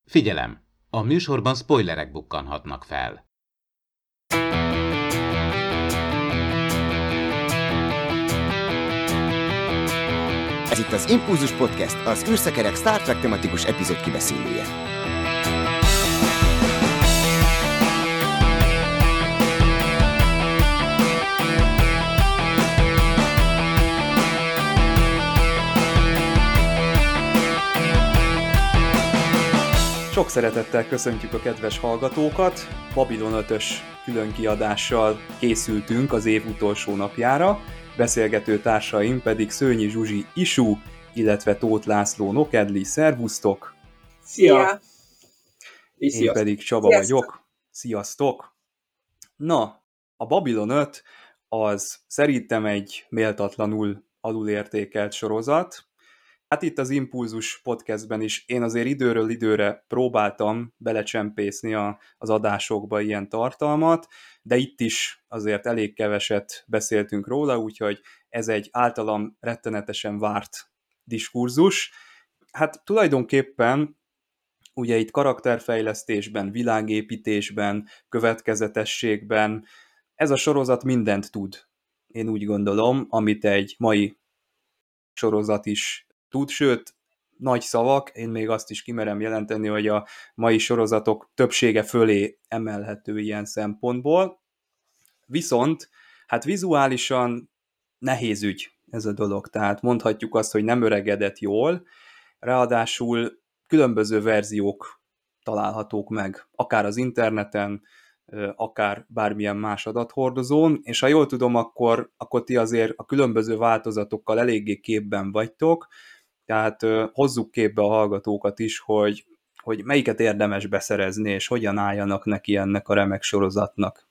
Figyelem! A műsorban spoilerek bukkanhatnak fel. Ez itt az Impulzus Podcast, az űrszekerek Star Trek tematikus epizód kibeszélője. Sok szeretettel köszöntjük a kedves hallgatókat, Babylon 5-ös különkiadással készültünk az év utolsó napjára, beszélgető társaim pedig Szőnyi Zsuzsi Isú, illetve Tóth László Nokedli. Szervusztok! Szia! Én pedig Csaba vagyok. Sziasztok! Na, a Babylon 5 az szerintem egy méltatlanul alulértékelt sorozat. Hát itt az Impulzus podcastben is én azért időről időre próbáltam belecsempészni az adásokba ilyen tartalmat, de itt is azért elég keveset beszéltünk róla, úgyhogy ez egy általam rettenetesen várt diskurzus. Hát tulajdonképpen ugye itt karakterfejlesztésben, világépítésben, következetességben ez a sorozat mindent tud. Én úgy gondolom, amit egy mai sorozat is tud, sőt, nagy szavak, én még azt is kimerem jelenteni, hogy a mai sorozatok többsége fölé emelhető ilyen szempontból. Viszont, hát vizuálisan nehéz ügy ez a dolog, tehát mondhatjuk azt, hogy nem öregedett jól, ráadásul különböző verziók találhatók meg, akár az interneten, akár bármilyen más adathordozón, és ha jól tudom, akkor ti azért a különböző változatokkal eléggé képben vagytok, tehát hozzuk képbe a hallgatókat is, hogy melyiket érdemes beszerezni, és hogyan álljanak neki ennek a remek sorozatnak.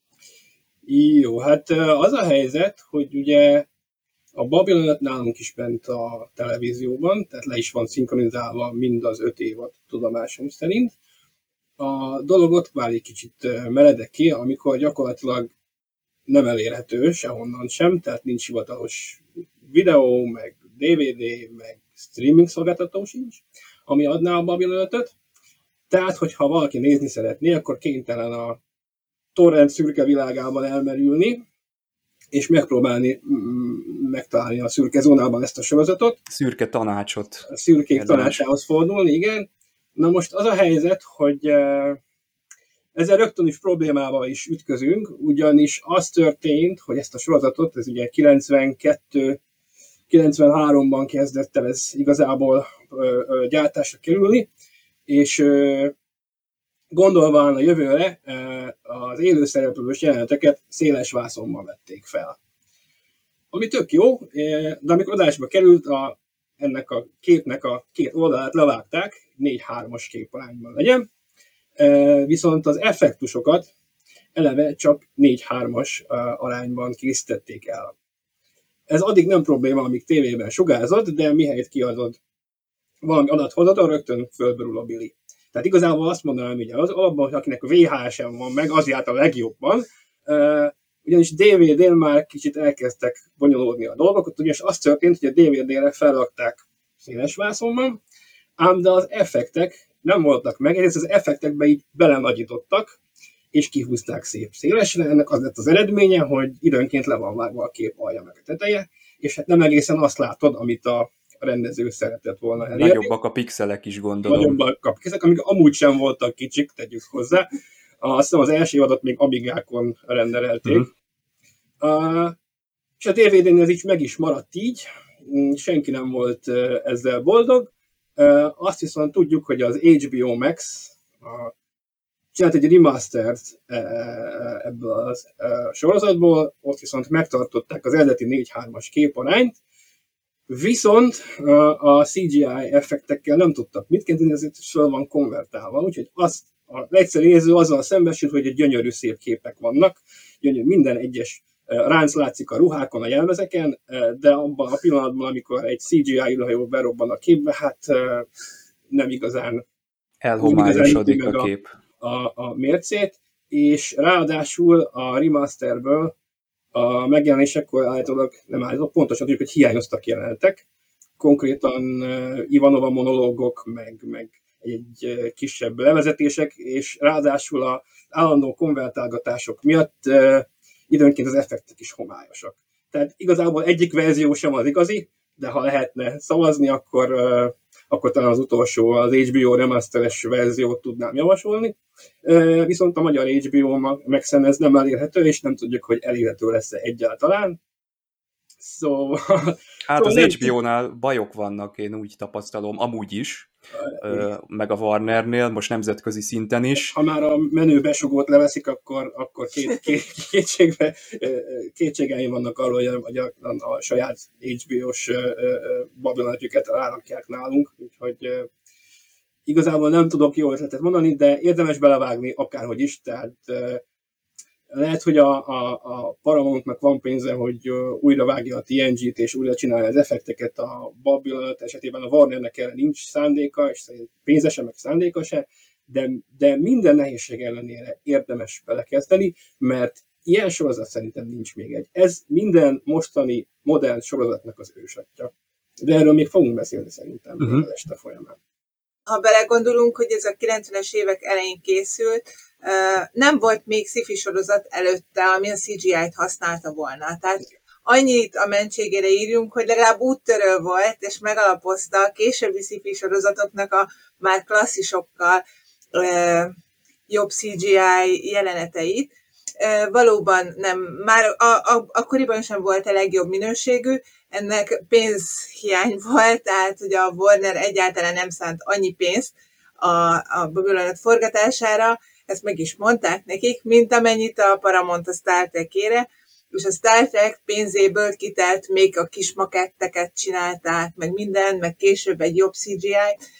Jó, hát az a helyzet, hogy ugye a Babylon 5 nálunk is bent a televízióban, tehát le is van szinkronizálva mind az 5 évad tudomásom szerint. A dolog ott válik kicsit meredek ki, amikor gyakorlatilag nem elérhető sehonnan sem, tehát nincs hivatalos videó, meg DVD, meg streaming szolgáltató sincs, ami adná a Babylon 5-öt. Tehát, hogyha valaki nézni szeretné, akkor kénytelen a torrent szürke világában elmerülni, és megpróbálni megtalálni a szürke zónában ezt a sorozatot. Szürke tanácsot. A szürkék tanácsához fordulni, igen. Na most az a helyzet, hogy ezzel rögtön is problémával is ütközünk, ugyanis az történt, hogy ezt a sorozatot, ez ugye 93-ban kezdett el ez igazából gyártásra kerülni, és gondolván a jövőre az élőszereplős jeleneteket széles vászonban vették fel. Ami tök jó, de amikor adásba került, ennek a képnek a két oldalát levágták, 4:3-as képarányban legyen, viszont az effektusokat eleve csak 4:3-as arányban készítették el. Ez addig nem probléma, amíg tévében sugárzott, de mihelyt kiadod valami adathozattal, rögtön fölbörül a bili. Tehát igazából azt mondanám, hogy az alapban, hogy akinek VHS-en van meg, az járt a legjobban, ugyanis DVD-n már kicsit elkezdtek bonyolódni a dolgok, ugyanis az történt, hogy a DVD-re felrakták széles vászonban, ám de az effektek nem voltak meg, egyrészt az effektekbe így belenagyítottak, és kihúzták szép szélesre. Ennek az lett az eredménye, hogy időnként le van vágva a kép alja meg a teteje, és hát nem egészen azt látod, amit a rendező szeretett volna elérni. Nagyobbak a pixelek is, gondolom. Nagyobbak a pixelek, amik amúgy sem voltak kicsik, tegyük hozzá. Azt hiszem az első évadat még Amigákon renderelték. És a DVD-nél ez így meg is maradt így, senki nem volt ezzel boldog. Azt viszont tudjuk, hogy az HBO Max csinált egy remastert ebből a sorozatból, ott viszont megtartották az eredeti 4:3-as képarányt, viszont a CGI effektekkel nem tudtak mit kezdeni, ezért föl van konvertálva, úgyhogy az egyszerű néző azzal szembesül, hogy gyönyörű szép képek vannak, gyönyörű, minden egyes ránc látszik a ruhákon, a jelmezeken, de abban a pillanatban, amikor egy CGI űrhajó berobban a képbe, hát nem igazán elhomályosodik a kép. A mércét, és ráadásul a remasterből a megjelenésekor állítólag, nem állítólag, pontosan tudjuk, hogy hiányoztak jelenetek. Konkrétan Ivanova monológok, meg egy kisebb levezetések, és ráadásul az állandó konvertálgatások miatt időnként az effektek is homályosak. Tehát igazából egyik verzió sem az igazi, de ha lehetne szavazni, akkor talán az utolsó, az HBO remasteres verziót tudnám javasolni. Viszont a magyar HBO Maxen ez nem elérhető, és nem tudjuk, hogy elérhető lesz-e egyáltalán. Szóval... Hát az HBO-nál bajok vannak, én úgy tapasztalom, amúgy is, meg a Warnernél, most nemzetközi szinten is. Ha már a menő besugót leveszik, akkor kétségeim vannak arról, hogy a saját HBO-s Babylonötjüket rárakják nálunk, úgyhogy igazából nem tudok jó ötletet mondani, de érdemes belevágni akárhogy is, tehát lehet, hogy a Paramountnak van pénze, hogy újra vágja a TNG-t és újra csinálja az effekteket, a Babylon esetében a Warnernek erre nincs szándéka, és pénze sem, meg szándéka se, de minden nehézség ellenére érdemes belekezdeni, mert ilyen sorozat szerintem nincs még egy. Ez minden mostani modern sorozatnak az ősatja. De erről még fogunk beszélni szerintem az este folyamán. Ha belegondolunk, hogy ez a 90-es évek elején készült, nem volt még sci-fi sorozat előtte, ami a CGI-t használta volna. Tehát annyit a mentségére írjunk, hogy legalább úttörő volt, és megalapozta a későbbi sci-fi sorozatoknak a már klasszisokkal jobb CGI jeleneteit. Valóban nem, már akkoriban sem volt a legjobb minőségű, ennek pénzhiány volt, tehát hogy a Warner egyáltalán nem szánt annyi pénzt a Babylon forgatására, ezt meg is mondták nekik, mint amennyit a Paramount a Star Trek-ére, és a Star Trek pénzéből kitelt, még a kis maketteket csinálták, meg minden, meg később egy jobb CGI,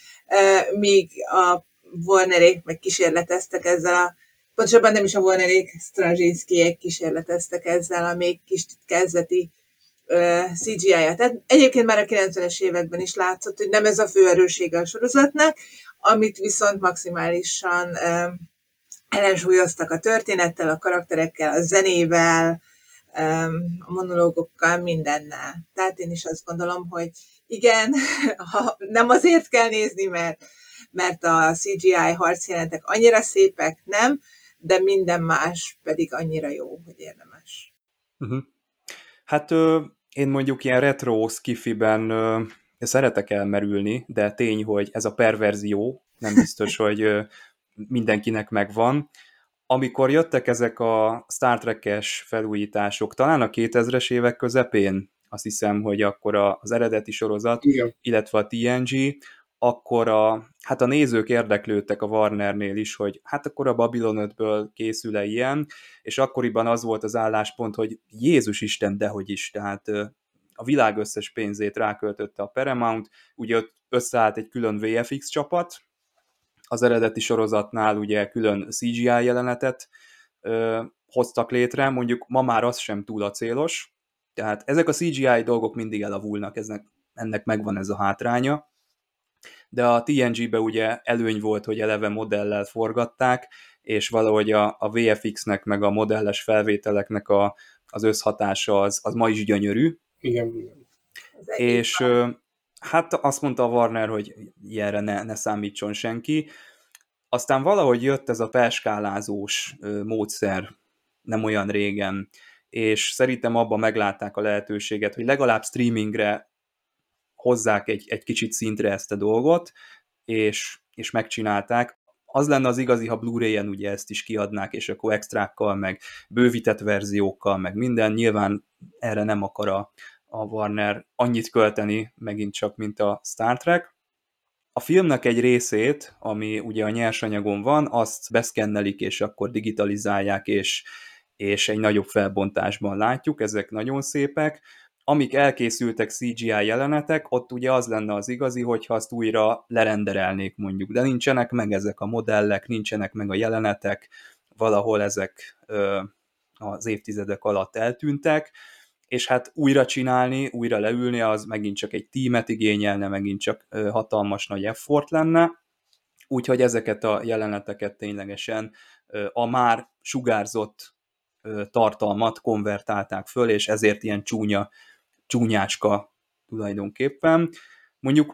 míg a Warnerék meg kísérleteztek ezzel pontosabban nem is a Warnerék, Straczynskiék kísérleteztek ezzel a még kis kezdeti CGI-ja. Tehát egyébként már a 90-es években is látszott, hogy nem ez a fő erőssége a sorozatnak, amit viszont maximálisan ellensúlyoztak a történettel, a karakterekkel, a zenével, a monológokkal, mindennel. Tehát én is azt gondolom, hogy igen, nem azért kell nézni, mert a CGI harcjelenetek annyira szépek, nem, de minden más pedig annyira jó, hogy érdemes. Hát én mondjuk ilyen retro skifiben szeretek elmerülni, de tény, hogy ez a perverzió nem biztos, hogy mindenkinek megvan. Amikor jöttek ezek a Star Trek-es felújítások, talán a 2000-es évek közepén, azt hiszem, hogy akkor az eredeti sorozat, igen, illetve a TNG, akkor a nézők érdeklődtek a Warnernél is, hogy hát akkor a Babylon 5-ből készül-e ilyen, és akkoriban az volt az álláspont, hogy Jézus Isten, dehogy is, tehát a világ összes pénzét ráköltötte a Paramount, ugye összeállt egy külön VFX csapat, az eredeti sorozatnál ugye külön CGI jelenetet hoztak létre, mondjuk ma már az sem túl acélos, tehát ezek a CGI dolgok mindig elavulnak, ennek megvan ez a hátránya, de a TNG-be ugye előny volt, hogy eleve modellel forgatták, és valahogy a VFX-nek meg a modelles felvételeknek az összhatása az ma is gyönyörű. Igen. És hát azt mondta a Warner, hogy ilyenre ne számítson senki. Aztán valahogy jött ez a perskálázós módszer nem olyan régen, és szerintem abban meglátták a lehetőséget, hogy legalább streamingre hozzák egy kicsit szintre ezt a dolgot, és megcsinálták. Az lenne az igazi, ha Blu-ray-en ugye ezt is kiadnák, és akkor extrákkal, meg bővített verziókkal, meg minden. Nyilván erre nem akar a Warner annyit költeni, megint csak, mint a Star Trek. A filmnek egy részét, ami ugye a nyersanyagon van, azt beszkennelik, és akkor digitalizálják, és egy nagyobb felbontásban látjuk, ezek nagyon szépek. Amik elkészültek CGI jelenetek, ott ugye az lenne az igazi, hogyha azt újra lerenderelnék mondjuk, de nincsenek meg ezek a modellek, nincsenek meg a jelenetek, valahol ezek az évtizedek alatt eltűntek, és hát újra csinálni, újra leülni, az megint csak egy tímet igényelne, megint csak hatalmas nagy effort lenne, úgyhogy ezeket a jeleneteket ténylegesen a már sugárzott tartalmat konvertálták föl, és ezért ilyen csúnyácska tulajdonképpen. Mondjuk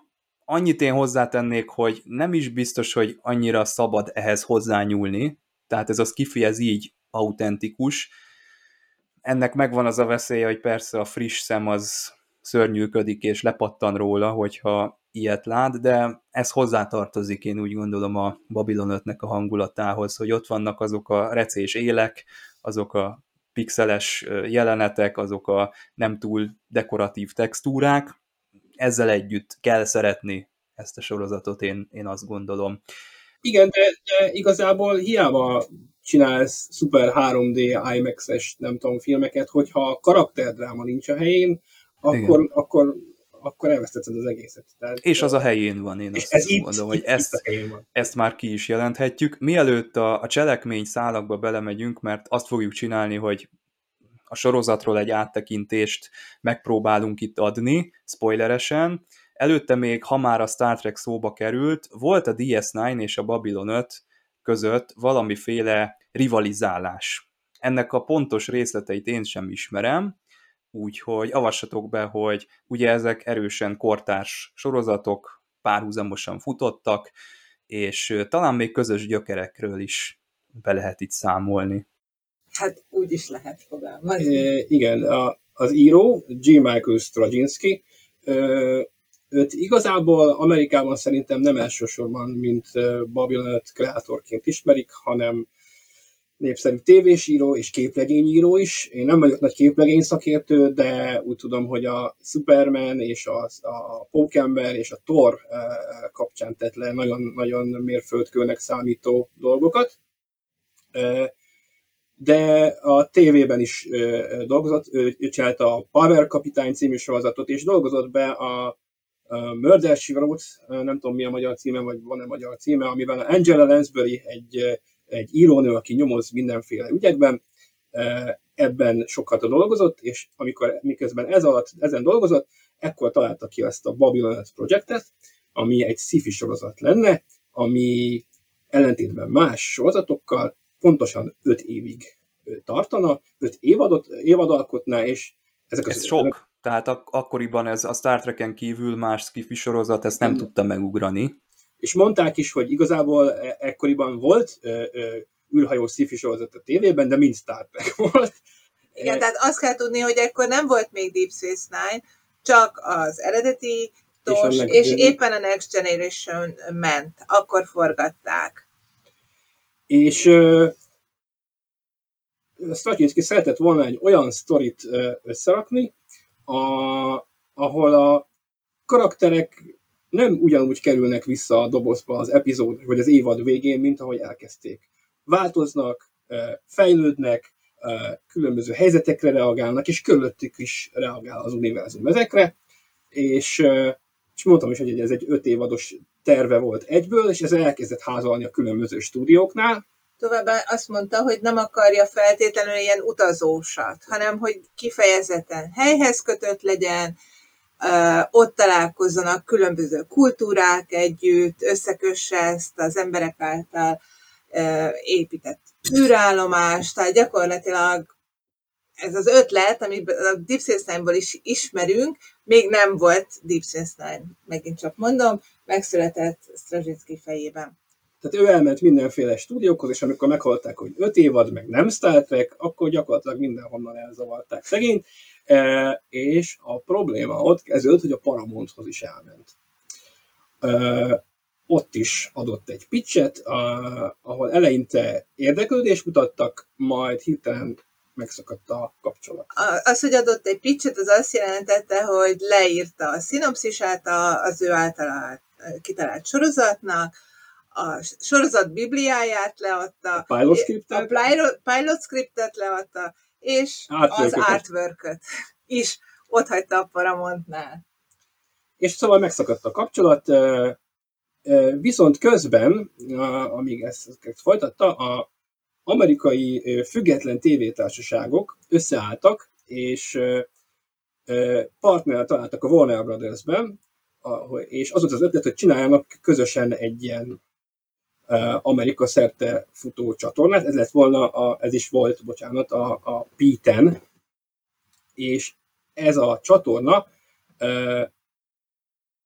Annyit én hozzátennék, hogy nem is biztos, hogy annyira szabad ehhez hozzányúlni, tehát ez a skifi, ez így autentikus. Ennek megvan az a veszélye, hogy persze a friss szem az szörnyűködik és lepattan róla, hogyha ilyet lát, de ez hozzátartozik, én úgy gondolom, a Babylon 5-nek a hangulatához, hogy ott vannak azok a recés élek, azok a pixeles jelenetek, azok a nem túl dekoratív textúrák, ezzel együtt kell szeretni ezt a sorozatot, én azt gondolom. Igen, de igazából hiába csinálsz szuper 3D IMAX-es, nem tudom, filmeket, hogyha karakterdráma nincs a helyén, akkor elvesztetted az egészet. Tehát, és az a helyén van, én azt mondom, hogy ezt már ki is jelenthetjük. Mielőtt a cselekmény szálakba belemegyünk, mert azt fogjuk csinálni, hogy a sorozatról egy áttekintést megpróbálunk itt adni, spoileresen. Előtte még, ha már a Star Trek szóba került, volt a DS9 és a Babylon 5 között valamiféle rivalizálás. Ennek a pontos részleteit én sem ismerem, úgyhogy avassatok be, hogy ugye ezek erősen kortárs sorozatok, párhuzamosan futottak, és talán még közös gyökerekről is be lehet itt számolni. Hát úgy is lehet fogalmazni. Igen, az író, G. Michael Straczynski, őt igazából Amerikában szerintem nem elsősorban, mint Babylon 5 kreatorként ismerik, hanem népszerű tévésíró és képregényíró is. Én nem vagyok nagy képregény szakértő, de úgy tudom, hogy a Superman és a Pókember és a Thor kapcsán tett le nagyon mérföldkőnek számító dolgokat. De a tévében is dolgozott, ő csinálta a Power Kapitány című sorozatot, és dolgozott be a Murder, She Wrote, nem tudom mi a magyar címe, vagy van-e magyar címe, amiben Angela Lansbury egy írónő, aki nyomoz mindenféle ügyekben, ebben sokat dolgozott, és miközben ezen dolgozott, ekkor találta ki ezt a Babylon 5 projektet, ami egy sci-fi sorozat lenne, ami ellentétben más sorozatokkal pontosan 5 évig tartana, 5 évad alkotná, és ezek ez sok. Tehát akkoriban ez a Star Treken kívül más sci-fi sorozat ezt nem tudta megugrani. És mondták is, hogy igazából ekkoriban volt űrhajó sci-fi sorozat a tévében, de mind Star Trek volt. Igen, tehát azt kell tudni, hogy ekkor nem volt még Deep Space Nine, csak az eredeti TOS, és éppen a Next Generation ment. Akkor forgatták. És Straczynski szeretett volna egy olyan sztorit összerakni, ahol a karakterek nem ugyanúgy kerülnek vissza a dobozba az epizód, vagy az évad végén, mint ahogy elkezdték. Változnak, fejlődnek, különböző helyzetekre reagálnak, és körülöttük is reagál az univerzum ezekre, és mondtam is, hogy ez egy 5 évados terve volt egyből, és ez elkezdett házalni a különböző stúdióknál. Továbbá azt mondta, hogy nem akarja feltétlenül ilyen utazósat, hanem hogy kifejezetten helyhez kötött legyen, ott találkozzanak különböző kultúrák együtt, összekösse ezt az emberek által épített űrállomást, tehát gyakorlatilag ez az ötlet, amit a Deep Space Nine-ból is ismerünk, még nem volt Deep Space Nine, megint csak mondom, megszületett Straczynski fejében. Tehát ő elment mindenféle stúdiókhoz, és amikor meghallották, hogy 5 évad, meg nem Star Trek, akkor gyakorlatilag mindenhonnan elzavarták szegényt, és a probléma ott kezdődött, hogy a Paramounthoz is elment. Ott is adott egy pitchet, ahol eleinte érdeklődést mutattak, majd hirtelen megszakadt a kapcsolat. Az, hogy adott egy pitchet, az azt jelentette, hogy leírta a szinopszisát az ő által kitalált sorozatnak, a sorozat bibliáját leadta, a pilot scriptet leadta, és az artwork-öt is ott hagyta a Paramountnál. És szóval megszakadt a kapcsolat, viszont közben, amíg ezt folytatta, az amerikai független tévétársaságok összeálltak, és partnert találtak a Warner Brothers-ben, és az volt az ötlet, hogy csináljanak közösen egy ilyen Amerika szerte futó csatornát, ez is volt, a P10, és ez a csatorna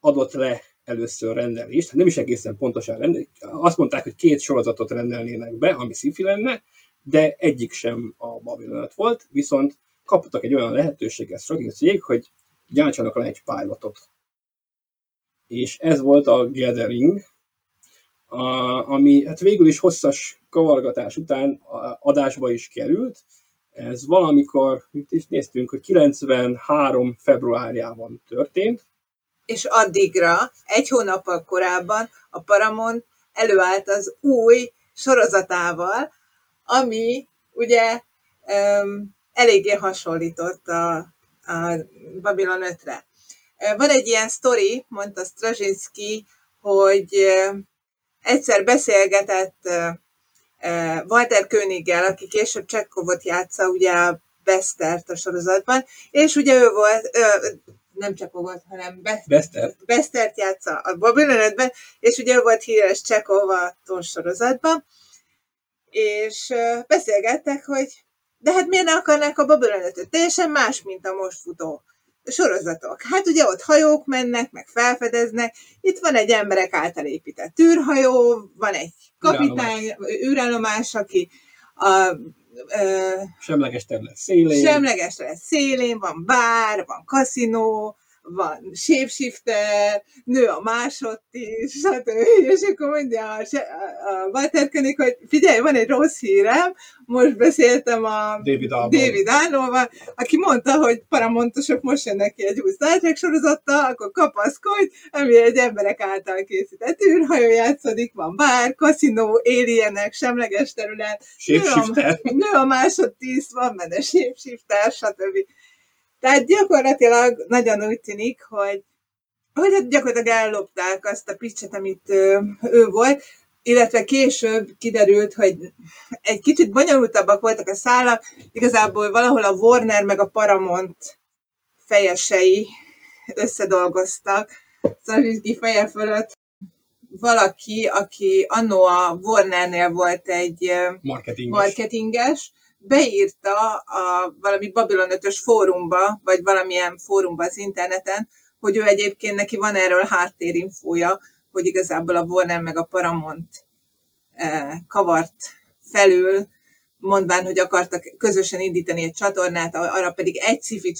adott le először rendelést, nem is egészen pontosan rendelést, azt mondták, hogy 2 sorozatot rendelnének be, ami sci-fi lenne, de egyik sem a Babylon 5 volt, viszont kaptak egy olyan lehetőséget cég, hogy gyártsanak le egy pilotot. És ez volt a Gathering, ami hát végül is hosszas kavargatás után adásba is került. Ez valamikor, mit is néztünk, hogy 93. februárjában történt. És addigra, 1 hónappal korábban a Paramount előállt az új sorozatával, ami ugye eléggé hasonlított a Babylon 5-re. Van egy ilyen sztori, mondta Straczynski, hogy egyszer beszélgetett Walter Koeniggel, aki később Chekhovot játsza, ugye a Bestert a sorozatban, és ugye ő volt, nem Csekhovot, hanem Bestert játsza a Babylon 5-ben, és ugye ő volt híres Csekhov a sorozatban, és beszélgettek, hogy de hát miért ne akarnák a Babylon 5-öt? Teljesen más, mint a most futó sorozatok. Hát ugye ott hajók mennek, meg felfedeznek, itt van egy emberek által épített űrhajó, van egy kapitány, űrállomás, aki semleges terület szélén, van bár, van kaszinó, van shapeshifter, nő a másott is, stb. És akkor mondja a Walter Koenig, hogy figyelj, van egy rossz hírem, most beszéltem a David Arnoldval, aki mondta, hogy paramontosok most jönnek ki egy új Star Trek sorozattal, akkor kapaszkodj, ami egy emberek által készített űrhajó játszódik, van bár, kaszinó, alienek, semleges terület, nő a másodtíz, van benne shapeshifter, stb. Tehát gyakorlatilag nagyon úgy tűnik, hogy gyakorlatilag ellopták azt a pitchet, amit ő volt, illetve később kiderült, hogy egy kicsit bonyolultabbak voltak a szálak, igazából valahol a Warner meg a Paramount fejesei összedolgoztak. Straczynski feje fölött valaki, aki annó a Warnernél volt egy marketinges, beírta a valami Babylon 5-ös fórumba, vagy valamilyen fórumba az interneten, hogy ő egyébként neki van erről háttérinfója, hogy igazából a Warner meg a Paramount kavart felül, mondván, hogy akartak közösen indítani egy csatornát, arra pedig egy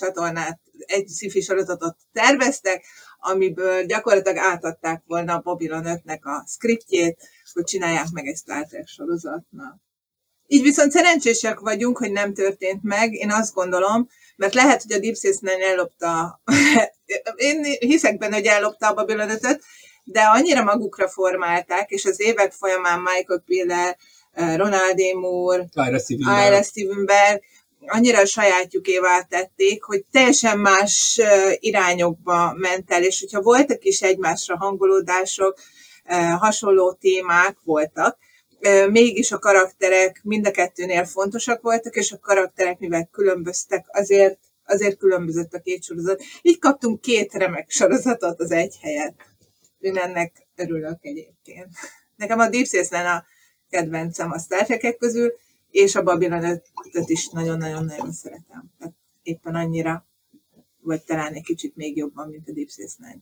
sci-fi sorozatot terveztek, amiből gyakorlatilag átadták volna a Babylon 5-nek a szkriptjét, hogy csinálják meg egy Star Trek sorozatnak. Így viszont szerencsések vagyunk, hogy nem történt meg, én azt gondolom, mert lehet, hogy a Deep Space Nine ellopta, én hiszek benne, hogy ellopta a Babylon 5-öt, de annyira magukra formálták, és az évek folyamán Michael Piller, Ronald D. Moore, Ira Stevenberg annyira a sajátjukévá tették, hogy teljesen más irányokba ment el, és hogyha voltak is egymásra hangolódások, hasonló témák voltak, mégis a karakterek mind a kettőnél fontosak voltak, és a karakterek, mivel különböztek, azért különbözött a 2 sorozat. Így kaptunk 2 remek sorozatot az egy helyet. Én ennek örülök egyébként. Nekem a Deep Space Nine a kedvencem a Star Trek-ek közül, és a Babylon 5-öt is nagyon-nagyon-nagyon szeretem. Tehát éppen annyira, vagy talán egy kicsit még jobban, mint a Deep Space Nine.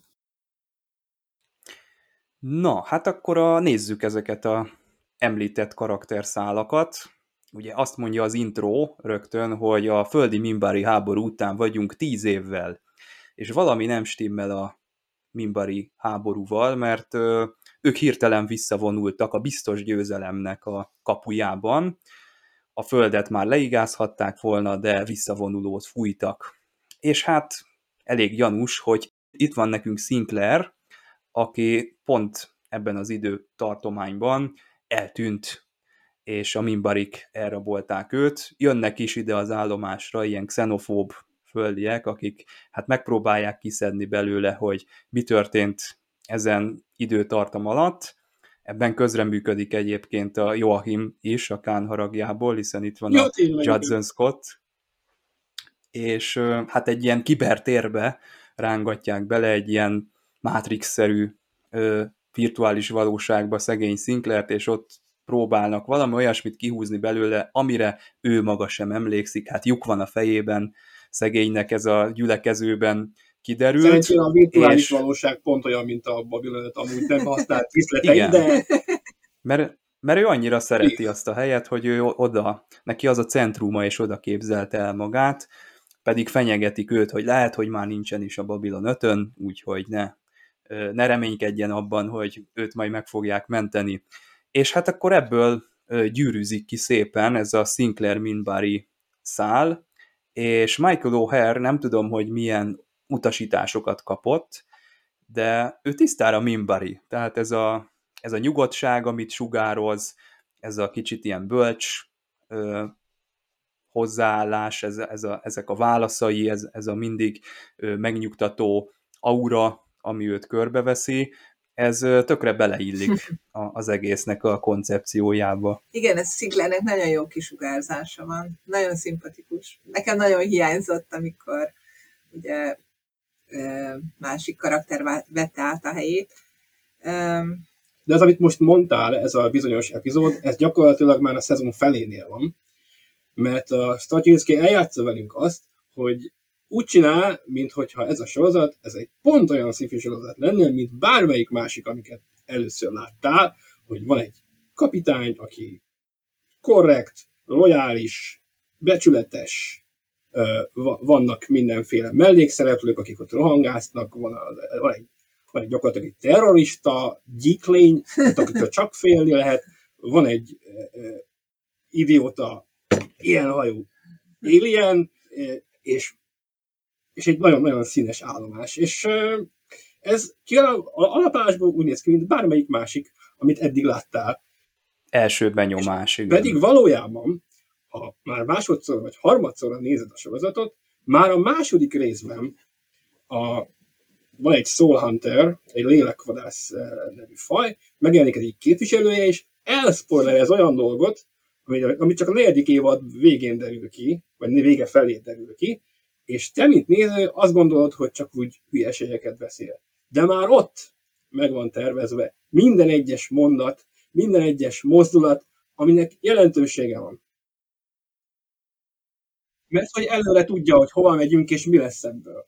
Na, hát akkor nézzük ezeket a említett karakterszálakat. Ugye azt mondja az intro rögtön, hogy a földi minbari háború után vagyunk 10 évvel, és valami nem stimmel a minbari háborúval, mert ők hirtelen visszavonultak a biztos győzelemnek a kapujában. A földet már leigázhatták volna, de visszavonulót fújtak. És hát elég gyanús, hogy itt van nekünk Sinclair, aki pont ebben az időtartományban eltűnt, és a minbarik elrabolták őt. Jönnek is ide az állomásra ilyen xenofób földiek, akik hát megpróbálják kiszedni belőle, hogy mi történt ezen időtartam alatt. Ebben közreműködik egyébként a Joachim is a Khan haragjából, hiszen itt van a Judson Scott, és hát egy ilyen kibertérbe rángatják bele egy ilyen Matrix-szerű virtuális valóságba szegény Sinclairt, és ott próbálnak valami olyasmit kihúzni belőle, amire ő maga sem emlékszik, hát lyuk van a fejében, szegénynek ez a gyülekezőben kiderült. Szerencsére a virtuális valóság pont olyan, mint a Babylon 5 amúgy nem használt díszletei, de... Mert ő annyira szereti azt a helyet, hogy ő oda, neki az a centruma, és oda képzelte el magát, pedig fenyegetik őt, hogy lehet, hogy már nincsen is a Babylon 5-ön, úgyhogy ne reménykedjen abban, hogy őt majd meg fogják menteni. És hát akkor ebből gyűrűzik ki szépen ez a Sinclair Minbari szál, és Michael O'Hare nem tudom, hogy milyen utasításokat kapott, de ő tisztára Minbari, tehát ez a nyugodtság, amit sugároz, ez a kicsit ilyen bölcs hozzáállás, ezek a válaszai, ez a mindig megnyugtató aura, ami őt körbeveszi, ez tökre beleillik az egésznek a koncepciójába. Igen, ez Sinclairnek nagyon jó kisugárzása van, nagyon szimpatikus. Nekem nagyon hiányzott, amikor ugye másik karakter vette át a helyét. De az, amit most mondtál, ez a bizonyos epizód, ez gyakorlatilag már a szezon felénél van, mert a Straczynski eljátsza velünk azt, hogy úgy csinál, minthogyha ez a sorozat, ez egy pont olyan sci-fi sorozat lenne, mint bármelyik másik, amiket először láttál, hogy van egy kapitány, aki korrekt, lojális, becsületes, vannak mindenféle mellékszereplők, akik ott rohangásznak, van egy gyakorlatilag egy terrorista, gyíklény, akitől csak félni lehet, van egy idióta, ilyen hajú alien, és egy nagyon-nagyon színes állomás. És ez alapásból úgy néz ki, mint bármelyik másik, amit eddig láttál. Első benyomás, igen. Pedig valójában, ha már másodszor vagy harmadszorra nézed a sorozatot, már a második részben van egy Soul Hunter, egy lélekvadász nevű faj, megjelenik egy képviselője, és elspoilerez olyan dolgot, amit csak a 4. évad végén derül ki, vagy vége felé derül ki, és te, mint néző, azt gondolod, hogy csak úgy hülyeségeket beszél. De már ott meg van tervezve minden egyes mondat, minden egyes mozdulat, aminek jelentősége van. Mert hogy előre tudja, hogy hova megyünk, és mi lesz ebből.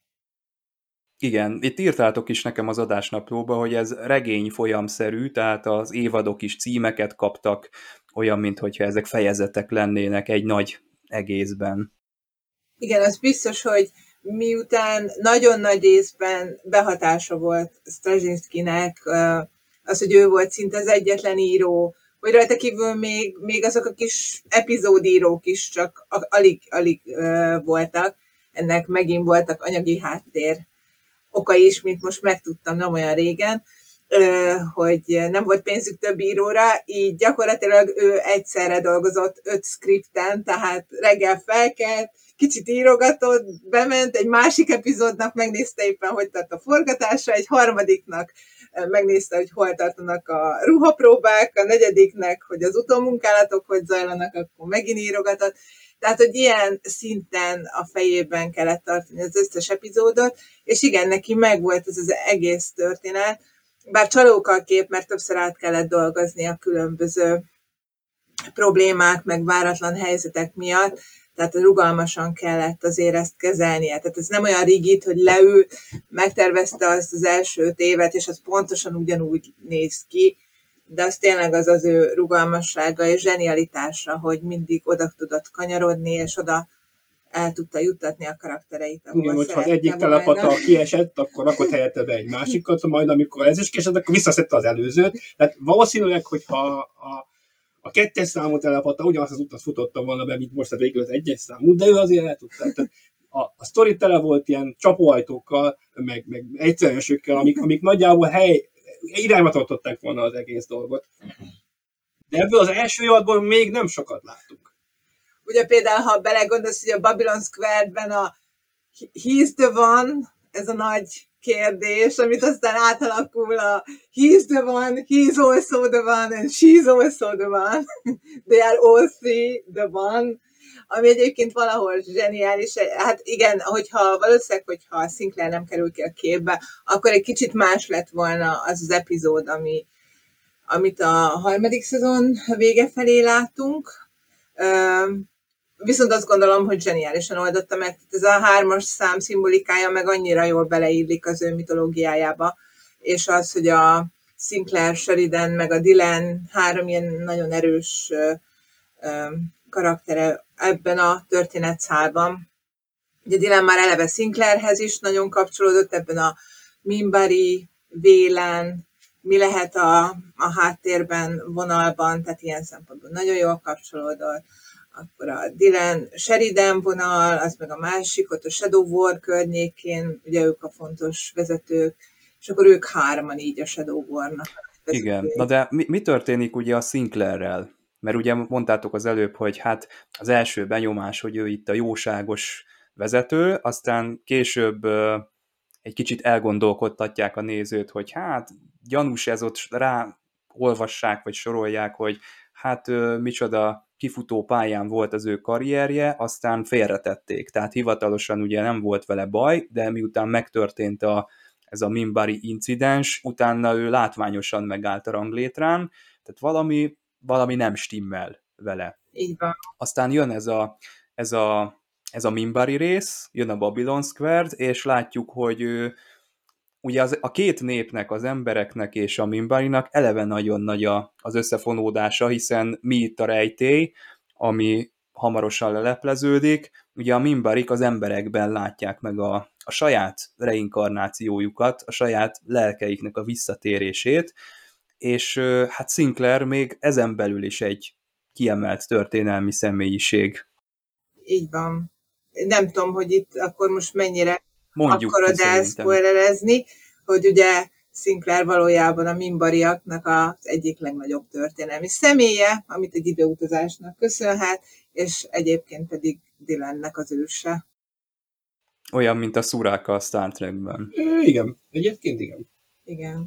Igen, itt írtátok is nekem az adásnaplóba, hogy ez regény folyamszerű, tehát az évadok is címeket kaptak, olyan, mintha ezek fejezetek lennének egy nagy egészben. Igen, az biztos, hogy miután nagyon nagy részben behatása volt Straczynskinek, az, hogy ő volt szinte az egyetlen író, hogy rajta kívül még azok a kis epizódírók is csak alig voltak, ennek megint voltak anyagi háttér okai is, mint most megtudtam nem olyan régen, hogy nem volt pénzük több íróra, így gyakorlatilag ő egyszerre dolgozott 5 skripten, tehát reggel felkelt, kicsit írogatott, bement, egy másik epizódnak megnézte éppen, hogy tart a forgatása, egy harmadiknak megnézte, hogy hol tartanak a ruhapróbák, a 4. hogy az utómunkálatok hogy zajlanak, akkor megint írogatott. Tehát, hogy ilyen szinten a fejében kellett tartani az összes epizódot, és igen, neki megvolt ez az egész történet, bár csalókkal kép, mert többször át kellett dolgozni a különböző problémák, meg váratlan helyzetek miatt, tehát rugalmasan kellett azért ezt kezelnie. Tehát ez nem olyan rigid, hogy leült, megtervezte azt az első 5 évet, és az pontosan ugyanúgy néz ki, de az tényleg az ő rugalmassága és zsenialitása, hogy mindig oda tudott kanyarodni, és oda el tudta juttatni a karaktereit. Igen, hogyha az egyik telepata kiesett, akkor rakott helyette be egy másikat, majd amikor ez is kiesett, akkor visszaszedte az előzőt. Tehát valószínűleg, hogyha a 2. számú telepata ugyanazt az utat futotta volna be, mint most végül az 1. számú, de ő azért el tudta. Tehát a sztori tele volt ilyen csapóajtókkal, meg egyszerűsökkel, amik nagyjából irányba tartották volna az egész dolgot. De ebből az első évadból még nem sokat láttunk. Ugye például, ha belegondolsz, hogy a Babylon Square-ben a he's the one, ez a nagy kérdés, amit aztán átalakul a he's the one, he's also the one, and she's also the one. They are all three the one. Ami egyébként valahol zseniális. Hát igen, valószínűleg, hogyha Sinclair nem kerül ki a képbe, akkor egy kicsit más lett volna az epizód, amit a 3. szezon vége felé látunk. Viszont azt gondolom, hogy zseniálisan oldotta meg. Ez a 3-as szám szimbolikája meg annyira jól beleillik az ő mitológiájába, és az, hogy a Sinclair, Sheridan meg a Dylan 3 ilyen nagyon erős karaktere ebben a történetszálban. Ugye Dylan már eleve Sinclairhez is nagyon kapcsolódott, ebben a Minbari, Vélen, mi lehet a háttérben, vonalban, tehát ilyen szempontból nagyon jól kapcsolódott. Akkor a Dylan Sheridan vonal, az meg a másik, ott a Shadow War környékén, ugye ők a fontos vezetők, és akkor ők 3-an így a Shadow War-nak. Igen, na de mi történik ugye a Sinclairrel? Mert ugye mondtátok az előbb, hogy hát az első benyomás, hogy ő itt a jóságos vezető, aztán később egy kicsit elgondolkodtatják a nézőt, hogy hát gyanús ez, ott rá olvassák, vagy sorolják, hogy hát micsoda kifutó pályán volt az ő karrierje, aztán félretették. Tehát hivatalosan ugye nem volt vele baj, de miután megtörtént ez a Minbari incidens, utána ő látványosan megállt a ranglétrán, tehát valami nem stimmel vele. Így van. Aztán jön ez a Minbari rész, jön a Babylon Square, és látjuk, hogy ugye a két népnek, az embereknek és a Minbarinak eleve nagyon nagy az összefonódása, hiszen mi itt a rejtély, ami hamarosan lelepleződik, ugye a Minbarik az emberekben látják meg a saját reinkarnációjukat, a saját lelkeiknek a visszatérését, és hát Sinclair még ezen belül is egy kiemelt történelmi személyiség. Így van. Nem tudom, hogy itt akkor most mennyire Mondjuk akarod elszpoilerezni, hogy ugye Sinclair valójában a Minbariaknak az egyik legnagyobb történelmi személye, amit egy időutazásnak köszönhet, és egyébként pedig Dylannek az őse. Olyan, mint a Szuraka a Star Trekben. Igen, egyébként igen. Igen.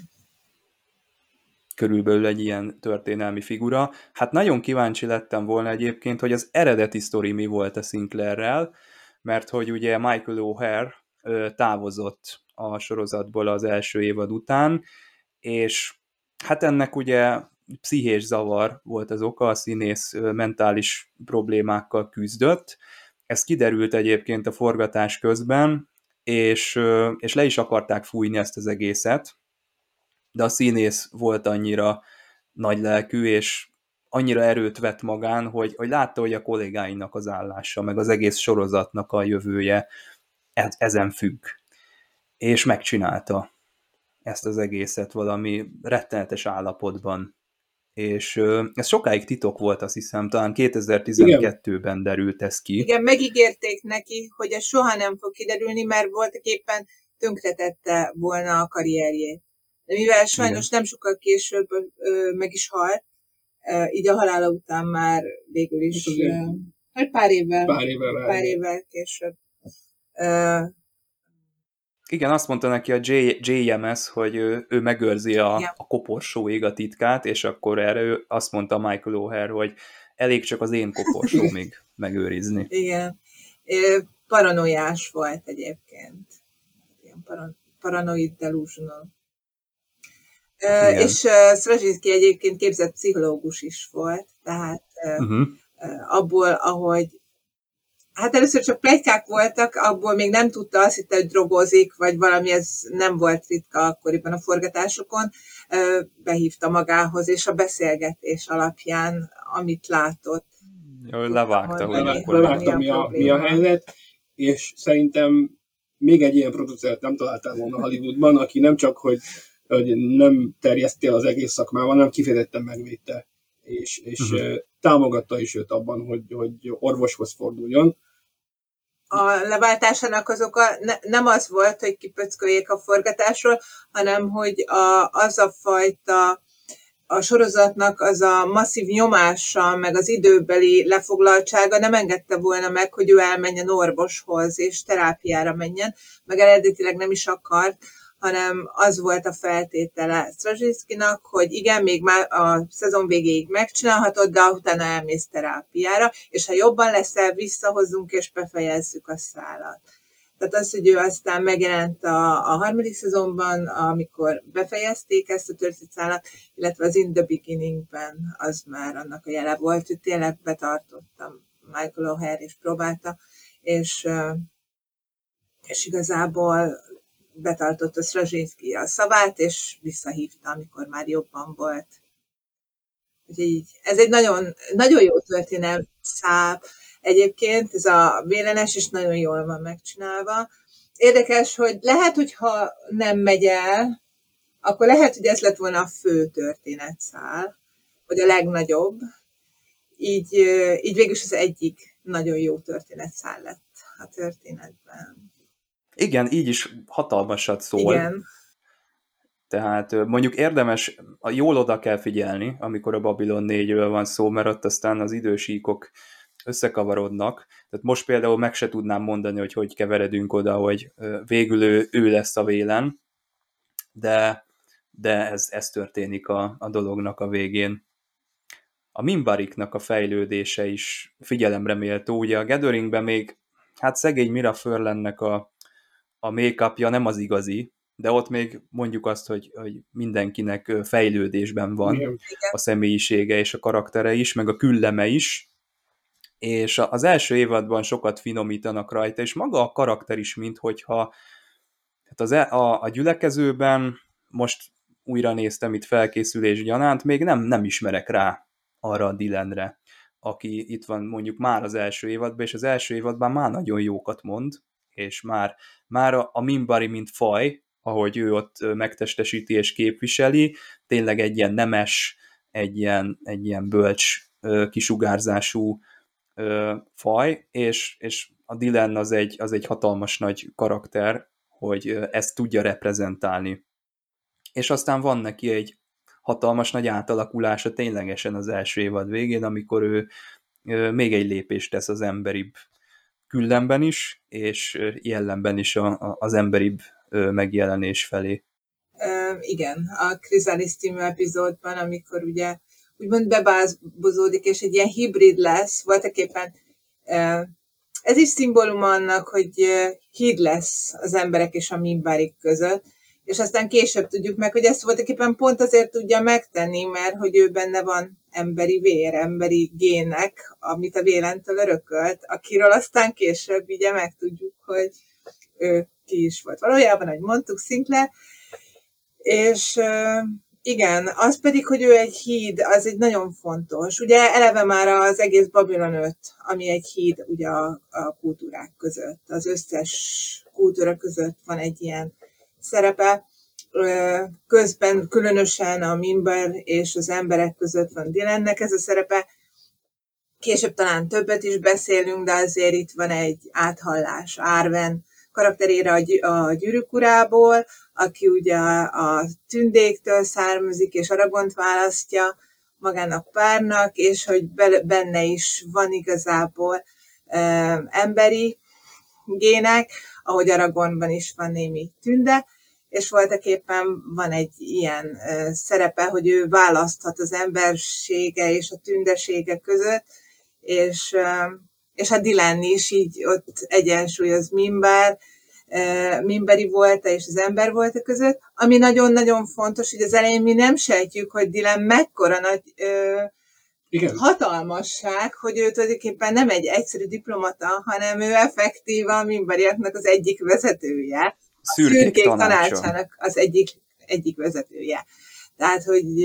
Körülbelül egy ilyen történelmi figura. Hát nagyon kíváncsi lettem volna egyébként, hogy az eredeti sztori mi volt a Sinclairrel, mert hogy ugye Michael O'Hare távozott a sorozatból az első évad után, és hát ennek ugye pszichés zavar volt az oka, a színész mentális problémákkal küzdött. Ez kiderült egyébként a forgatás közben, és le is akarták fújni ezt az egészet, de a színész volt annyira nagylelkű, és annyira erőt vett magán, hogy látta, hogy a kollégáinak az állása, meg az egész sorozatnak a jövője ezen függ. És megcsinálta ezt az egészet valami rettenetes állapotban. És ez sokáig titok volt, azt hiszem, talán 2012-ben derült ez ki. Igen, megígérték neki, hogy ez soha nem fog kiderülni, mert voltak éppen tönkretette volna a karrierjét. De mivel sajnos nem sokkal később meg is halt, így a halála után már végül is pár évvel később. Igen, azt mondta neki a JMS, hogy ő megőrzi a koporsóig a titkát, és akkor erre ő azt mondta Michael O'Hare, hogy elég csak az én koporsómig megőrizni. Igen. Paranoiás volt egyébként. Ilyen paranoid delusional. És Straczynski egyébként képzett pszichológus is volt, tehát abból, ahogy hát először csak pletykák voltak, abból még nem tudta, azt hitte, hogy drogozik, vagy valami, ez nem volt ritka akkoriban a forgatásokon, behívta magához, és a beszélgetés alapján, amit látott. Levágta, mi a helyzet, és szerintem még egy ilyen producert nem találtál volna Hollywoodban, aki nem csak, hogy nem terjesztél az egész szakmában, hanem kifejezetten megvédte, és támogatta is őt abban, hogy orvoshoz forduljon. A leváltásának az oka nem az volt, hogy kipöcköljék a forgatásról, hanem hogy az a fajta a sorozatnak az a masszív nyomása, meg az időbeli lefoglaltsága nem engedte volna meg, hogy ő elmenjen orvoshoz és terápiára menjen, meg eredetileg nem is akart, hanem az volt a feltétele Straczynskinak, hogy igen, még már a szezon végéig megcsinálhatod, de utána elmész terápiára, és ha jobban leszel, visszahozunk és befejezzük a szálat. Tehát az, hogy ő aztán megjelent a harmadik szezonban, amikor befejezték ezt a történetszálat, illetve az In the Beginning-ben az már annak a jele volt, hogy tényleg betartottam Michael O'Hare is próbálta, és igazából betartotta Straczynski a szavát, és visszahívta, amikor már jobban volt. Úgyhogy ez egy nagyon, nagyon jó történet szál. Egyébként ez a vélenes is nagyon jól van megcsinálva. Érdekes, hogy lehet, hogyha nem megy el, akkor lehet, hogy ez lett volna a fő történetszál, vagy a legnagyobb. Így végülis az egyik nagyon jó történetszál lett a történetben. Igen, így is hatalmasat szól. Igen. Tehát mondjuk érdemes, jól oda kell figyelni, amikor a Babylon 4-ről van szó, mert ott aztán az idősíkok összekavarodnak. Tehát most például meg se tudnám mondani, hogy keveredünk oda, hogy végül ő lesz a vélen, de ez történik a dolognak a végén. A Minbariknak a fejlődése is figyelemre méltó. Ugye a Gatheringben még, hát szegény Mira Furlannek a make-upja nem az igazi, de ott még mondjuk azt, hogy mindenkinek fejlődésben van. Igen. A személyisége és a karaktere is, meg a külleme is, és az első évadban sokat finomítanak rajta, és maga a karakter is, minthogyha hát a gyülekezőben, most újra néztem itt felkészülés gyanánt, még nem ismerek rá arra a Dylanre, aki itt van mondjuk már az első évadban, és az első évadban már nagyon jókat mond, és már a Minbari, mint faj, ahogy ő ott megtestesíti és képviseli, tényleg egy ilyen nemes, egy ilyen bölcs kisugárzású faj, és a Dylan az egy hatalmas nagy karakter, hogy ezt tudja reprezentálni. És aztán van neki egy hatalmas nagy átalakulása ténylegesen az első évad végén, amikor ő még egy lépést tesz az emberibb küllemben is, és jellemben is az emberibb megjelenés felé. Igen, a Chrysalis című epizódban, amikor ugye úgymond bebázbozódik, és egy ilyen hibrid lesz, voltaképpen ez is szimbólum annak, hogy híd lesz az emberek és a Minbarik között, és aztán később tudjuk meg, hogy ezt voltaképpen pont azért tudja megtenni, mert hogy ő benne van emberi vér, emberi gének, amit a Vélentől örökölt, akiről aztán később ugye megtudjuk, hogy ő ki is volt. Valójában, ahogy mondtuk, Sinclair, és igen, az pedig, hogy ő egy híd, az egy nagyon fontos. Ugye eleve már az egész Babylon 5, ami egy híd ugye a kultúrák között. Az összes kultúra között van egy ilyen szerepe. Közben különösen a Minbar és az emberek között van Dylannek ez a szerepe. Később talán többet is beszélünk, de azért itt van egy áthallás Arwen karakterére a Gyűrűk urából, aki ugye a tündéktől származik, és Aragont választja magának párnak, és hogy benne is van igazából emberi gének, ahogy Aragornban is van némi tünde, és voltaképpen van egy ilyen szerepe, hogy ő választhat az embersége és a tündesége között, és a Dylan is így ott egyensúlyoz Minbari volta és az ember volta között, ami nagyon-nagyon fontos, hogy az elején mi nem sejtjük, hogy Dylan mekkora nagy hatalmasság, hogy ő tulajdonképpen nem egy egyszerű diplomata, hanem ő effektíva a Minbariaknak az egyik vezetője. A szürkék tanácsának az egyik vezetője. Tehát,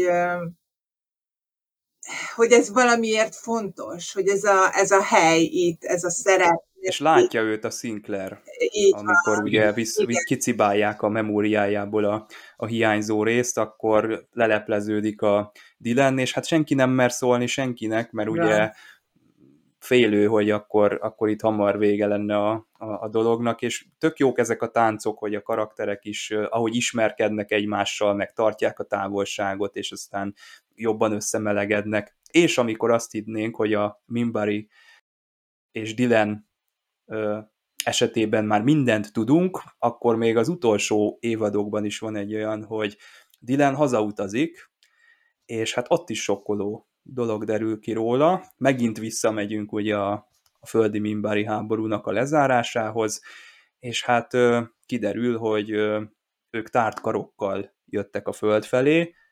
hogy ez valamiért fontos, hogy ez a hely itt, ez a szerep. És látja őt a Sinclair, amikor ugye kicibálják a memóriájából a hiányzó részt, akkor lelepleződik a Dylan, és hát senki nem mer szólni senkinek, mert ugye félő, hogy akkor itt hamar vége lenne a dolognak, és tök jók ezek a táncok, hogy a karakterek is, ahogy ismerkednek egymással, meg tartják a távolságot, és aztán jobban összemelegednek. És amikor azt hinnénk, hogy a Minbari és Dylan esetében már mindent tudunk, akkor még az utolsó évadokban is van egy olyan, hogy Dylan hazautazik, és hát ott is sokkoló dolog derül ki róla. Megint visszamegyünk ugye a földi Minbari háborúnak a lezárásához, és hát kiderül, hogy ők tárt karokkal jöttek a föld felé,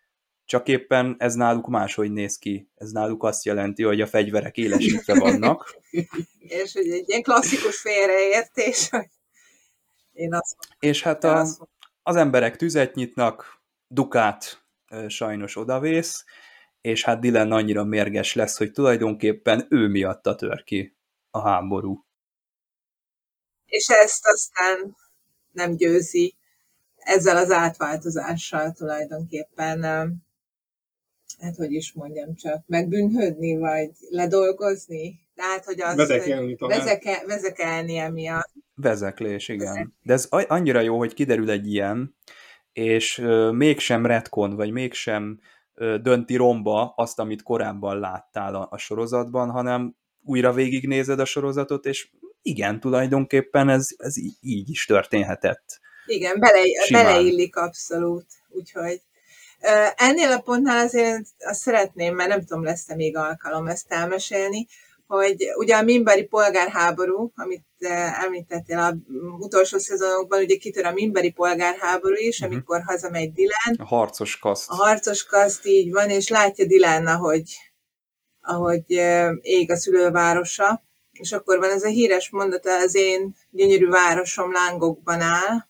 csak éppen ez náluk máshogy néz ki. Ez náluk azt jelenti, hogy a fegyverek élesítve vannak. És hogy egy ilyen klasszikus félreértés, hogy én azt mondom. És hát az emberek tüzet nyitnak, Dukát sajnos odavész, és hát Dylan annyira mérges lesz, hogy tulajdonképpen ő miatta tör ki a háború. És ezt aztán nem győzi ezzel az átváltozással tulajdonképpen, hát hogy is mondjam csak, megbűnhödni, vagy ledolgozni? Tehát, hogy azt vezekelni emiatt. Vezeklés, igen. De ez annyira jó, hogy kiderül egy ilyen, és mégsem retcon, vagy mégsem dönti romba azt, amit korábban láttál a sorozatban, hanem újra végignézed a sorozatot, és igen, tulajdonképpen ez így is történhetett. Igen, beleillik abszolút. Úgyhogy ennél a pontnál azért azt szeretném, mert nem tudom, lesz-e még alkalom ezt elmesélni, hogy ugye a minbari polgárháború, amit említettél az utolsó szezonokban, ugye kitör a minbari polgárháború is, amikor hazamegy Dylan. A harcos kaszt. A harcos kaszt, így van, és látja Dylan, ahogy ég a szülővárosa, és akkor van ez a híres mondata, az én gyönyörű városom lángokban áll.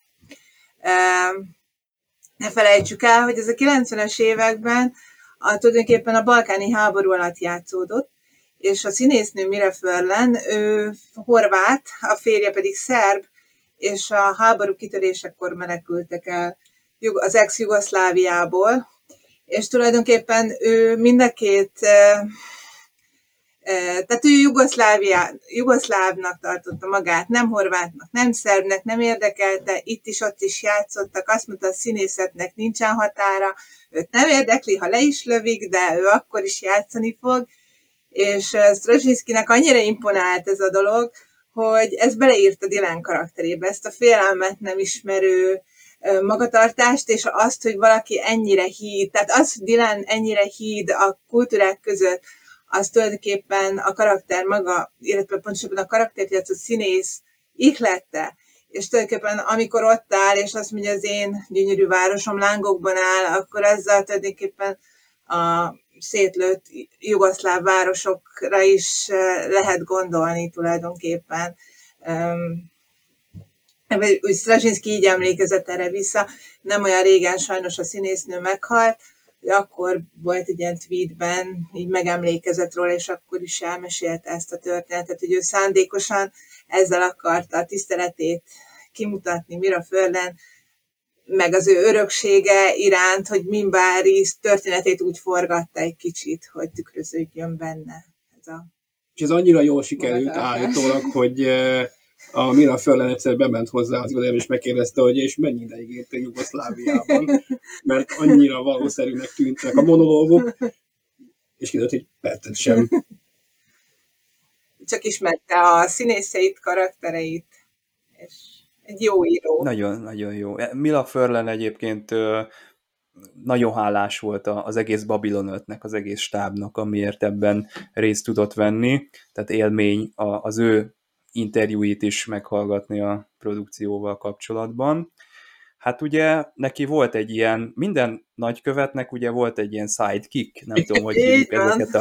Ne felejtsük el, hogy ez a 90-es években tulajdonképpen a balkáni háború alatt játszódott, és a színésznő Mira Furlan, ő horvát, a férje pedig szerb, és a háború kitörésekor menekültek el az ex-Jugoszláviából, és tulajdonképpen ő mind a két, tehát ő jugoszlávnak tartotta magát, nem horvátnak, nem szerbnek, nem érdekelte, itt is, ott is játszottak, azt mondta, a színészetnek nincsen határa, őt nem érdekli, ha le is lövik, de ő akkor is játszani fog, és Straczynskinek annyira imponált ez a dolog, hogy ez beleírta Dylan karakterébe, ezt a félelmet nem ismerő magatartást, és azt, hogy valaki ennyire híd, tehát az, hogy Dylan ennyire híd a kultúrák között, az tulajdonképpen a karakter maga, illetve pontosabban a karaktert játszott színész ihlette, és tulajdonképpen amikor ott áll, és azt mondja, az én gyönyörű városom lángokban áll, akkor azzal tulajdonképpen a szétlőtt jugoszláv városokra is lehet gondolni tulajdonképpen. Úgy Straczynski így emlékezett erre vissza, nem olyan régen sajnos a színésznő meghalt, de akkor volt egy ilyen tweetben, így megemlékezett róla, és akkor is elmesélte ezt a történetet, hogy ő szándékosan ezzel akarta a tiszteletét kimutatni Mira Furlan, meg az ő öröksége iránt, hogy Minbari történetét úgy forgatta egy kicsit, hogy tükröződjön benne. És ez annyira jól sikerült állítólag, hogy a Mira Furlan egyszer bement hozzá az irodába, és megkérdezte, hogy és mennyi ideig éltél Jugoszláviában, mert annyira valószerűnek tűntek a monológok, és kiderült, hogy percet sem. Csak ismerte a színészeit, karaktereit, és egy jó író. Nagyon jó. Mira Furlan egyébként nagyon hálás volt az egész Babylon 5-nek, az egész stábnak, amiért ebben részt tudott venni. Tehát élmény az ő interjúit is meghallgatni a produkcióval kapcsolatban. Hát ugye neki volt egy ilyen, minden nagykövetnek ugye volt egy ilyen sidekick, nem tudom, hogy hívjuk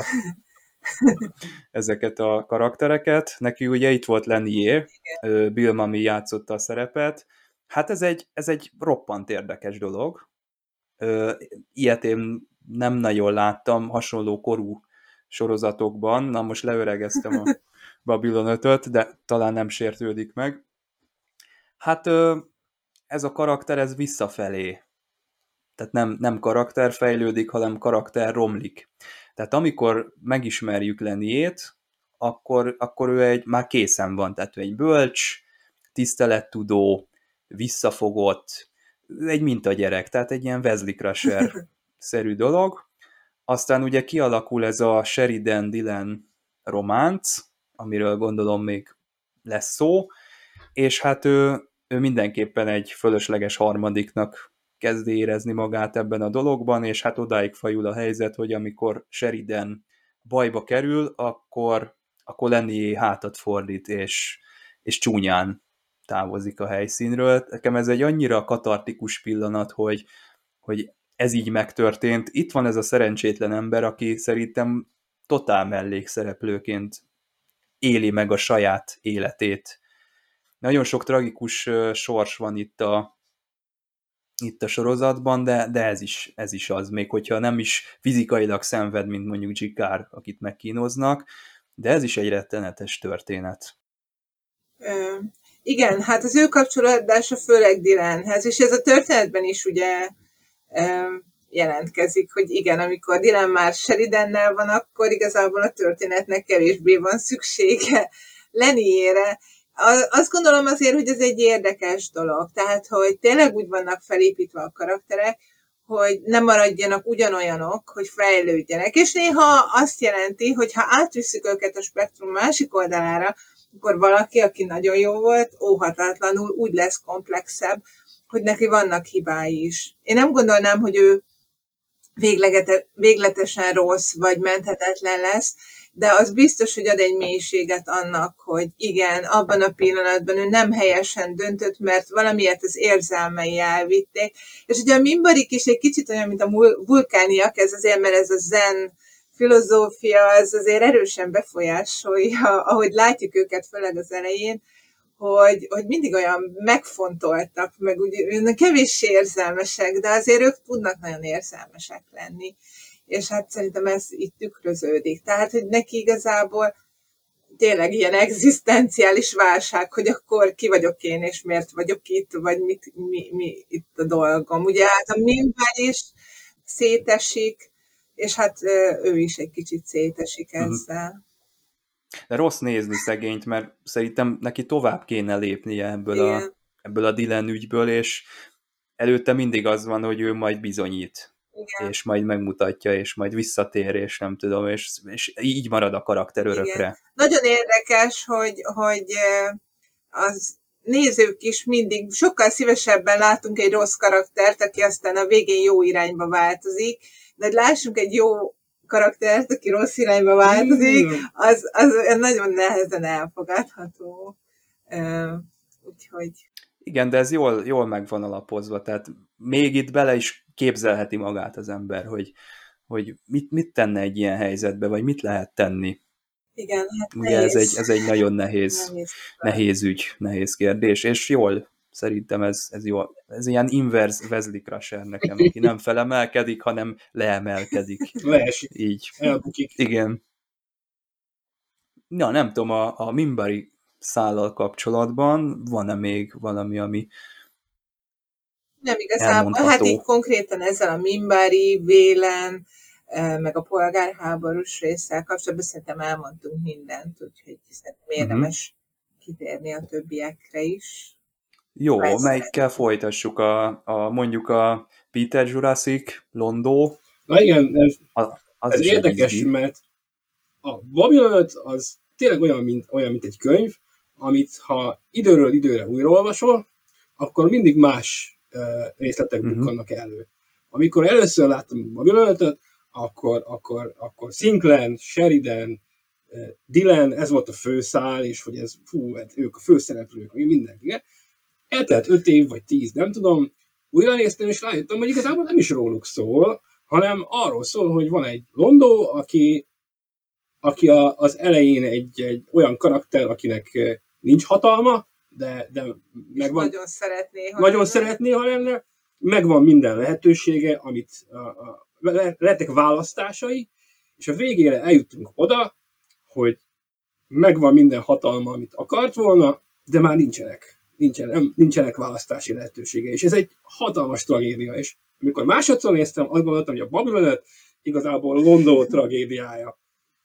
ezeket a karaktereket. Neki ugye itt volt Lanier, Bill Mumy játszotta a szerepet. Hát ez egy roppant érdekes dolog. Ilyet én nem nagyon láttam hasonló korú sorozatokban. Na most leöregeztem a Babylon 5-öt, de talán nem sértődik meg. Hát ez a karakter, ez visszafelé. Tehát nem karakter fejlődik, hanem karakter romlik. Tehát amikor megismerjük Laniert, akkor ő már készen van. Tehát ő egy bölcs, tisztelettudó, visszafogott, egy mintagyerek, tehát egy ilyen Wesley Crusher-szerű dolog. Aztán ugye kialakul ez a Sheridan-Dylan románc, amiről gondolom még lesz szó, és hát ő mindenképpen egy fölösleges harmadiknak kezdi érezni magát ebben a dologban, és hát odáig fajul a helyzet, hogy amikor Sheridan bajba kerül, akkor Lanier hátat fordít, és csúnyán távozik a helyszínről. Nekem ez egy annyira katartikus pillanat, hogy ez így megtörtént. Itt van ez a szerencsétlen ember, aki szerintem totál mellékszereplőként éli meg a saját életét. Nagyon sok tragikus sors van itt a sorozatban, de ez is az, még hogyha nem is fizikailag szenved, mint mondjuk Dzsikár, akit megkínoznak, de ez is egy rettenetes történet. Igen, hát az ő kapcsolódása főleg Dylanhez, és ez a történetben is ugye jelentkezik, hogy igen, amikor Dylan már Sheridannel van, akkor igazából a történetnek kevésbé van szüksége Lennyére. Azt gondolom azért, hogy ez egy érdekes dolog, tehát, hogy tényleg úgy vannak felépítve a karakterek, hogy ne maradjanak ugyanolyanok, hogy fejlődjenek, és néha azt jelenti, hogy ha átvisszük őket a spektrum másik oldalára, akkor valaki, aki nagyon jó volt, óhatatlanul úgy lesz komplexebb, hogy neki vannak hibái is. Én nem gondolnám, hogy ő végletesen rossz vagy menthetetlen lesz, de az biztos, hogy ad egy mélységet annak, hogy igen, abban a pillanatban ő nem helyesen döntött, mert valamiért az érzelmei elvitték. És ugye a Minbarik is egy kicsit olyan, mint a vulkániak, ez azért, mert ez a zen filozófia, az azért erősen befolyásolja, ahogy látjuk őket, főleg az elején, hogy mindig olyan megfontoltak, meg úgy kevéssé érzelmesek, de azért ők tudnak nagyon érzelmesek lenni. És hát szerintem ez itt tükröződik. Tehát, hogy neki igazából tényleg ilyen egzisztenciális válság, hogy akkor ki vagyok én, és miért vagyok itt, vagy mi itt a dolgom. Ugye hát a Minbar is szétesik, és hát ő is egy kicsit szétesik ezzel. De rossz nézni szegényt, mert szerintem neki tovább kéne lépnie ebből a Dylan ügyből, és előtte mindig az van, hogy ő majd bizonyít. Igen. És majd megmutatja, és majd visszatér, és nem tudom, és így marad a karakter örökre. Igen. Nagyon érdekes, hogy az nézők is mindig sokkal szívesebben látunk egy rossz karaktert, aki aztán a végén jó irányba változik, de lássunk egy jó karaktert, aki rossz irányba változik, az nagyon nehezen elfogadható. Úgyhogy... Igen, de ez jól meg van alapozva, tehát még itt bele is képzelheti magát az ember, hogy mit tenne egy ilyen helyzetbe, vagy mit lehet tenni. Igen, hát ugye ez egy nagyon nehéz ügy, nehéz kérdés, és jól, szerintem ez jól. Ez ilyen inverse Wesley Crusher nekem, aki nem felemelkedik, hanem leemelkedik. Leesik. Így. Elbukik. Igen. Na, nem tudom, a Minbari szállal kapcsolatban van-e még valami, ami nem igazából, hát így konkrétan ezzel a Minbari, Vélen, meg a polgárháborús résszel kapcsolatban szerintem elmondtunk mindent, úgyhogy szerintem érdemes kitérni a többiekre is. Jó, melyikkel folytassuk? Mondjuk a Peter Jurassic, Londó. Na igen, ez érdekes, mert a Babylon 5 az tényleg olyan, mint egy könyv, amit ha időről időre újraolvasol, akkor mindig más részletek bukkannak elő. Amikor először láttam a Babylon 5-öt, akkor Sinclair, Sheridan, Dylan, ez volt a főszál, és hogy ők a főszereplők, mindenki. Eltelt 5 év, vagy 10, nem tudom, újra néztem, és rájöttem, hogy igazából nem is róluk szól, hanem arról szól, hogy van egy Londó, aki az elején egy olyan karakter, akinek nincs hatalma, de megvan. Nagyon szeretné, ha lenne. Megvan minden lehetősége, amit lettek választásai, és a végére eljutunk oda, hogy megvan minden hatalma, amit akart volna, de már nincsenek választási lehetősége. És ez egy hatalmas tragédia. És amikor másodszor néztem, azt gondoltam, hogy a Babylon 5 igazából Londó tragédiája.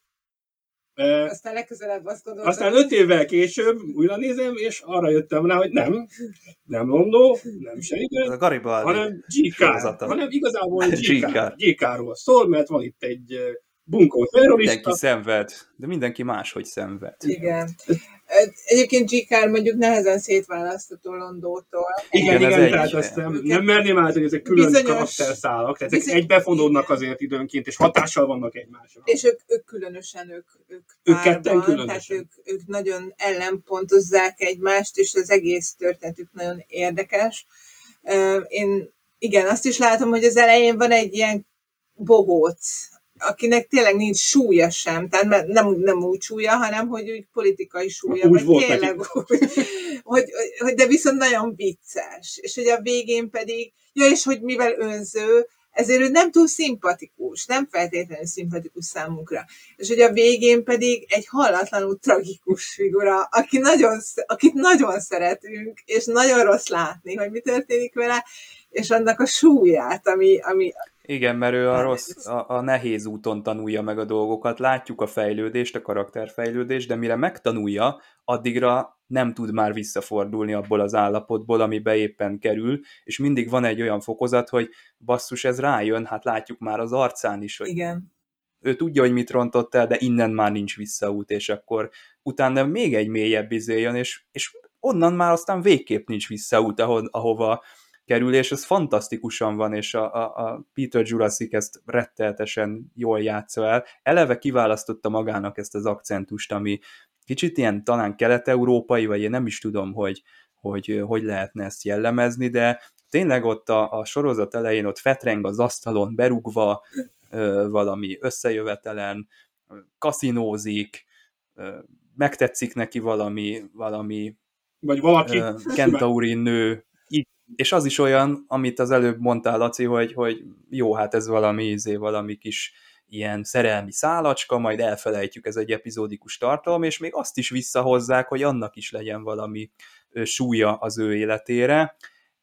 Aztán legközelebb azt gondoltam. Aztán 5 évvel később újra nézem, és arra jöttem rá, hogy nem Londó, nem Sheridan, hanem G.K. hanem igazából G.K.-ról szól, mert van itt egy bunkó terrorista. Mindenki szenved, de mindenki máshogy szenved. Igen. Egyébként G.K. mondjuk nehezen szétválasztható Londótól. Igen, tehát azt nem merném át, hogy ezek külön karakterszálak, tehát ezek egybefonódnak azért időnként, és hatással vannak egymásra. És ők különösen, ők ketten különösen. Tehát ők nagyon ellenpontozzák egymást, és az egész történetük nagyon érdekes. Én igen, azt is látom, hogy az elején van egy ilyen bohóc, akinek tényleg nincs súlya sem, tehát nem úgy súlya, hanem hogy úgy politikai súlya, úgy vagy tényleg úgy, hogy de viszont nagyon vicces. És hogy a végén pedig, és hogy mivel önző, ezért ő nem túl szimpatikus, nem feltétlenül szimpatikus számunkra. És hogy a végén pedig egy hallatlanul tragikus figura, akit nagyon szeretünk, és nagyon rossz látni, hogy mi történik vele, és annak a súlyát, ami Igen, mert ő a nehéz úton tanulja meg a dolgokat, látjuk a fejlődést, a karakterfejlődést, de mire megtanulja, addigra nem tud már visszafordulni abból az állapotból, amibe éppen kerül, és mindig van egy olyan fokozat, hogy basszus, ez rájön, hát látjuk már az arcán is, hogy igen. Ő tudja, hogy mit rontott el, de innen már nincs visszaút, és akkor utána még egy mélyebb izé jön, és onnan már aztán végképp nincs visszaút, ahova kerül, és ez fantasztikusan van, és a Peter Jurasik ezt rettenetesen jól játsza el. Eleve kiválasztotta magának ezt az akcentust, ami kicsit ilyen talán kelet-európai, vagy én nem is tudom, hogy lehetne ezt jellemezni, de tényleg ott a sorozat elején ott fetreng az asztalon berúgva, valami összejövetelen, kaszinózik, megtetszik neki valami vagy valaki kentaurin nő, és az is olyan, amit az előbb mondtál, Laci, hogy jó, hát ez valami kis ilyen szerelmi szálacska, majd elfelejtjük, ez egy epizódikus tartalom, és még azt is visszahozzák, hogy annak is legyen valami súlya az ő életére,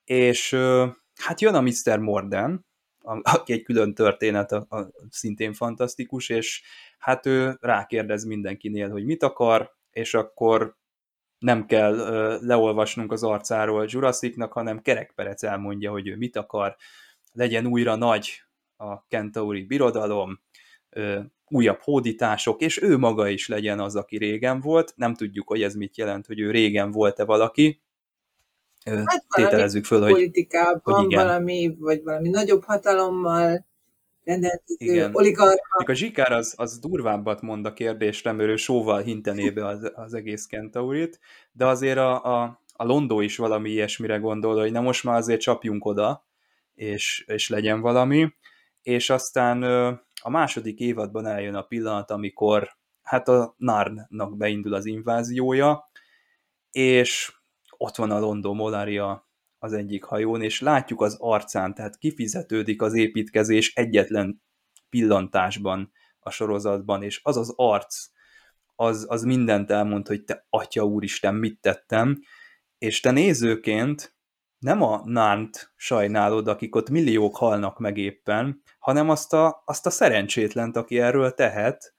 és hát jön a Mr. Morden, aki egy külön történet, szintén fantasztikus, és hát ő rákérdez mindenkinél, hogy mit akar, és akkor nem kell leolvasnunk az arcáról Jurasiknak, hanem kerekperec elmondja, hogy ő mit akar, legyen újra nagy a kentauri birodalom, újabb hódítások, és ő maga is legyen az, aki régen volt. Nem tudjuk, hogy ez mit jelent, hogy ő régen volt-e valaki. Hát tételezzük föl, politikában hogy igen. valami nagyobb hatalommal rendelkező oligarcha. A Zsikár az durvábbat mond a kérdésre, mert ő sóval hintené be az egész Kentaurit, de azért a Londó is valami ilyesmire gondol, hogy na most már azért csapjunk oda, és legyen valami, és aztán a második évadban eljön a pillanat, amikor hát a Narnnak beindul az inváziója, és ott van a Londó Mollaria az egyik hajón, és látjuk az arcán, tehát kifizetődik az építkezés egyetlen pillantásban a sorozatban, és az az arc, az mindent elmond, hogy te atya úristen, mit tettem, és te nézőként nem a Narnt sajnálod, akik ott milliók halnak meg éppen, hanem azt a szerencsétlent, aki erről tehet,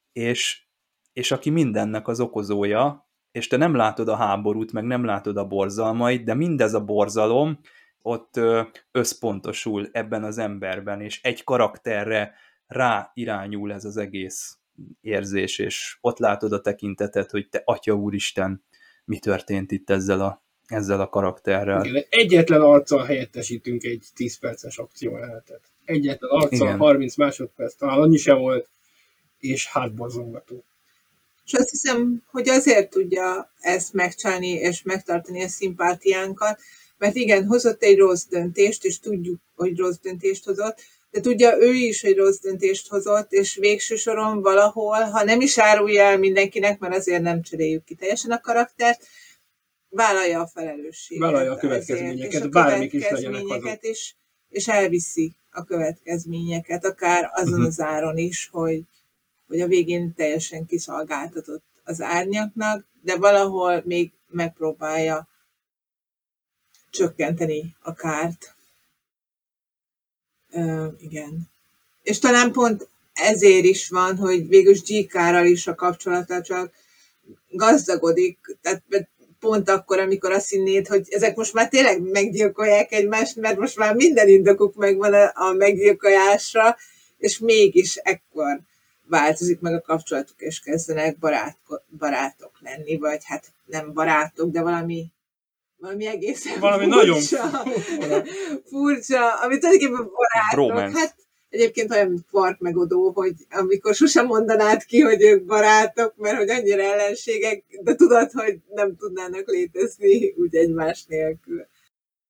és aki mindennek az okozója, és te nem látod a háborút, meg nem látod a borzalmait, de mindez a borzalom ott összpontosul ebben az emberben, és egy karakterre rá irányul ez az egész érzés, és ott látod a tekintetet, hogy te atya úristen, mi történt itt ezzel a karakterrel. Igen, egyetlen arccal helyettesítünk egy 10 perces akciójelenetet. Egyetlen arccal, igen. 30 másodperc, talán annyi sem volt, és hátborzongató. És azt hiszem, hogy azért tudja ezt megcsinálni és megtartani a szimpátiánkat, mert igen, hozott egy rossz döntést, és tudjuk, hogy rossz döntést hozott, de tudja ő is, hogy rossz döntést hozott, és végső soron valahol, ha nem is árulja el mindenkinek, mert azért nem cseréljük ki teljesen a karaktert, vállalja a felelősséget. Vállalja a következményeket, bármik is legyenek azok. És elviszi a következményeket, akár azon az áron is, hogy a végén teljesen kiszolgáltatott az árnyaknak, de valahol még megpróbálja csökkenteni a kárt. Igen. És talán pont ezért is van, hogy végül Zsikárral is a kapcsolata csak gazdagodik, tehát pont akkor, amikor azt hinnéd, hogy ezek most már tényleg meggyilkolják egymást, mert most már minden indokuk megvan a meggyilkolásra, és mégis ekkor változik meg a kapcsolatuk, és kezdenek barátok lenni, vagy hát nem barátok, de valami egészen furcsa, ami tulajdonképpen barátok. Bromance. Hát egyébként olyan, mint Quark meg Odo, hogy amikor sosem mondanád ki, hogy ők barátok, mert hogy annyira ellenségek, de tudod, hogy nem tudnának létezni úgy egymás nélkül.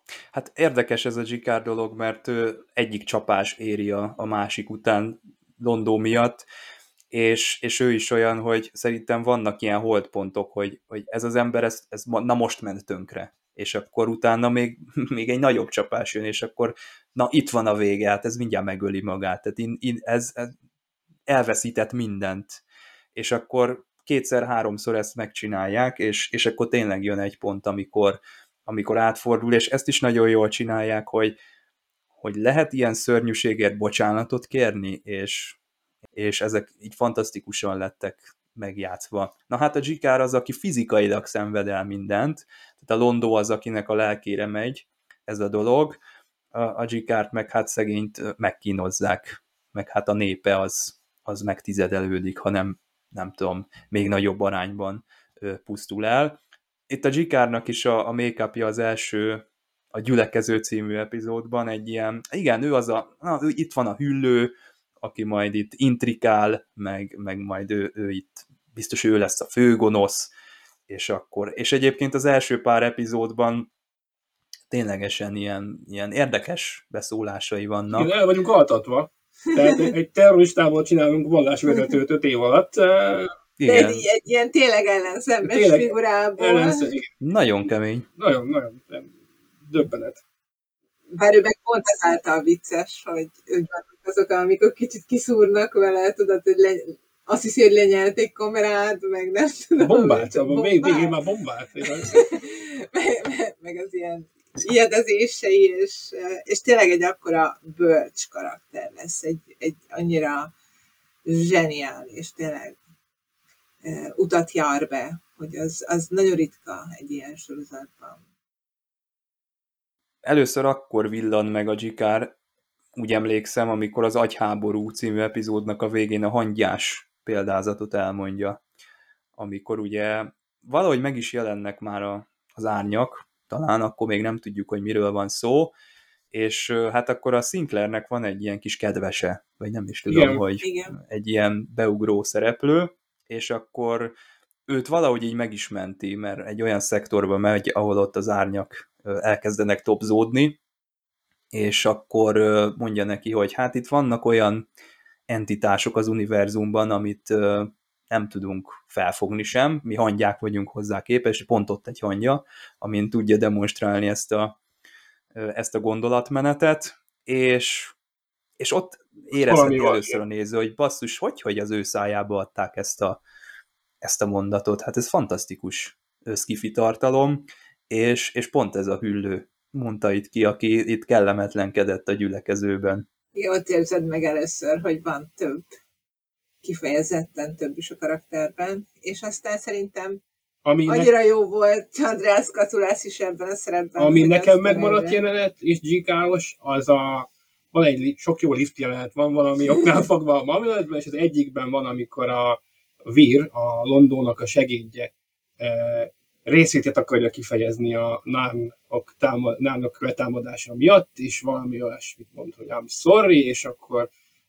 Hát érdekes ez a Dzsikár dolog, mert egyik csapás éri a másik után Londó miatt, és ő is olyan, hogy szerintem vannak ilyen holdpontok, hogy ez az ember ez na most ment tönkre, és akkor utána még egy nagyobb csapás jön, és akkor na itt van a vége, hát ez mindjárt megöli magát, tehát ez elveszített mindent, és akkor kétszer-háromszor ezt megcsinálják, és akkor tényleg jön egy pont, amikor átfordul, és ezt is nagyon jól csinálják, hogy lehet ilyen szörnyűségért bocsánatot kérni, és ezek így fantasztikusan lettek megjátszva. Na hát a Dzsikár az, aki fizikailag szenved el mindent, tehát a Londó az, akinek a lelkére megy ez a dolog, a Dzsikárt meg hát szegényt megkínozzák, meg hát a népe az megtizedelődik, hanem nem tudom, még nagyobb arányban pusztul el. Itt a Dzsikárnak is a make-upja az első, a Gyülekező című epizódban egy ilyen, igen, ő itt van a hüllő, aki majd itt intrikál, meg majd ő itt, biztos ő lesz a főgonosz, és egyébként az első pár epizódban ténylegesen ilyen érdekes beszólásai vannak. Igen, el vagyunk altatva. Tehát egy terroristából csinálunk vallásvezetőt 5 év alatt. Igen. De egy ilyen tényleg ellenszembes figurából. Nagyon kemény. Nagyon döbbenet. Bár ő meg pont ezáltal vicces, hogy azok, amikor kicsit kiszúrnak vele, tudod, hogy azt hiszi, hogy lenyelték kamerát, meg nem tudom. Bombát, végén már bombát. meg az ilyen ijedezései, és tényleg egy akkora bölcs karakter lesz, egy annyira zseniális, tényleg utat jár be, hogy az nagyon ritka egy ilyen sorozatban. Először akkor villan meg a Dzsikár, úgy emlékszem, amikor az Agyháború című epizódnak a végén a hangyás példázatot elmondja, amikor ugye valahogy meg is jelennek már az árnyak, talán akkor még nem tudjuk, hogy miről van szó, és hát akkor a Sinclairnek van egy ilyen kis kedvese, vagy nem is tudom, igen. Egy ilyen beugró szereplő, és akkor őt valahogy így meg is menti, mert egy olyan szektorba megy, ahol ott az árnyak elkezdenek topzódni, és akkor mondja neki, hogy hát itt vannak olyan entitások az univerzumban, amit nem tudunk felfogni sem, mi hangyák vagyunk hozzá képes, pont ott egy hangya, amin tudja demonstrálni ezt a gondolatmenetet, és ott érezheti először a néző, hogy basszus, hogy az ő szájába adták ezt a mondatot. Hát ez fantasztikus szkifi tartalom, és pont ez a hüllő mondta itt ki, aki itt kellemetlenkedett a gyülekezőben. Igen, ott érzed meg először, hogy van több, kifejezetten több is a karakterben, és aztán szerintem annyira jó volt András Katulász is ebben a szerepben. Ami nekem megmaradt jelenet, és Dzsikáros, van egy sok jó lift jelenet, van valami oknál fogva a Mamiletben, és az egyikben van, amikor a Vir, a Londónak a segédje, részvétét akarja kifejezni a námok letámadása miatt, és valami olyasmit mond, hogy I'm sorry, és akkor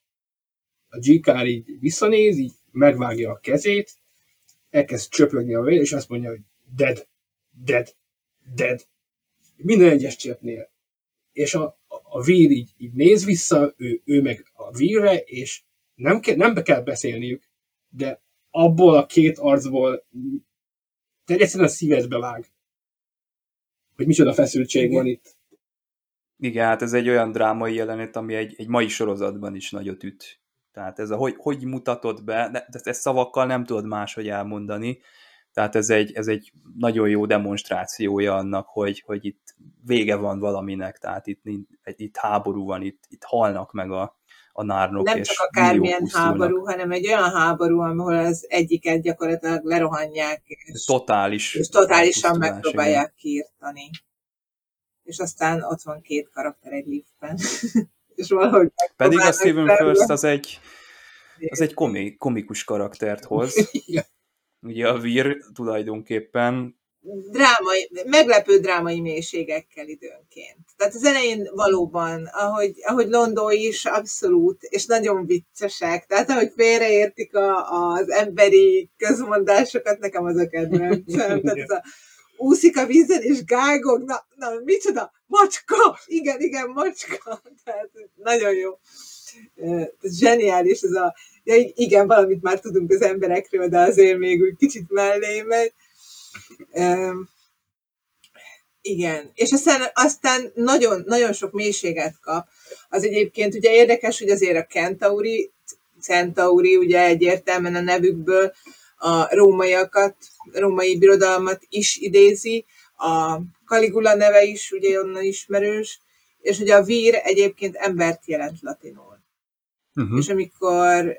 a Dzsikár így visszanéz, így megvágja a kezét, elkezd csöpögni a vér, és azt mondja, hogy dead, dead, dead. Minden egyes csöpnél. És a Vír így néz vissza, ő meg a Vírre, és nem kell beszélniük, de abból a két arcból egyszerűen a szívedbe vág, hogy micsoda feszültség van itt. Igen, hát ez egy olyan drámai jelenet, ami egy mai sorozatban is nagyot üt. Tehát ez hogy mutatod be, de ezt szavakkal nem tudod máshogy elmondani, tehát ez egy nagyon jó demonstrációja annak, hogy itt vége van valaminek, tehát itt háború van, itt halnak meg a nárnok. Nem csak akármilyen háború, hanem egy olyan háború, ahol az egyiket gyakorlatilag lerohanják, és totálisan megpróbálják kiirtani. És aztán ott van két karakter egy liftben. És valahogy pedig a Stephen Furst az egy komikus karaktert hoz. Ugye a Vir tulajdonképpen meglepő drámai mélységekkel időnként. Tehát az elején valóban, ahogy Londó is abszolút, és nagyon viccesek, tehát ahogy félreértik az emberi közmondásokat, nekem az a kedvencem. Tehát ez úszik a vízen, és gágog, na micsoda, macska, igen, macska, tehát nagyon jó. Ez zseniális, ez igen, valamit már tudunk az emberekről, de azért még úgy kicsit mellé megy. Igen, és aztán nagyon, nagyon sok mélységet kap. Az egyébként ugye érdekes, hogy azért a Centauri ugye egyértelműen a nevükből a római birodalmat is idézi, a Caligula neve is ugye onnan ismerős, és ugye a vír egyébként embert jelent latinul. És amikor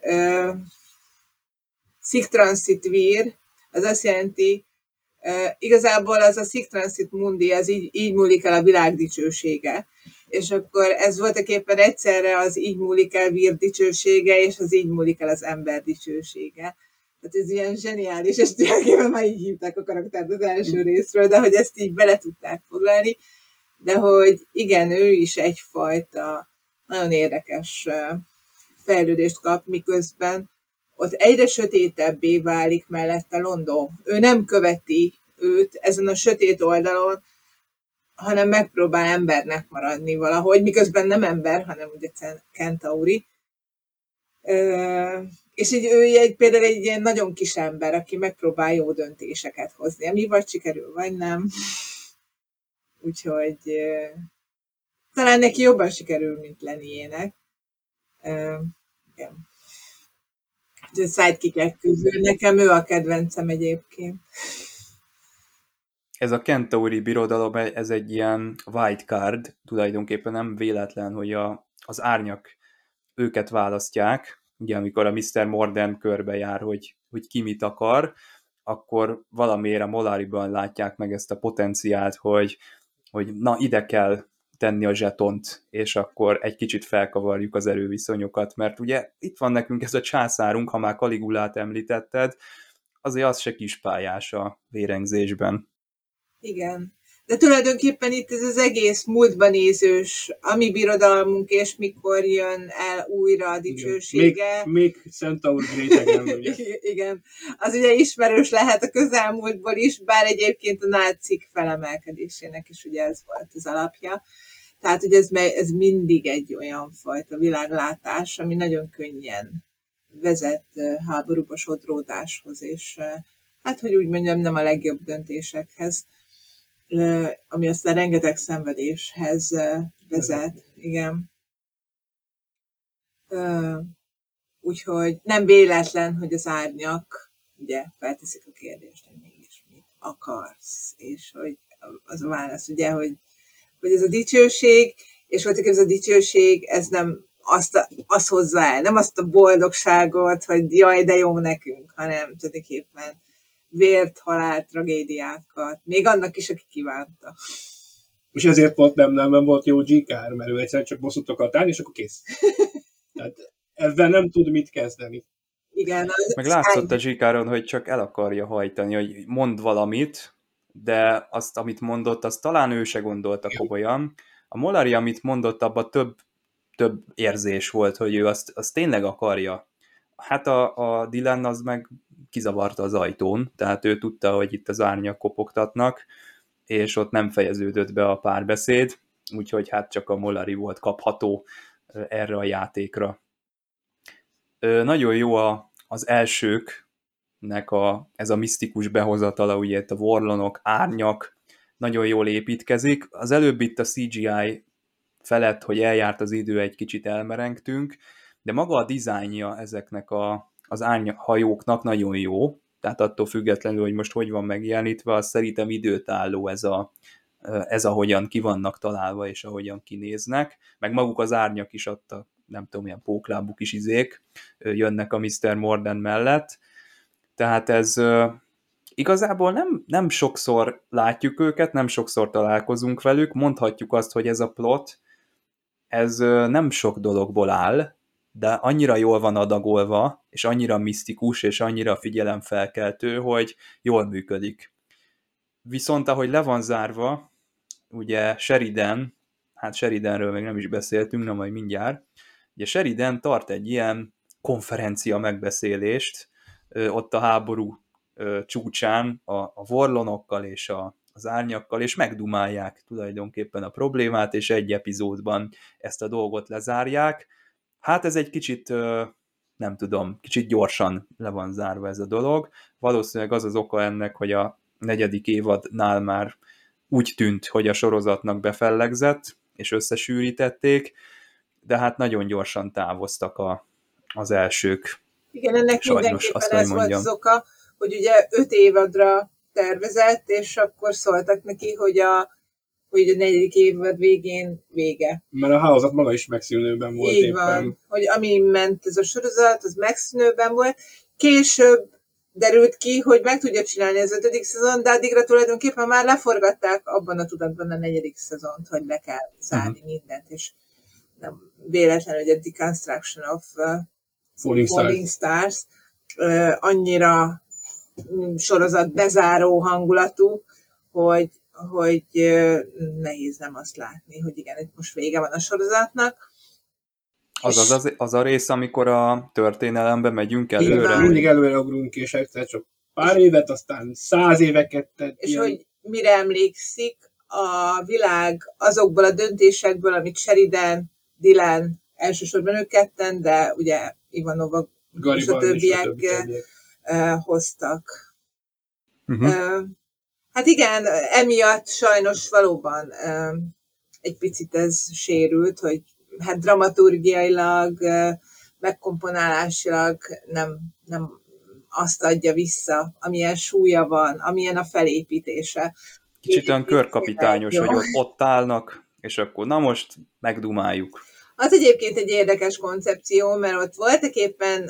sic transit vir, az azt jelenti, igazából az a sic transit mundi, az így múlik el a világ dicsősége. És akkor ez voltaképpen egyszerre az így múlik el vír dicsősége, és az így múlik el az ember dicsősége. Tehát ez ilyen zseniális, és tulajdonképpen már így hívták a karaktert az első részről, de hogy ezt így bele tudták foglalni, de hogy igen, ő is egyfajta nagyon érdekes fejlődést kap, miközben ott egyre sötétebbé válik mellette London. Ő nem követi őt ezen a sötét oldalon, hanem megpróbál embernek maradni valahogy, miközben nem ember, hanem ugye Centauri. És így ő például egy ilyen nagyon kis ember, aki megpróbál jó döntéseket hozni, ami vagy sikerül, vagy nem. Úgyhogy talán neki jobban sikerül, mint Lennyének. Igen. A sidekickek közül nekem ő a kedvencem egyébként. Ez a Centauri birodalom, ez egy ilyen white card, tulajdonképpen nem véletlen, hogy az árnyak őket választják. Ugye amikor a Mr. Morden körbe jár, hogy ki mit akar, akkor valamiért a Mollariban látják meg ezt a potenciált, hogy na ide kell tenni a zsetont, és akkor egy kicsit felkavarjuk az erőviszonyokat, mert ugye itt van nekünk ez a császárunk, ha már Caligulát említetted, azért az se kispályás a vérengzésben. Igen. De tulajdonképpen itt ez az egész múltban nézős, a mi birodalmunk, és mikor jön el újra a dicsősége. Még Centaur rétegen, ugye. Igen. Az ugye ismerős lehet a közelmúltból is, bár egyébként a nácik felemelkedésének is ugye ez volt az alapja. Tehát, hogy ez mindig egy olyan fajta világlátás, ami nagyon könnyen vezet háborúba sodródáshoz, és hát, hogy úgy mondjam, nem a legjobb döntésekhez, ami aztán rengeteg szenvedéshez vezet. Igen. Úgyhogy nem véletlen, hogy az árnyak ugye felteszik a kérdést, hogy mégis mit akarsz, és hogy az a válasz, ugye, hogy ez a dicsőség, és voltak ez a dicsőség, ez nem azt hozza el, nem azt a boldogságot, hogy jaj, de jó nekünk, hanem tulajdonképpen vért, halált, tragédiákat, még annak is, aki kívánta. És ezért pont nem volt jó G-kár, mert ő egyszer csak bosszút akart állni, és akkor kész. Tehát ebben nem tud mit kezdeni. Igen. Meg látszott a G-káron, hogy csak el akarja hajtani, hogy mond valamit, de azt, amit mondott, azt talán ő se gondolta komolyan. A Mollari, amit mondott, abban több érzés volt, hogy ő azt tényleg akarja. Hát a Dylan az meg kizavarta az ajtón, tehát ő tudta, hogy itt az árnyak kopogtatnak, és ott nem fejeződött be a párbeszéd, úgyhogy hát csak a Mollari volt kapható erre a játékra. Nagyon jó az elsőknek ez a misztikus behozatala, ugye itt a vorlonok, árnyak, nagyon jól építkezik. Az előbb itt a CGI felett, hogy eljárt az idő, egy kicsit elmerengtünk, de maga a dizájnja ezeknek az árnyhajóknak nagyon jó, tehát attól függetlenül, hogy most hogy van megjelenítve, az szerintem időtálló ez ahogyan ki vannak találva, és ahogyan kinéznek, meg maguk az árnyak is adta, nem tudom, ilyen póklábuk is jönnek a Mr. Morden mellett, tehát ez igazából nem sokszor látjuk őket, nem sokszor találkozunk velük, mondhatjuk azt, hogy ez a plot, ez nem sok dologból áll, de annyira jól van adagolva, és annyira misztikus, és annyira figyelemfelkeltő, hogy jól működik. Viszont ahogy le van zárva, ugye Sheridanről még nem is beszéltünk, na majd mindjárt, ugye Sheridan tart egy ilyen konferencia megbeszélést, ott a háború csúcsán a vorlonokkal és az árnyakkal, és megdumálják tulajdonképpen a problémát, és egy epizódban ezt a dolgot lezárják. Hát ez egy kicsit, nem tudom, kicsit gyorsan le van zárva ez a dolog. Valószínűleg az az oka ennek, hogy a 4. évadnál már úgy tűnt, hogy a sorozatnak befellegzett, és összesűrítették, de hát nagyon gyorsan távoztak az elsők. Igen, ennek Sajnos, mindenképpen ez volt az oka, hogy ugye 5 évadra tervezett, és akkor szóltak neki, hogy a 4. évad végén vége. Mert a hálózat maga is megszűnőben volt. Így van, hogy ami ment ez a sorozat, az megszűnőben volt. Később derült ki, hogy meg tudja csinálni az 5. szezon, de addigra tulajdonképpen már leforgatták abban a tudatban a 4. szezont, hogy le kell zárni mindent, és nem véletlen, hogy a Deconstruction of Falling Stars annyira sorozat bezáró hangulatú, hogy nehéz nem azt látni, hogy igen, itt most vége van a sorozatnak. Az a rész, amikor a történelembe megyünk előre. Mindig előreugrunk, és egyszer csak pár évet, aztán 100 éveket. És ilyen. Hogy mire emlékszik a világ azokból a döntésekből, amit Sheridan, Dylan, elsősorban ők ketten, de ugye Ivanova és a többiek hoztak. Hát igen, emiatt sajnos valóban egy picit ez sérült, hogy hát dramaturgiailag, megkomponálásilag nem azt adja vissza, amilyen súlya van, amilyen a felépítése. Kicsit olyan körkapitányos, hogy ott állnak, és akkor na most megdumáljuk. Az egyébként egy érdekes koncepció, mert ott voltak éppen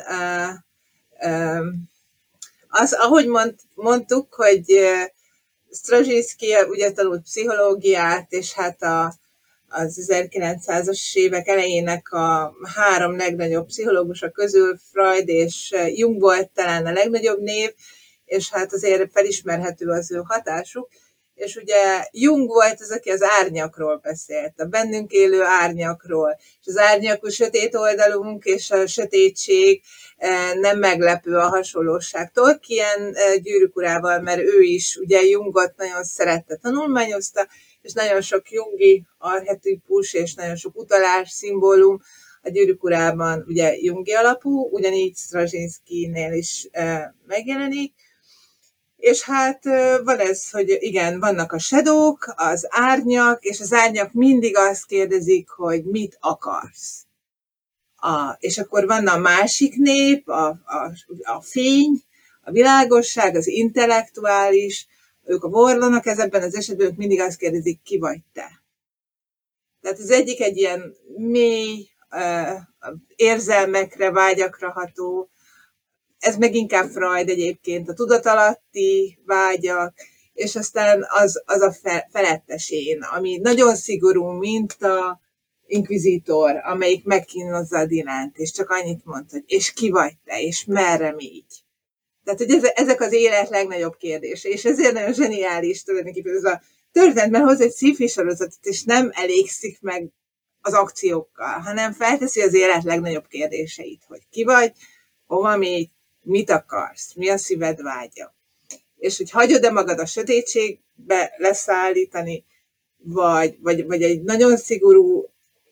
az, ahogy mondtuk, hogy Straczynski ugye tanult pszichológiát, és hát az 1900-as évek elejének a 3 legnagyobb pszichológusa közül Freud és Jung volt talán a legnagyobb név, és hát azért felismerhető az ő hatásuk. És ugye Jung volt az, aki az árnyakról beszélt, a bennünk élő árnyakról, és az árnyakú sötét oldalunk és a sötétség nem meglepő a hasonlóság. Tolkien Gyűrűk urával, mert ő is ugye Jungot nagyon szerette, tanulmányozta, és nagyon sok jungi archetípus és nagyon sok utalás, szimbólum a Gyűrűk urában ugye jungi alapú, ugyanígy Straczynskinél is megjelenik. És hát van ez, hogy igen, vannak a shadowk, az árnyak, és az árnyak mindig azt kérdezik, hogy mit akarsz. És akkor van a másik nép, a fény, a világosság, az intellektuális, ők a vorlonok, ebben az esetben ők mindig azt kérdezik, ki vagy te. Tehát az egyik egy ilyen mély, érzelmekre, vágyakra ható, ez meg inkább Freud egyébként, a tudatalatti vágyak, és aztán az a felettes én, ami nagyon szigorú, mint a inkvizitor, amelyik megkínozza a Dylant, és csak annyit mond, hogy és ki vagy te, és merre még. Tehát, hogy ezek az élet legnagyobb kérdése, és ezért nagyon zseniális tulajdonképpen ez a történetben hoz egy sci-fi sorozatot, és nem elégszik meg az akciókkal, hanem felteszi az élet legnagyobb kérdéseit, hogy ki vagy, hova még, mit akarsz, mi a szíved vágya. És hogy hagyod-e magad a sötétségbe leszállítani, vagy egy nagyon szigorú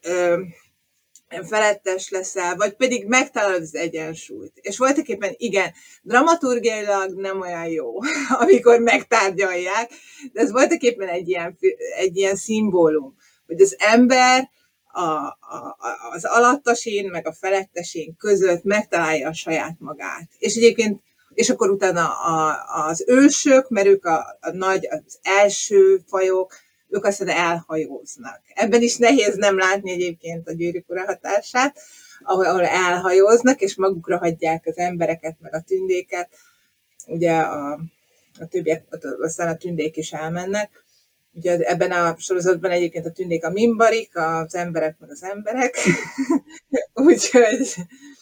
felettes leszel, vagy pedig megtalálod az egyensúlyt. És voltaképpen igen, dramaturgiailag nem olyan jó, amikor megtárgyalják, de ez voltaképpen egy ilyen szimbólum, hogy az ember az alattasén, meg a felettesén között megtalálja a saját magát. És egyébként, és akkor utána az ősök, mert ők az első fajok, ők aztán elhajóznak. Ebben is nehéz nem látni egyébként a Gyűrűk ura hatását, ahol elhajóznak, és magukra hagyják az embereket, meg a tündéket. Ugye a többiek, aztán a tündék is elmennek. Ugye ebben a sorozatban egyébként a tündék a mimbarik, az emberek meg az emberek. Úgyhogy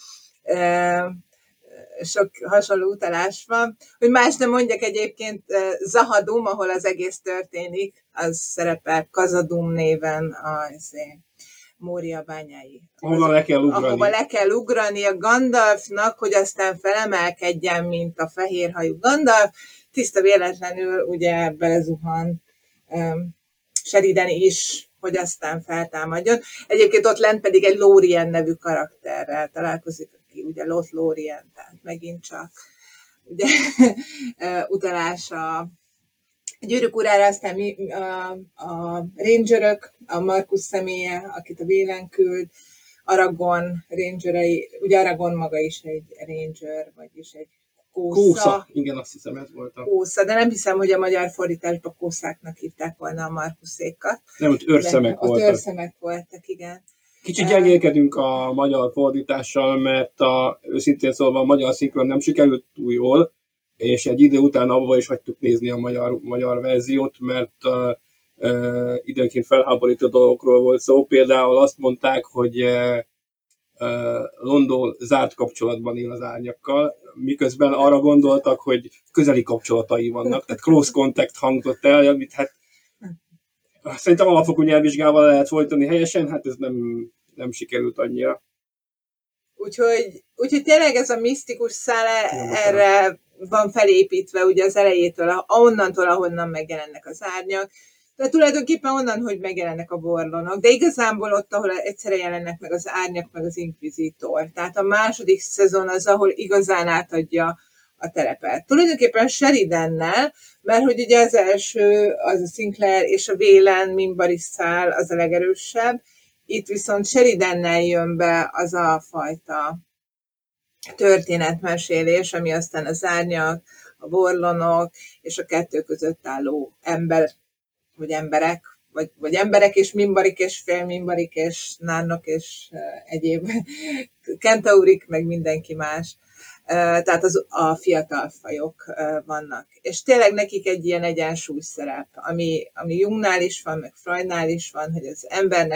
sok hasonló utalás van. Hogy más nem mondjak, egyébként Zahadum, ahol az egész történik, az szerepel Khazad-dûm néven Mória bányái. Ahova le kell ugrani a Gandalfnak, hogy aztán felemelkedjen, mint a fehérhajú Gandalf. Tiszta véletlenül ugye belezuhan Sheridan is, hogy aztán feltámadjon. Egyébként ott lent pedig egy Lórien nevű karakterrel találkozik, aki ugye Lothlórien, tehát megint csak ugye, utalás a Gyűrűk urára, aztán a rangerök, a Markus személye, akit a Vélen küld, Aragorn rangerei, ugye Aragorn maga is egy ranger, vagyis egy kósza. Igen, azt hiszem ez volt a... Kósza, de nem hiszem, hogy a magyar fordításban kószáknak hívták volna a Markuszékat. Nem, ott őrszemek voltak. Ott őrszemek voltak, igen. Kicsit gyengélkedünk a magyar fordítással, mert őszintén szólva a magyar szinkron nem sikerült túl jól, és egy idő után abba is hagytuk nézni a magyar verziót, mert időnként felháborító dolgokról volt szó. Például azt mondták, hogy London zárt kapcsolatban él az árnyakkal, miközben arra gondoltak, hogy közeli kapcsolatai vannak, tehát close contact hangzott el, amit hát szerintem alapfokú nyelvvizsgával lehet folytani helyesen, hát ez nem sikerült annyira. Úgyhogy tényleg ez a misztikus szál erre van felépítve ugye az elejétől, onnantól, ahonnan megjelennek az árnyak. Tehát tulajdonképpen onnan, hogy megjelennek a borlonok, de igazából ott, ahol egyszerre jelennek meg az árnyak, meg az inkvizitor. Tehát a második szezon az, ahol igazán átadja a terepet. Tulajdonképpen Sheridannel, mert hogy ugye az első, az a Sinclair és a Vélen Minbari szál az a legerősebb, itt viszont Sheridannel jön be az a fajta történetmesélés, ami aztán az árnyak, a borlonok és a kettő között álló ember, vagy emberek, vagy emberek és mimbarik és félmimbarik és nárnok és egyéb kentaurik, meg mindenki más. Tehát a fiatal fajok vannak. És tényleg nekik egy ilyen egyensúly szerep, ami Jungnál is van, meg Freudnál is van, hogy az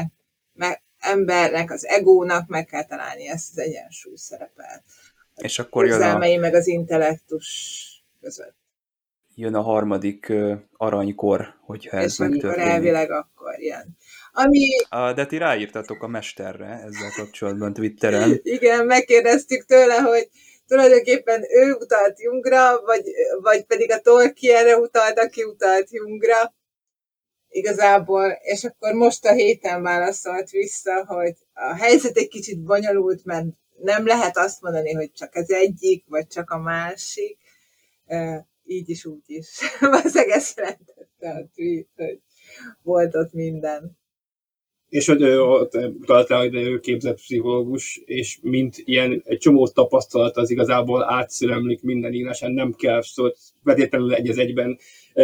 embernek, az egónak meg kell találni ezt az egyensúly szerepet. És akkor érzelmei meg az intellektus között. Jön a harmadik aranykor, hogyha ez megtörténik. És amikor elvileg akkor jön. De ti ráírtatok a mesterre ezzel kapcsolatban Twitteren. Igen, megkérdeztük tőle, hogy tulajdonképpen ő utalt Jungra, vagy pedig a Tolkienre utalt, aki utalt Jungra. Igazából, és akkor most a héten válaszolt vissza, hogy a helyzet egy kicsit bonyolult, mert nem lehet azt mondani, hogy csak az egyik, vagy csak a másik. Így is, úgy is. Valószínűleg ezt jelentette a tweet, hogy volt ott minden. És hogy utaltál, hogy ő képzett pszichológus, és mint ilyen egy csomó tapasztalat az igazából átszüremlik minden írásán, nem kell, szóval feltétlenül egy az egyben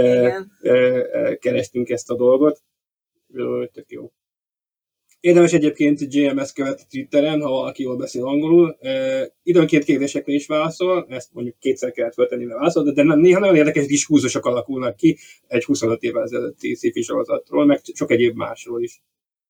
kerestünk ezt a dolgot. Tök jó. Érdemes egyébként JMS követni Twitteren, ha valaki jól beszél angolul. Időnként kérdésekre is válaszol, ezt mondjuk kétszer kellett föltenni, mert válaszol, de néha nagyon érdekes diskurzusok alakulnak ki egy 25 évvel ezelőtti sci-fi sorozatról, meg sok egyéb másról is.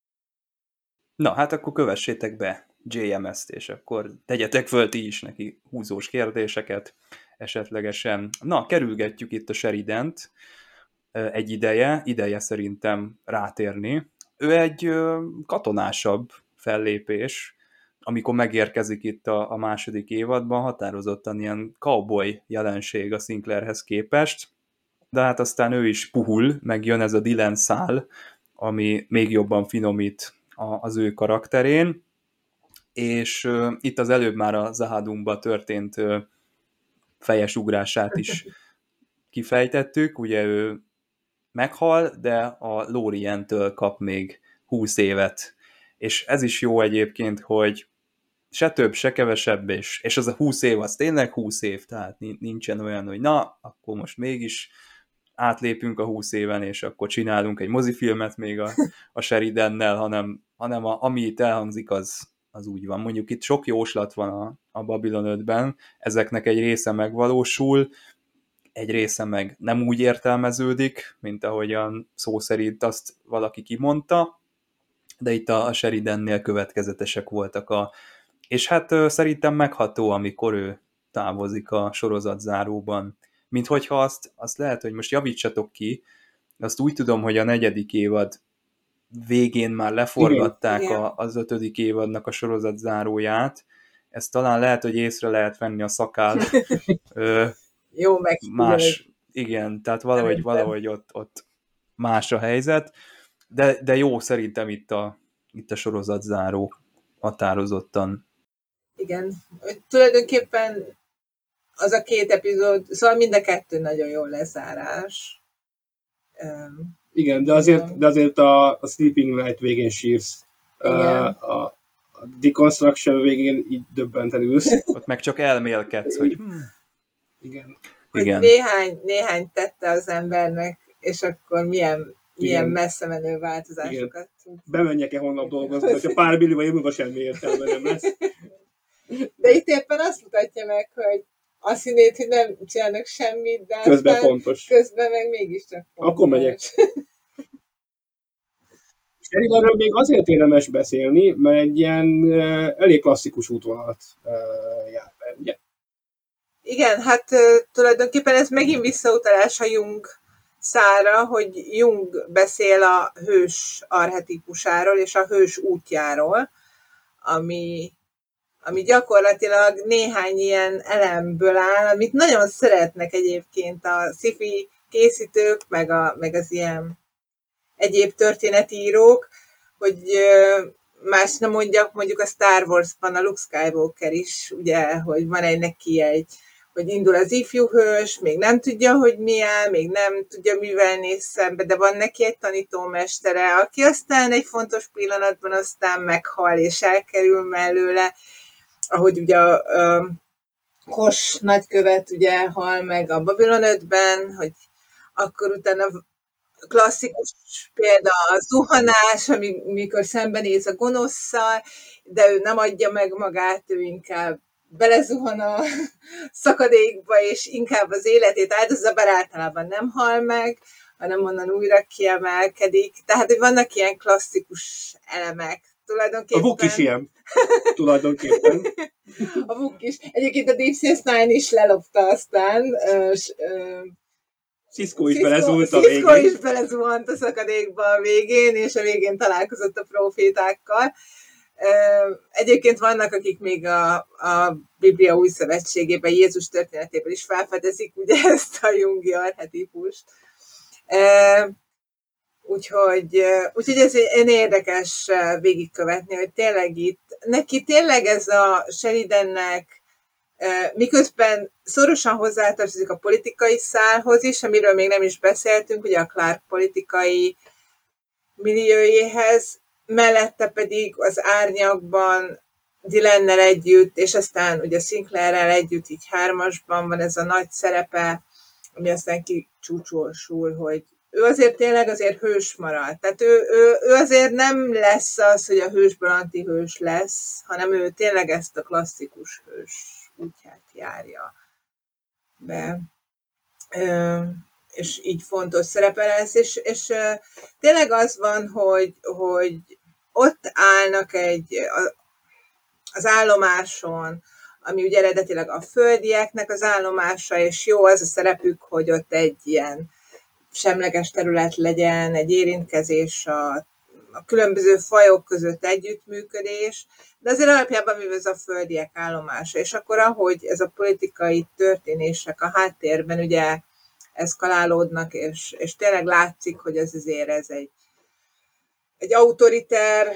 Na, hát akkor kövessétek be JMS-t, és akkor tegyetek föl ti is neki húzós kérdéseket esetlegesen. Na, kerülgetjük itt a Sheridant egy ideje szerintem rátérni. Ő egy katonásabb fellépés, amikor megérkezik itt a második évadban, határozottan ilyen cowboy jelenség a Sinclairhez képest, de hát aztán ő is puhul, meg jön ez a Dylan szál, ami még jobban finomít az ő karakterén, és itt az előbb már a Zahadumba történt fejes ugrását is kifejtettük, ugye ő meghal, de a Lórientől kap még 20 évet. És ez is jó egyébként, hogy se több, se kevesebb, és az a 20 év, az tényleg 20 év, tehát nincsen olyan, hogy na, akkor most mégis átlépünk a 20 éven, és akkor csinálunk egy mozifilmet még a Sheridannel, hanem ami itt elhangzik, az úgy van. Mondjuk itt sok jóslat van a Babylon 5-ben, ezeknek egy része megvalósul, egy része meg nem úgy értelmeződik, mint ahogyan szó szerint azt valaki kimondta, de itt a Sheridannél következetesek voltak és hát szerintem megható, amikor ő távozik a sorozatzáróban. Mint hogyha azt lehet, hogy most javítsatok ki, azt úgy tudom, hogy a 4. évad végén már leforgatták Igen. az 5. évadnak a sorozat záróját. Ezt talán lehet, hogy észre lehet venni a szakál. Jó meg. Igen, tehát valahogy ott más a helyzet, de jó szerintem itt a sorozat záró határozottan. Igen, tulajdonképpen az a 2 epizód, szóval mind a 2 nagyon jó lezárás. Igen, de azért a Sleeping Night végén sírsz. A Deconstruction végén így döbbenten ülsz. Ott meg csak elmélkedsz, hogy Igen. Hogy néhány tette az embernek, és akkor milyen messze menő változásokat. Bemenjek-e honnan dolgozni, hogyha pár millió évben semmi értelme nem lesz. De itt éppen azt mutatja meg, hogy azt hinnéd, hogy nem csinálnak semmit, de közben fontos. Közben meg mégiscsak fontos. Akkor megyek. Erről még azért érdemes beszélni, mert egy ilyen elég klasszikus útvonalat jár be, ugye? Igen, hát tulajdonképpen ez megint visszautalás a Jung szára, hogy Jung beszél a hős archetípusáról és a hős útjáról, ami gyakorlatilag néhány ilyen elemből áll, amit nagyon szeretnek egyébként a sci-fi készítők, meg az ilyen egyéb történetírók, hogy más nem mondjak, mondjuk a Star Wars-ban a Luke Skywalker is, ugye, hogy van neki hogy indul az ifjú hős, még nem tudja, hogy milyen, még nem tudja, mivel néz szembe, de van neki egy tanítómestere, aki aztán egy fontos pillanatban aztán meghal, és elkerül mellőle, ahogy ugye a Kos nagykövet ugye hal meg a Babylon 5-ben, hogy akkor utána klasszikus példa a zuhanás, amikor szembenéz a gonosszal, de ő nem adja meg magát, ő inkább belezuhan a szakadékba, és inkább az életét áldozza, bár általában nem hal meg, hanem onnan újra kiemelkedik. Tehát, hogy vannak ilyen klasszikus elemek. A Vuk is ilyen. Tulajdonképpen. A Vuk is. Egyébként a Deep Space Nine is lelopta aztán. Cisco is belezuhant a végén. Cisco is belezuhant a szakadékba a végén, és a végén találkozott a profétákkal. Egyébként vannak, akik még a Biblia új szövetségében, Jézus történetében is felfedezik ugye ezt a jungi archetípust. Úgyhogy ez egy érdekes végigkövetni, hogy tényleg neki tényleg ez a Sheridannek, miközben szorosan hozzátartozik a politikai szálhoz is, amiről még nem is beszéltünk, ugye a Clark politikai milliójéhez, mellette pedig az Árnyakban Dylannel együtt, és aztán ugye Sinclairrel együtt, így 3-asban van ez a nagy szerepe, ami aztán kicsúcsosul, hogy ő azért tényleg hős marad. Tehát ő azért nem lesz az, hogy a hősből antihős lesz, hanem ő tényleg ezt a klasszikus hős útját járja be. És így fontos szerepe lesz, és tényleg az van, hogy ott állnak az állomáson, ami ugye eredetileg a földieknek az állomása, és jó az a szerepük, hogy ott egy ilyen semleges terület legyen, egy érintkezés, a különböző fajok között együttműködés, de azért alapjában mivel ez a földiek állomása, és akkor ahogy ez a politikai történések a háttérben ugye eszkalálódnak, és tényleg látszik, hogy ez azért egy autoriter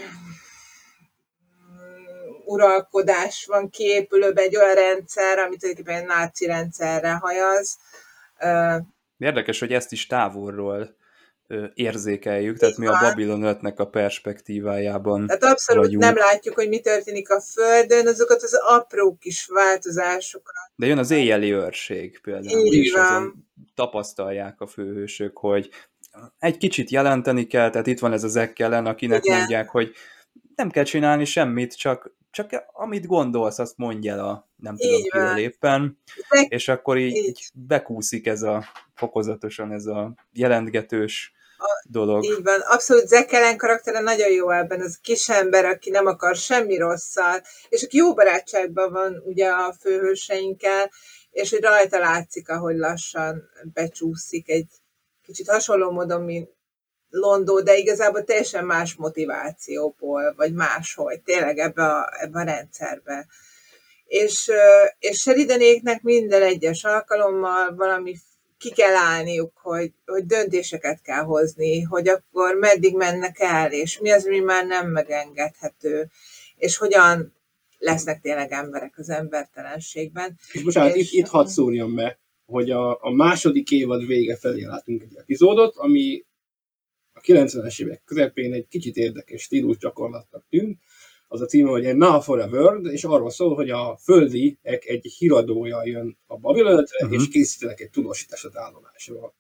uralkodás van kiépülőben, egy olyan rendszer, amit tulajdonképpen egy náci rendszerre hajaz. Érdekes, hogy ezt is távolról érzékeljük, tehát mi a Babylon 5-nek a perspektívájában Tehát abszolút vagyunk. Nem látjuk, hogy mi történik a Földön, azokat az apró kis változásokat. De jön az éjjeli őrség például, és azon tapasztalják a főhősök, hogy egy kicsit jelenteni kell, tehát itt van ez az Zack Gallen, akinek mondják, hogy nem kell csinálni semmit, csak amit gondolsz, azt mondj el a nem tudom kiről éppen, és akkor így bekúszik fokozatosan ez a jelentgetős dolog. Így van, abszolút Zack Gallen karaktere nagyon jó ebben, az a kisember, aki nem akar semmi rosszat, és aki jó barátságban van ugye a főhőseinkkel, és hogy rajta látszik, ahogy lassan becsúszik egy kicsit hasonló módon, mint Londó, de igazából teljesen más motivációból, vagy máshogy, tényleg ebbe a rendszerbe. És Sheridanéknek minden egyes alkalommal valami ki kell állniuk, hogy döntéseket kell hozni, hogy akkor meddig mennek el, és mi az, ami már nem megengedhető, és hogyan lesznek tényleg emberek az embertelenségben. És bocsánat, itt hadd szúrjam be, hogy a második évad vége felé látunk egy epizódot, ami a 90-es évek közepén egy kicsit érdekes stílusgyakorlatnak tűnt. Az a címe, hogy Now for a World, és arról szól, hogy a földiek egy híradója jön a Babilonötre, és készítenek egy tudósítást az állomásról.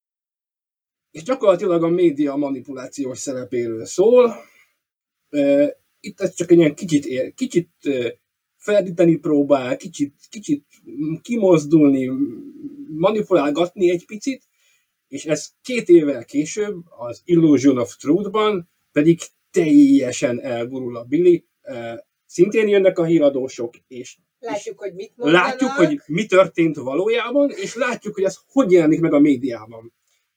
És gyakorlatilag a média manipulációs szerepéről szól. Itt ez csak egy ilyen kicsit feldíteni próbál, kicsit kimozdulni, manipulálgatni egy picit, és ez 2 évvel később az Illusion of Truth-ban pedig teljesen elgurul a Billy. Szintén jönnek a híradósok, és látjuk, hogy mit mondanak. Látjuk, hogy mi történt valójában, és látjuk, hogy ez hogy jelenik meg a médiában.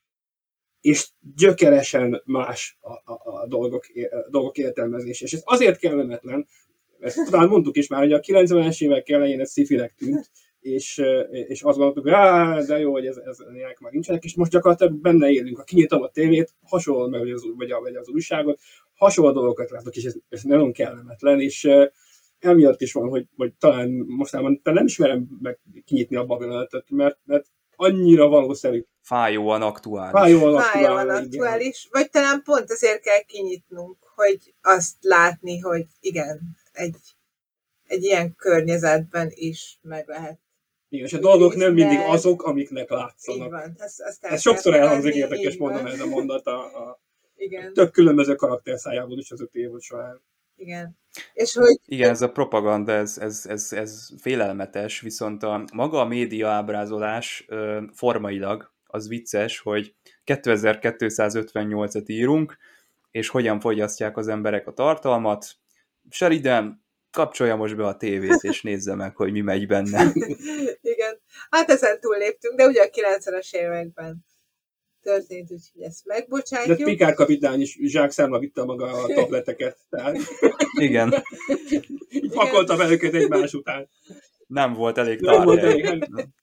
És gyökeresen más a dolgok értelmezése. És ez azért kellemetlen, ezt talán mondtuk is már, hogy a 90-es évek elején ez sci-finek tűnt, és azt gondoltuk, hogy de jó, hogy ez ilyenek már nincsenek, és most gyakorlatilag benne élünk. Ha kinyitom a tévét, hasonló, vagy az újságot, hasonló dolgokat látok, és ez nagyon kellemetlen, és emiatt is van, hogy talán mostában nem ismerem meg kinyitni a Babilonöt, mert annyira valószerű. Fájóan aktuális. Fájóan aktuális. Vagy talán pont azért kell kinyitnunk, hogy azt látni, hogy igen, egy ilyen környezetben is meg lehet. Igen, és a dolgok nem mindig azok, amiknek látszanak. Így van. Ez sokszor elhangzik érdekes módon ez a mondat igen. Több különböző karakter szájából is az 5 év során. Igen. És hogy... Igen, ez a propaganda, ez félelmetes, viszont maga a média ábrázolás formailag az vicces, hogy 2258-et írunk, és hogyan fogyasztják az emberek a tartalmat. Sheridan, kapcsolja most be a tévét, és nézze meg, hogy mi megy benne. Igen. Hát ezen túlléptünk, de ugye a 90-es években történt, úgyhogy ezt megbocsátjuk. De Picard kapitány is zsákszámla vitte maga a tableteket. Tehát... Igen. Így pakolta be őket egymás után. Nem volt elég tárgy.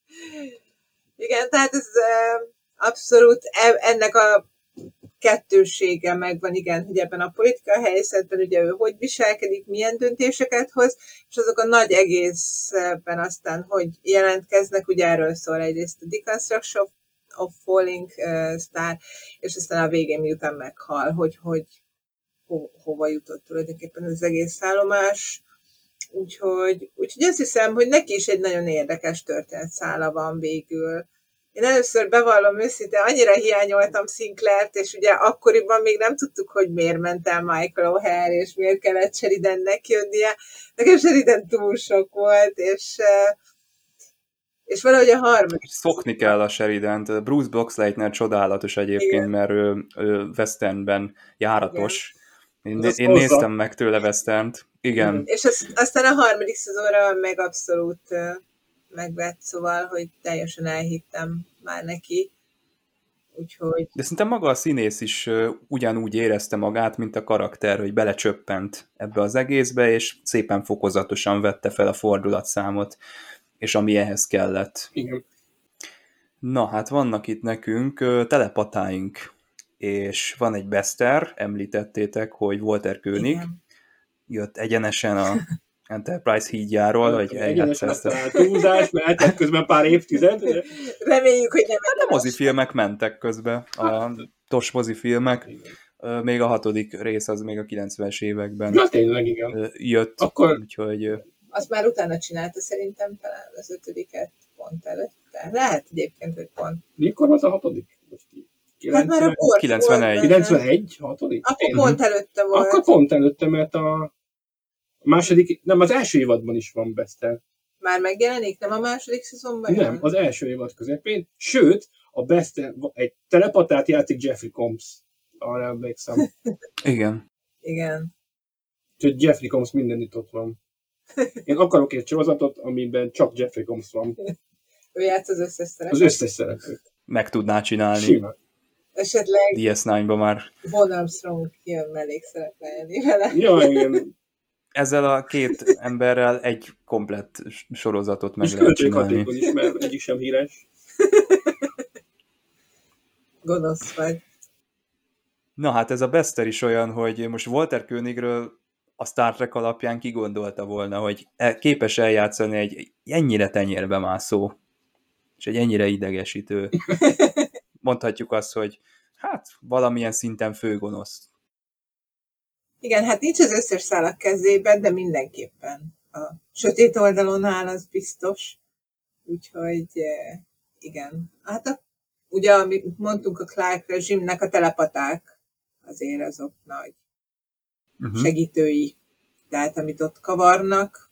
Igen, tehát ez abszolút ennek a kettősége megvan, igen, hogy ebben a politika helyzetben ugye ő hogy viselkedik, milyen döntéseket hoz, és azok a nagy egészben aztán hogy jelentkeznek, ugye erről szól egyrészt a Deconstruction of Falling Star, és aztán a végén miután meghal, hogy hova jutott tulajdonképpen az egész állomás. Úgyhogy azt hiszem, hogy neki is egy nagyon érdekes történetszála van végül. Én először bevallom őszintén, annyira hiányoltam Sinclairt, és ugye akkoriban még nem tudtuk, hogy miért ment el Michael O'Hare, és miért kellett Sheridannek jönnie. Nekem Sheridan túl sok volt, és valahogy a harmadik... Szokni kell a Sheridant. Bruce Boxleitner csodálatos egyébként, igen. Mert ő westernben járatos. Én néztem meg tőle westernt. Igen. És aztán a harmadik szezonra meg abszolút megvett, szóval, hogy teljesen elhittem már neki. Úgyhogy... De szerintem maga a színész is ugyanúgy érezte magát, mint a karakter, hogy belecsöppent ebbe az egészbe, és szépen fokozatosan vette fel a fordulatszámot, és ami ehhez kellett. Igen. Na, hát vannak itt nekünk telepatáink, és van egy Bester, említettétek, hogy Walter Koenig, igen. Jött egyenesen a Enterprise hídjáról, hogy egyenesen aztán túlzás, mert eltett közben pár évtized. De... Reméljük, hogy nem. Hát a mozifilmek mentek közben, a TOS mozifilmek. Még a 6. rész az még a 90-es években na, tényleg, igen. Jött. Akkor... Úgyhogy... Azt már utána csinálta szerintem talán az 5-et pont előtte. Lehet egyébként, hogy pont. Mikor az a 6? Hát már a 91. 91? 6? Akkor pont előtte volt. Akkor pont előtte, mert a második, nem, az első évadban is van Bester. Már megjelenik? Nem a második szezonban? Nem, az első évad közepén. Sőt, a Bester, egy telepatát játszik Jeffrey Combs. Arra emlékszem. Igen. Igen. Úgyhogy Jeffrey Combs mindenütt ott van. Én akarok egy sorozatot, amiben csak Jeffrey Combs van. Ő játsz az összes szereplőt. Az összes szereplőt. Meg tudná csinálni. Simán. Esetleg DS9-ban már. Von Armstrong jön mellékszerepelni vele. Ja, igen. Ezzel a két emberrel egy komplett sorozatot meg És lehet csinálni. költséghatékony is, mert egyik sem híres. Gonosz vagy. Na hát ez a Bester is olyan, hogy most Walter Koenigről a Star Trek alapján kigondolta volna, hogy képes eljátszani egy ennyire tenyérbe mászó, és egy ennyire idegesítő. Mondhatjuk azt, hogy hát valamilyen szinten főgonosz. Igen, hát nincs az összes szál a kezében, de mindenképpen a sötét oldalon áll, az biztos. Úgyhogy igen. Hát ugye, amit mondtunk a Clark rezsimnek, a telepaták azért azok nagy segítői. Tehát amit ott kavarnak.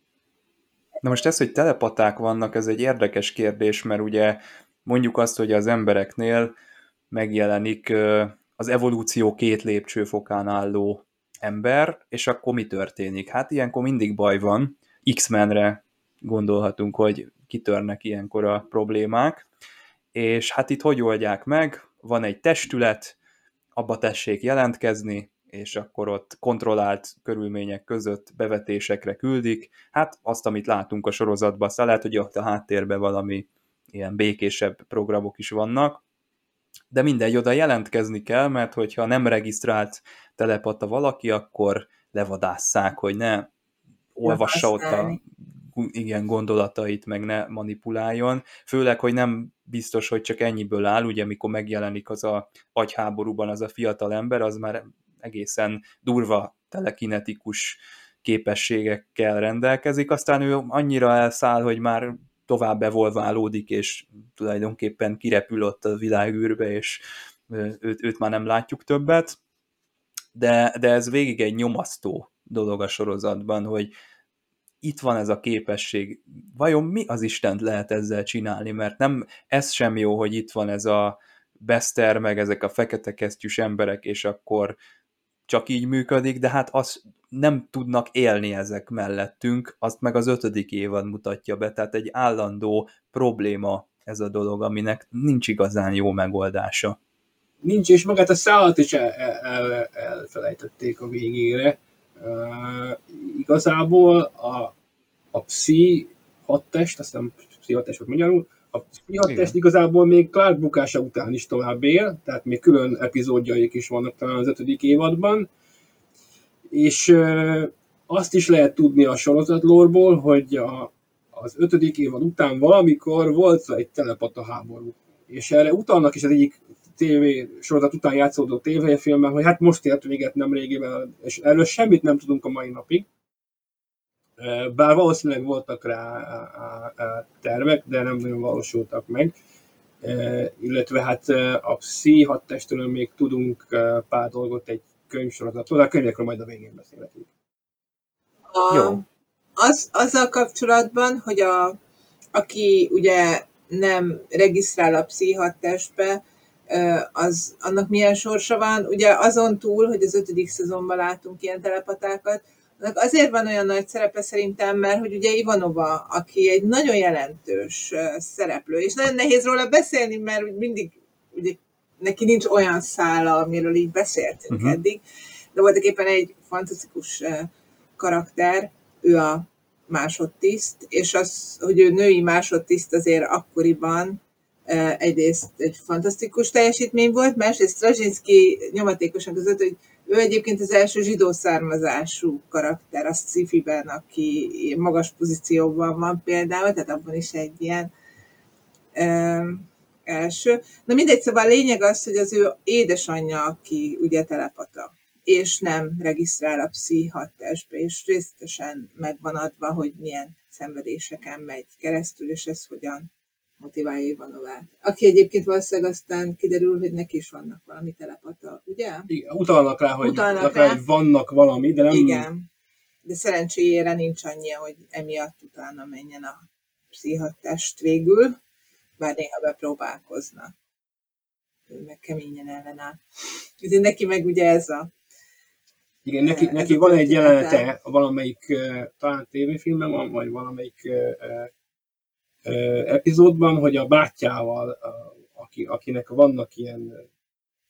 Na most ez, hogy telepaták vannak, ez egy érdekes kérdés, mert ugye mondjuk azt, hogy az embereknél megjelenik az evolúció 2 lépcsőfokán álló ember, és akkor mi történik? Hát ilyenkor mindig baj van. X-Menre gondolhatunk, hogy kitörnek ilyenkor a problémák, és hát itt hogy oldják meg? Van egy testület, abba tessék jelentkezni, és akkor ott kontrollált körülmények között bevetésekre küldik. Hát azt, amit látunk a sorozatban, aztán lehet, hogy ott a háttérben valami ilyen békésebb programok is vannak, de mindegy, oda jelentkezni kell, mert hogyha nem regisztrált telepata valaki, akkor levadásszák, hogy ne olvassa ott a gondolatait, meg ne manipuláljon. Főleg, hogy nem biztos, hogy csak ennyiből áll, ugye amikor megjelenik az a agyháborúban az a fiatal ember, az már egészen durva telekinetikus képességekkel rendelkezik, aztán ő annyira elszáll, hogy már tovább evolválódik, és tulajdonképpen kirepül ott a világűrbe, és őt már nem látjuk többet, de ez végig egy nyomasztó dolog a sorozatban, hogy itt van ez a képesség, vajon mi az Istent lehet ezzel csinálni, mert nem, ez sem jó, hogy itt van ez a Bester, meg ezek a fekete kesztyűs emberek, és akkor csak így működik, de hát azt nem tudnak élni ezek mellettünk, azt meg az 5. évad mutatja be, tehát egy állandó probléma ez a dolog, aminek nincs igazán jó megoldása. Nincs, és magát a szállat is elfelejtették a végére. Igazából a Psi hadtest, azt hiszem Psi hadtest vagy magyarul, a Psi hadtest igazából még Clark bukása után is tovább él, tehát még külön epizódjaik is vannak talán az 5. évadban, és azt is lehet tudni a sorozat lore-ból, hogy az 5. évad után valamikor volt egy telepata háború, és erre utalnak is az egyik sorozat után játszódó tévéfilmben, hogy hát most ért véget nemrégiben, és erről semmit nem tudunk a mai napig. Bár valószínűleg voltak rá tervek, de nem nagyon valósultak meg. Illetve hát a Psi hadtestről még tudunk pár dolgot egy könyvsorozatról, de a könyvekről majd a végén beszélhetünk. Azzal kapcsolatban, hogy aki ugye nem regisztrál a Psi hadtestbe, annak milyen sorsa van. Ugye azon túl, hogy az 5. szezonban látunk ilyen telepatákat, annak azért van olyan nagy szerepe szerintem, mert hogy ugye Ivanova, aki egy nagyon jelentős szereplő, és nagyon nehéz róla beszélni, mert mindig ugye, neki nincs olyan szála, amiről így beszéltünk eddig, de voltak éppen egy fantasztikus karakter, ő a másodtiszt, és az, hogy ő női másodtiszt azért akkoriban egyrészt egy fantasztikus teljesítmény volt, másrészt Straczynski nyomatékosan között, hogy ő egyébként az első zsidó származású karakter a sci-fiben, aki magas pozícióban van például, tehát abban is egy ilyen első. Na mindegy, szóval a lényeg az, hogy az ő édesanyja, aki ugye telepata, és nem regisztrál a Psi hadtestbe, és részletesen megvan adva, hogy milyen szenvedéseken megy keresztül, és ez hogyan motiválja Ivanovát. Aki egyébként valószínűleg aztán kiderül, hogy neki is vannak valami telepata, ugye? Igen, utalnak rá, hogy vannak valami, de nem... Igen, de szerencséjére nincs annyi, hogy emiatt utána menjen a Psi hadtest végül, bár néha bepróbálkoznak. Ő meg keményen ellenáll. Ezért neki meg ugye ez a... Igen, neki van egy jelenete valamelyik, talán tévéfilmben van, vagy valamelyik epizódban, hogy a bátyjával, akinek vannak ilyen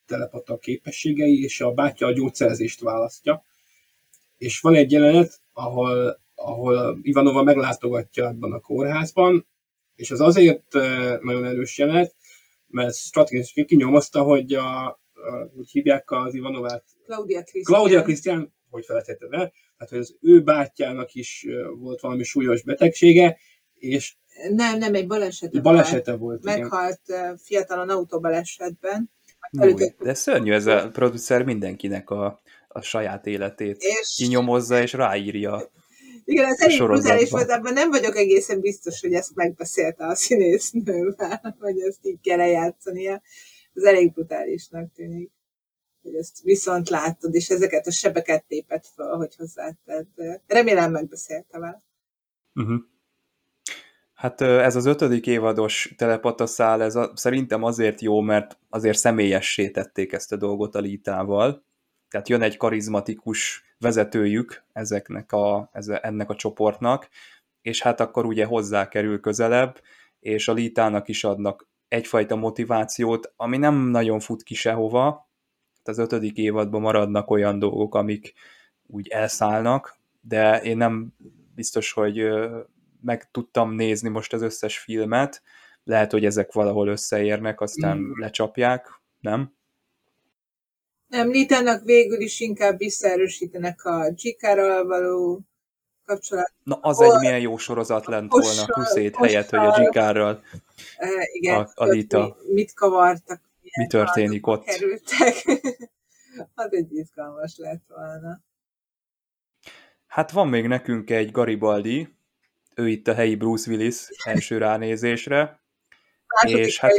telepata képességei, és a bátyja a gyógyszerzést választja. És van egy jelenet, ahol Ivanova meglátogatja ebben a kórházban, és az azért nagyon erős jelenet, mert Straczynski kinyomozta, hogy úgy hívják az Ivanovát? Claudia Christian, hogy felejtetted el, tehát hogy az ő bátyjának is volt valami súlyos betegsége, és nem, egy balesete volt. Meghalt fiatalon autóbalesetben. De szörnyű ez a producer mindenkinek a saját életét kinyomozza és ráírja. Igen, ez elég brutális volt, abban nem vagyok egészen biztos, hogy ezt megbeszélte a színésznővel, hogy ezt így kell eljátszania. Ez elég brutálisnak tűnik, hogy ezt viszont láttad, és ezeket a sebeket tépett fel, hogy hozzátedd. Remélem megbeszélte vele. Uh-huh. Hát ez az 5. évados telepataszál, ez szerintem azért jó, mert azért személyessé tették ezt a dolgot Alitával. Tehát jön egy karizmatikus vezetőjük ennek a csoportnak, és hát akkor ugye hozzá kerül közelebb, és Alitának is adnak egyfajta motivációt, ami nem nagyon fut ki sehova. Az 5. évadban maradnak olyan dolgok, amik úgy elszállnak, de én nem biztos, hogy meg tudtam nézni most az összes filmet. Lehet, hogy ezek valahol összeérnek, aztán lecsapják, nem? Nem, Litának végül is inkább visszaerősítenek a Dzsikárral való kapcsolat. Na, az egy milyen jó sorozat lett volna Crusade helyett, hogy a Dzsikárral Alita. Mit kavartak, mi történik ott. Kerültek. Az egy izgalmas lett volna. Hát van még nekünk egy Garibaldi, ő itt a helyi Bruce Willis első ránézésre, és hát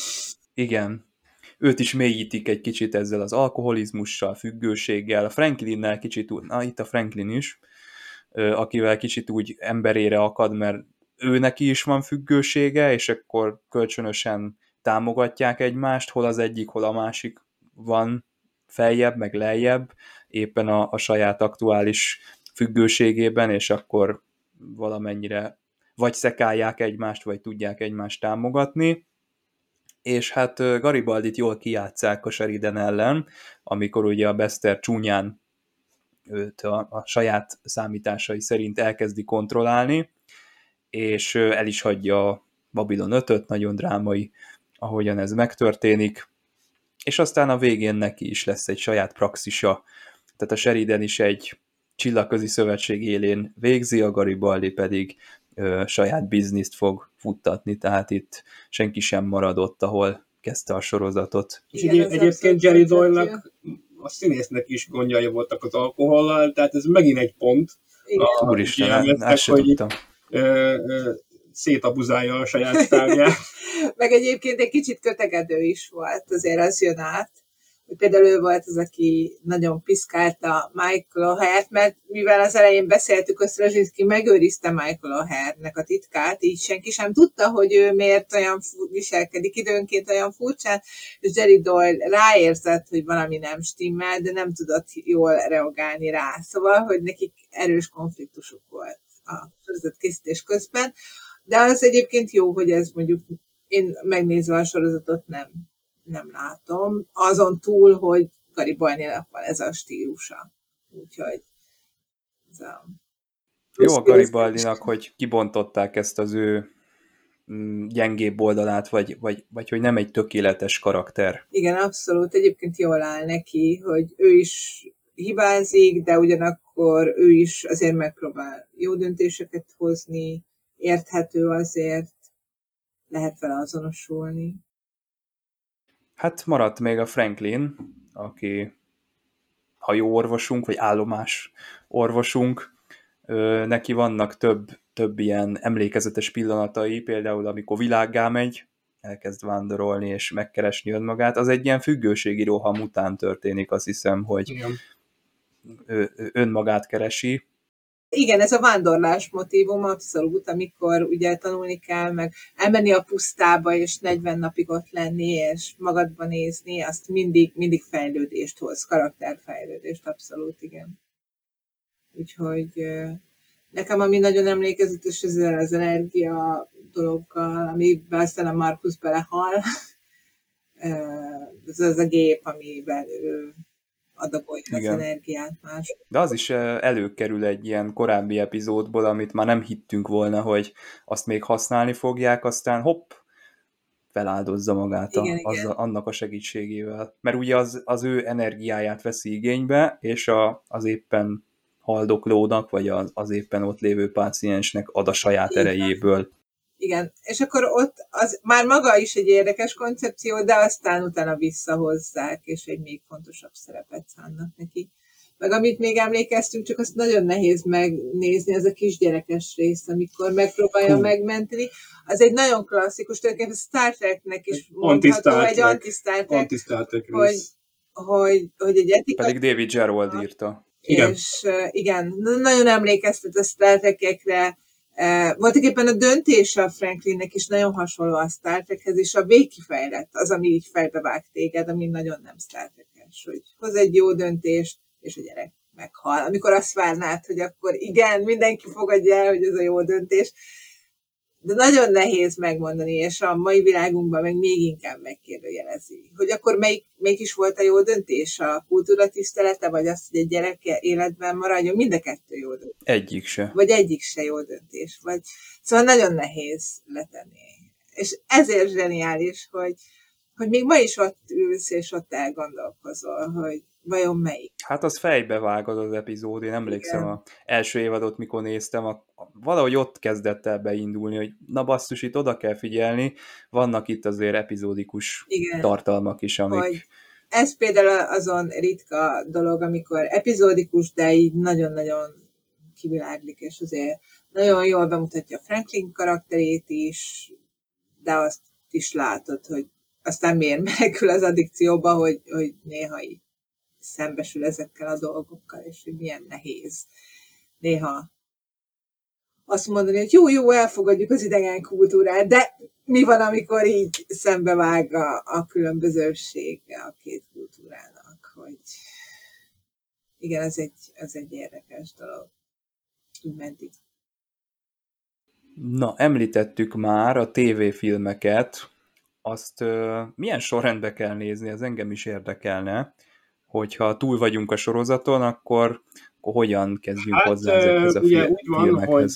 őt is mélyítik egy kicsit ezzel az alkoholizmussal, függőséggel, a Franklinnel kicsit, itt a Franklin is, akivel kicsit úgy emberére akad, mert ő neki is van függősége, és akkor kölcsönösen támogatják egymást, hol az egyik, hol a másik van feljebb, meg lejjebb, éppen a saját aktuális függőségében, és akkor valamennyire vagy szekálják egymást, vagy tudják egymást támogatni, és hát Garibaldit jól kijátsszák a Sheridan ellen, amikor ugye a Bester csúnyán őt a saját számításai szerint elkezdi kontrollálni, és el is hagyja a Babylon 5-öt, nagyon drámai, ahogyan ez megtörténik, és aztán a végén neki is lesz egy saját praxisa, tehát a Sheridan is egy csillagközi szövetség élén végzi, a Garibaldi pedig saját bizniszt fog futtatni, tehát itt senki sem marad ott, ahol kezdte a sorozatot. És egyébként Jerry Doyle-nak a színésznek is gondjai voltak az alkohollal, tehát ez megint egy pont. Úristen, ezt sem tudtam. Szétabuzálja a saját sztárját. Meg egyébként egy kicsit kötegedő is volt, azért az jön át. Például ő volt az, aki nagyon piszkálta Michael O'Hare-t, mert mivel az elején beszéltük, hogy Straczynski megőrizte Michael O'Hare-nek a titkát, így senki sem tudta, hogy ő miért olyan viselkedik időnként olyan furcsán, és Jerry Doyle ráérzett, hogy valami nem stimmel, de nem tudott jól reagálni rá. Szóval, hogy nekik erős konfliktusuk volt a sorozatkészítés közben, de az egyébként jó, hogy ez mondjuk én megnézve a sorozatot nem látom, azon túl, hogy Garibaldinak van ez a stílusa. Úgyhogy jó a Garibaldinak, hogy kibontották ezt az ő gyengébb oldalát, vagy hogy nem egy tökéletes karakter. Igen, abszolút. Egyébként jól áll neki, hogy ő is hibázik, de ugyanakkor ő is azért megpróbál jó döntéseket hozni, érthető azért, lehet vele azonosulni. Hát maradt még a Franklin, aki hajóorvosunk, vagy állomás orvosunk. Neki vannak több ilyen emlékezetes pillanatai, például amikor világgá megy, elkezd vándorolni és megkeresni önmagát. Az egy ilyen függőségi roham után történik, azt hiszem, hogy ő önmagát keresi. Igen, ez a vándorlás motívum abszolút, amikor ugye tanulni kell, meg elmenni a pusztába, és 40 napig ott lenni, és magadba nézni, azt mindig fejlődést hoz, karakterfejlődést, abszolút, igen. Úgyhogy nekem ami nagyon emlékezetes, ez az energia dologgal, amiben aztán a Marcus belehal, ez az a gép, amivel ő adagolja az energiát más. De az is előkerül egy ilyen korábbi epizódból, amit már nem hittünk volna, hogy azt még használni fogják, aztán hopp, feláldozza magát annak a segítségével. Mert ugye az ő energiáját veszi igénybe, és az éppen haldoklónak, vagy az éppen ott lévő páciensnek ad a saját erejéből. Igen, és akkor ott az már maga is egy érdekes koncepció, de aztán utána visszahozzák, és egy még fontosabb szerepet szánnak neki. Meg amit még emlékeztünk, csak azt nagyon nehéz megnézni, ez a kisgyerekes rész, amikor megpróbálja megmenteni. Az egy nagyon klasszikus, tulajdonképpen Star Treknek is mondható, egy anti-Star Trek hogy egy etikai... Pedig David Gerrold írta. Igen. És igen, nagyon emlékeztet a Star Trek-ekre. Voltak éppen a döntése a Franklinnek is nagyon hasonló a Star Trekhez, és a végkifejlett az, ami így fejbevág téged, ami nagyon nem Star Trek-es, hogy hoz egy jó döntést, és a gyerek meghal. Amikor azt várnád, hogy akkor igen, mindenki fogadja el, hogy ez a jó döntés, de nagyon nehéz megmondani, és a mai világunkban meg még inkább megkérdőjelezi, hogy akkor melyik is volt a jó döntés, a kultúra tisztelete, vagy az, hogy egy gyerek életben maradjon, mind a kettő jó döntés. Egyik se. Vagy egyik se jó döntés. Szóval nagyon nehéz letenni. És ezért zseniális, hogy még ma is ott ülsz, és ott elgondolkozol, hogy vajon melyik. Hát az fejbe vágod az epizód, én emlékszem az első évadot, mikor néztem, valahogy ott kezdett el beindulni, hogy na basszus, itt oda kell figyelni, vannak itt azért epizódikus tartalmak is, amik... Hogy ez például azon ritka dolog, amikor epizódikus, de így nagyon-nagyon kiviláglik, és azért nagyon jól bemutatja Franklin karakterét is, de azt is látod, hogy aztán miért menekül az addikcióba, hogy néha így szembesül ezekkel a dolgokkal, és hogy milyen nehéz néha azt mondani, hogy jó, elfogadjuk az idegen kultúrát, de mi van, amikor így szembevág a különbözősége a két kultúrának, hogy igen, ez egy érdekes dolog. Úgy mentik. Na, említettük már a tévéfilmeket, azt milyen sorrendbe kell nézni, ez engem is érdekelne, hogyha túl vagyunk a sorozaton, akkor hogyan kezdjünk hozzá ezekhez a ugye úgy van, hogy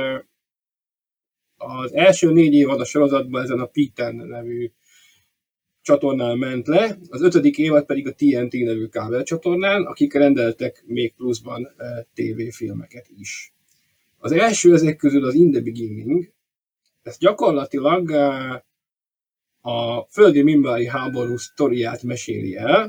az első 4 évad a sorozatban ezen a P10 nevű csatornán ment le, az 5. évad pedig a TNT nevű kábelcsatornán, akik rendeltek még pluszban tévéfilmeket is. Az első ezek közül az In the Beginning, ez gyakorlatilag a földi minbári háború sztoriát meséli el,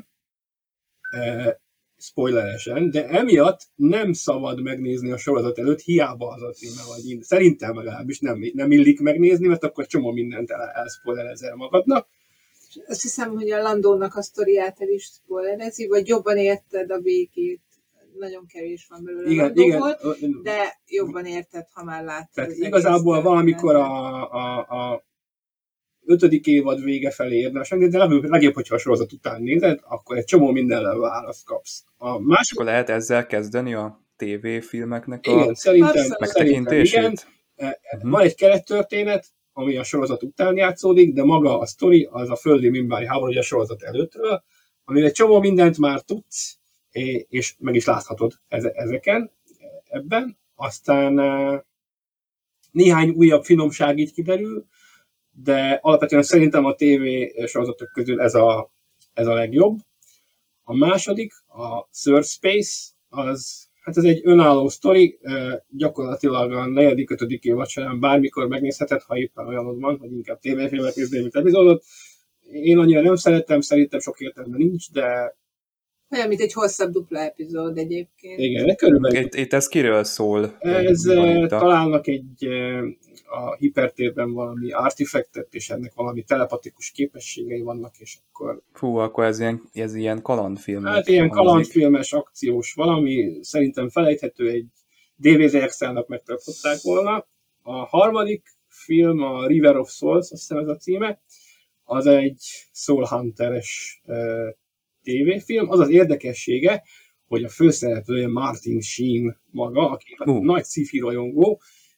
spoileresen, de emiatt nem szabad megnézni a sorozat előtt, hiába az a címe, vagy szerintem legalábbis nem illik megnézni, mert akkor csomó mindent elspoilerezel magadnak. Azt hiszem, hogy a Landónak a sztoriát el is spoilerezi, vagy jobban érted a végét. Nagyon kevés van belőle igen, de jobban érted, ha már láttad. Tehát igazából valamikor a 5. évad vége felé érdemes, de legjobb, hogyha a sorozat után nézed, akkor egy csomó mindenre választ kapsz. Akkor lehet ezzel kezdeni a tévéfilmeknek igen, megtekintését? Igen. Van egy kerettörténet, ami a sorozat után játszódik, de maga a sztori az a földi minbári háború, a sorozat előttről, amivel egy csomó mindent már tudsz, és meg is láthatod ezeken, ebben. Aztán néhány újabb finomság így kiderül, de alapvetően szerintem a TV sorozatok közül ez a legjobb. A második, a Third Space, ez egy önálló sztori, gyakorlatilag a 4., 5. évad során bármikor megnézheted, ha éppen olyanod van, hogy inkább tévéfilmet nézni, mint epizódot. Én annyira nem szeretem, szerintem sok értelme nincs, de... Olyan, mint egy hosszabb dupla epizód egyébként. Igen, de körülbelül... Itt ez kiről szól? Ez találnak a hipertérben valami artifactet, és ennek valami telepatikus képességei vannak, és akkor... Akkor ez ilyen kalandfilm. Hát ilyen kalandfilmes, akciós valami, szerintem felejthető, egy DVD extra-nak megtartották volna. A harmadik film, a River of Souls, azt hiszem ez a címe, az egy Soul Hunter-es tévéfilm. Az az érdekessége, hogy a főszereplője Martin Sheen maga, aki nagy sci-fi rajongó,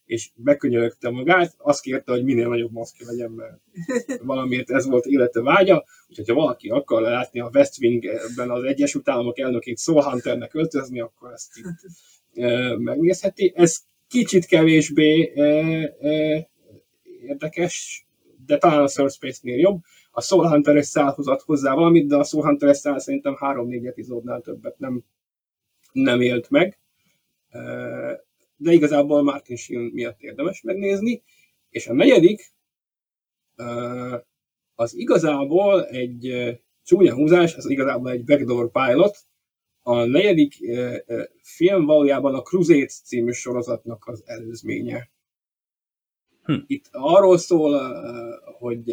és bekönyörögte magát, azt kérte, hogy minél nagyobb maszkja legyen, mert valamiért ez volt élete vágya, úgyhogy ha valaki akar látni a West Wingben az Egyesült Államok elnökét Soul Hunternek öltözni, akkor ezt itt megnézheti. Ez kicsit kevésbé érdekes, de talán a Third Space-nél jobb. A Soul Hunter-es szál hozott hozzá valamit, de a Soul Hunter-es szál szerintem 3-4 epizódnál többet nem élt meg. De igazából Martin Sheen miatt érdemes megnézni. És a negyedik, az igazából egy csúnya húzás, az igazából egy backdoor pilot. A negyedik film valójában a Crusade című sorozatnak az előzménye. Itt arról szól, hogy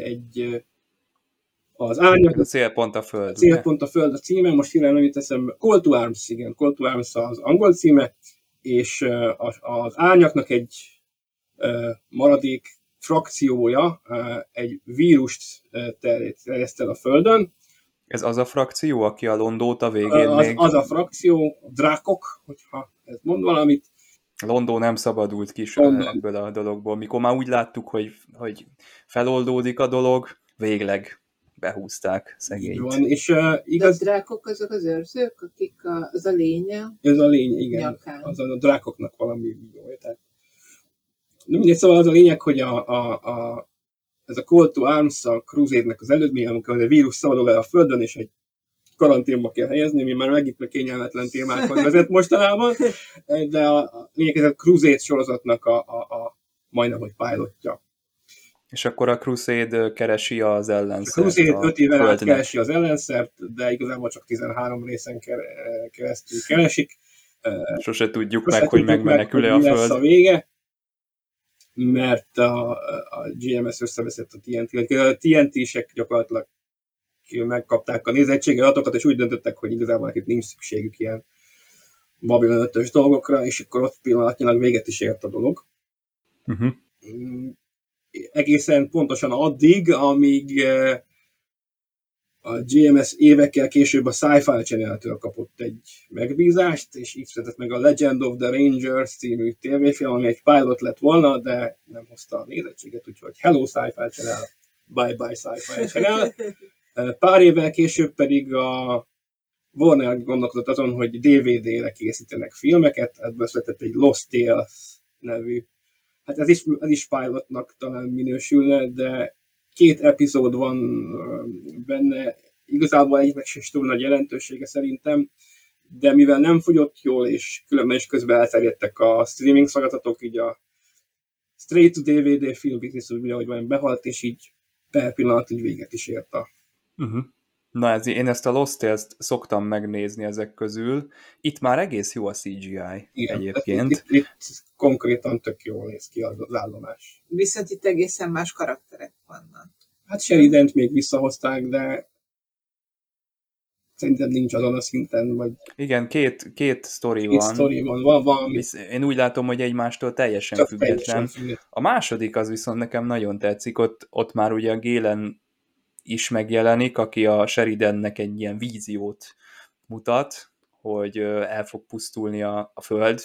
az árnyak... A célpont a föld. Célpont a föld a címe, most hirtelen nem jut eszembe. Call to Arms, igen, Call to Arms az angol címe, és az árnyaknak egy maradék frakciója egy vírust terjeszt el a földön. Ez az a frakció, aki a Londót a végén az a frakció, drákok, hogyha ez mond valamit. London nem szabadult ki ebből a dologból. Mikor már úgy láttuk, hogy feloldódik a dolog, végleg behúzták szegényt. Van, és igaz... A drákok azok az őrzők, akik az a lénye? Ez a lény, igen. Nyakán. Az a drákoknak valami videója. Tehát... Mindegy, szóval az a lényeg, hogy ez a Call to Arms, a Crusade-nek az elődménye, amikor a vírus szabadul el a földön, és egy karanténba kell helyezni, mi már megint meg kényelmetlen témákhoz vezet mostanában, de a lényeg, ez a Crusade sorozatnak a majdnem, hogy pilotja. És akkor a Crusade keresi az ellenszert. A Crusade 5 éven át keresi az ellenszert, de igazából csak 13 részen keresztül keresik. Sose tudjuk meg, hogy megmenekül-e a föld. A vége, mert a GMS összeveszett a TNT-nek. A TNT-sek gyakorlatilag megkapták a nézettségi adatokat, és úgy döntöttek, hogy igazából itt nincs szükségük ilyen Babylon 5-ös dolgokra, és akkor ott pillanatnyilag véget is ért a dolog. Egészen pontosan addig, amíg a GMS évekkel később a Sci-Fi Channel-től kapott egy megbízást, és így született meg a Legend of the Rangers című tévéfilm, ami egy pilot lett volna, de nem hozta a nézettséget, úgyhogy hello Sci-Fi Channel, bye bye Sci-Fi Channel. Pár évvel később pedig a Warner gondolkodott azon, hogy DVD-re készítenek filmeket, ebből született egy Lost Tales nevű. Hát ez is pilotnak talán minősülne, de 2 epizód van benne, igazából egynek sem túl nagy jelentősége szerintem, de mivel nem fogyott jól, és különben is közben elterjedtek a streaming szolgáltatók, így a straight to DVD film business úgy, ahogy van, behalt, és így per pillanat így véget is ért a... Na, én ezt a Lost Tales-t szoktam megnézni ezek közül. Itt már egész jó a CGI. Igen, egyébként. Itt konkrétan tök jól néz ki az állomás. Viszont itt egészen más karakterek vannak. Hát Sheridant még visszahozták, de szerintem nincs azon a szinten, vagy... Igen, két sztori van. Sztori van. Én úgy látom, hogy egymástól teljesen független. A második az viszont nekem nagyon tetszik, ott már ugye a Galen is megjelenik, aki a Sheridannek egy ilyen víziót mutat, hogy el fog pusztulni a föld,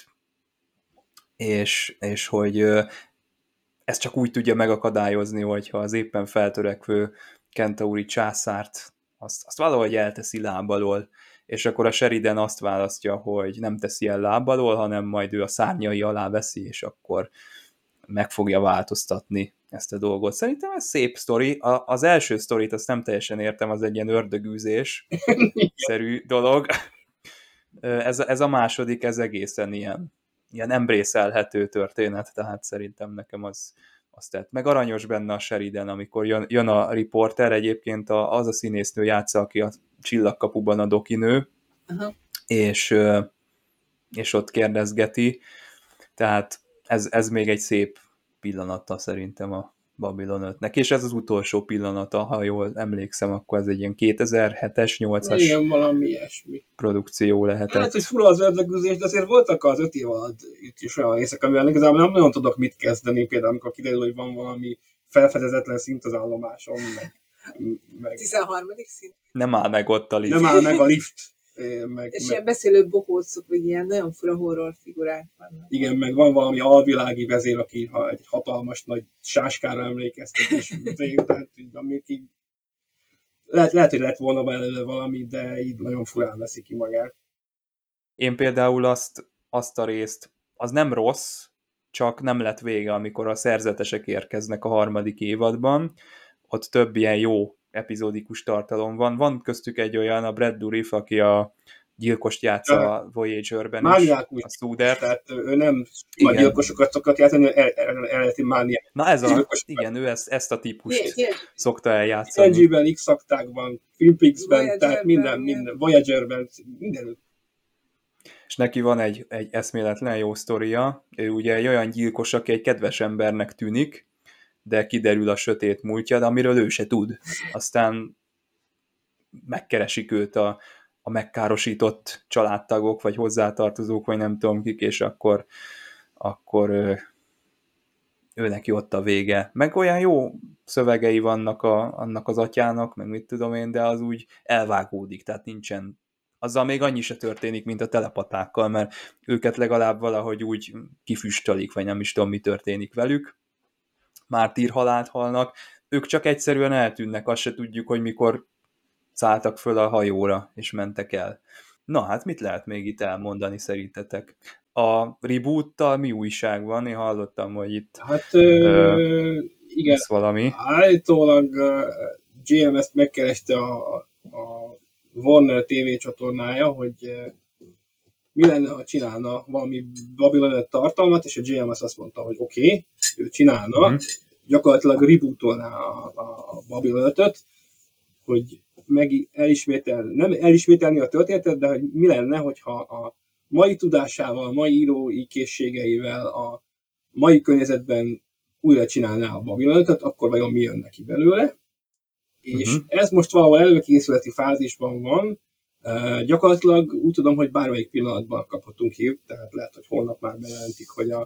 és hogy ezt csak úgy tudja megakadályozni, hogyha az éppen feltörekvő kentauri császárt azt valahogy elteszi láb alól, és akkor a Sheridan azt választja, hogy nem teszi el láb alól, hanem majd ő a szárnyai alá veszi, és akkor meg fogja változtatni ezt a dolgot. Szerintem ez szép sztori. Az első sztorit azt nem teljesen értem, az egy ilyen ördögűzés-szerű dolog. Ez a második, ez egészen ilyen embrészelhető történet, tehát szerintem nekem az tett. Meg aranyos benne a Sheridan, amikor jön a riporter, egyébként az a színésznő játsza, aki a Csillagkapuban a dokinő, és ott kérdezgeti. Tehát ez még egy szép pillanata szerintem a Babylon 5-nek, és ez az utolsó pillanata, ha jól emlékszem, akkor ez egy ilyen 2007-es, 8-as igen, valami ilyesmi produkció lehetett. Hát, hogy fura az ördögűzés, de azért voltak az 5 év alatt itt is olyan részek, amivel igazából nem nagyon tudok mit kezdeni, például amikor kiderül, hogy van valami felfedezetlen szint az állomáson, meg 13. szint. Nem áll meg ott a lift. Nem áll meg a lift. És ilyen beszélő bohócok, vagy ilyen nagyon fura horror figurák vannak. Igen, meg van valami alvilági vezér, aki egy hatalmas nagy sáskára emlékeztet, és tehát amik így lehet, hogy lett volna belőle valami, de így nagyon furán veszi ki magát. Én például azt a részt, az nem rossz, csak nem lett vége, amikor a szerzetesek érkeznek a 3. évadban. Ott több ilyen jó epizódikus tartalom van. Van köztük egy olyan, a Brad Dourif, aki a gyilkost játsza a Voyager-ben is, a Szúdert. Tehát ő nem a gyilkosokat szokott játszani, eredeti mániák. Na ez igen, ő ezt a típust szokta eljátszani. NG-ben, X-aktákban, Twin Peaks-ben, tehát minden Voyager-ben, mindenütt. És neki van egy eszméletlen jó sztoria. Ő ugye egy olyan gyilkos, aki egy kedves embernek tűnik, de kiderül a sötét múltja, de amiről ő se tud. Aztán megkeresik őt a megkárosított családtagok, vagy hozzátartozók, vagy nem tudom kik, és akkor ő neki ott a vége. Meg olyan jó szövegei vannak annak az atyának, meg mit tudom én, de az úgy elvágódik, tehát nincsen. Azzal még annyi se történik, mint a telepatákkal, mert őket legalább valahogy úgy kifüstölik, vagy nem is tudom, mi történik velük. Mártírhalált halnak. Ők csak egyszerűen eltűnnek, azt se tudjuk, hogy mikor szálltak föl a hajóra, és mentek el. Na hát, mit lehet még itt elmondani szerintetek? A reboottal mi újság van? Én hallottam, hogy itt igen, valami. Állítólag GMS megkereste a Warner TV csatornája, hogy mi lenne, ha csinálna valami Babylon tartalmat, és a GMS azt mondta, hogy oké, ő csinálna, gyakorlatilag rebootolná a Babylon 5-öt, hogy nem elismételni a történetet, de hogy mi lenne, hogyha a mai tudásával, mai írói készségeivel, a mai környezetben újra csinálná a Babylon 5-öt, akkor vajon mi jön neki belőle. És ez most valahol előkészületi fázisban van. Gyakorlatilag úgy tudom, hogy bármelyik pillanatban kaphatunk hírt, tehát lehet, hogy holnap már bejelentik, hogy a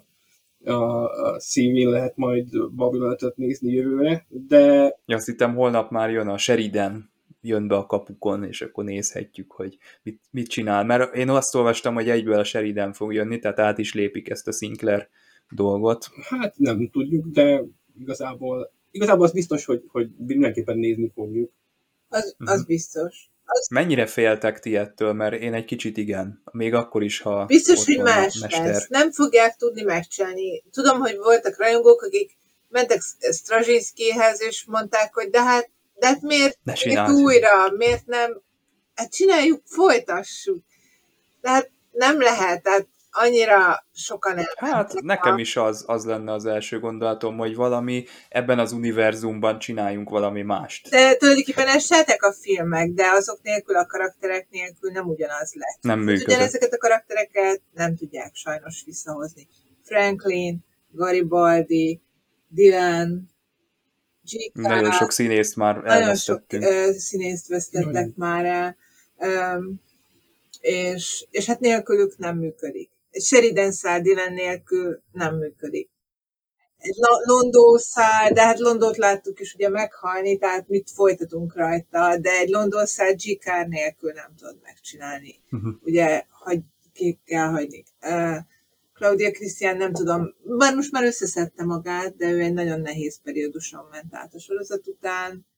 színvén lehet majd Babylon 5-öt nézni jövőre, de... Azt hittem, holnap már jön a Sheridan, jön be a kapukon, és akkor nézhetjük, hogy mit csinál. Mert én azt olvastam, hogy egyből a Sheridan fog jönni, tehát át is lépik ezt a Sinclair dolgot. Hát nem tudjuk, de igazából az biztos, hogy mindenképpen nézni fogjuk. Az biztos. Mennyire féltek ti ettől? Mert én egy kicsit igen. Még akkor is, ha biztos, hogy más lesz. Nem fogják tudni megcsinálni. Tudom, hogy voltak rajongók, akik mentek Straczynskihez, és mondták, hogy de hát miért újra? Miért nem? Hát csináljuk, folytassuk. De hát nem lehet, tehát annyira sokan elmentek. Hát nekem is az lenne az első gondolatom, hogy valami ebben az univerzumban csináljunk valami mást. De tulajdonképpen eseltek a filmek, de azok nélkül, a karakterek nélkül nem ugyanaz lett. Nem működött. Ugyanezeket a karaktereket nem tudják sajnos visszahozni. Franklin, Garibaldi, Dylan, G.K. Nagyon sok színészt már elvesztettünk. Nagyon sok színészt vesztettek már el. És hát nélkülük nem működik. Egy Sheridan szál Dylan nélkül nem működik. Egy Londó szál, de hát Londót láttuk is ugye meghalni, tehát mit folytatunk rajta, de egy Londó szál G.K. nélkül nem tudod megcsinálni. Ugye, ki kell hagyni. Claudia Christian, nem tudom, bár most már összeszedte magát, de ő egy nagyon nehéz perióduson ment át a sorozat után.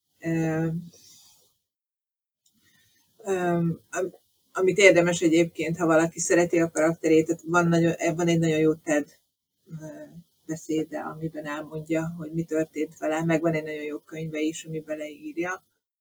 Amit érdemes egyébként, ha valaki szereti a karakterét, tehát van egy nagyon jó TED beszéde, amiben elmondja, hogy mi történt vele, meg van egy nagyon jó könyve is, ami beleírja.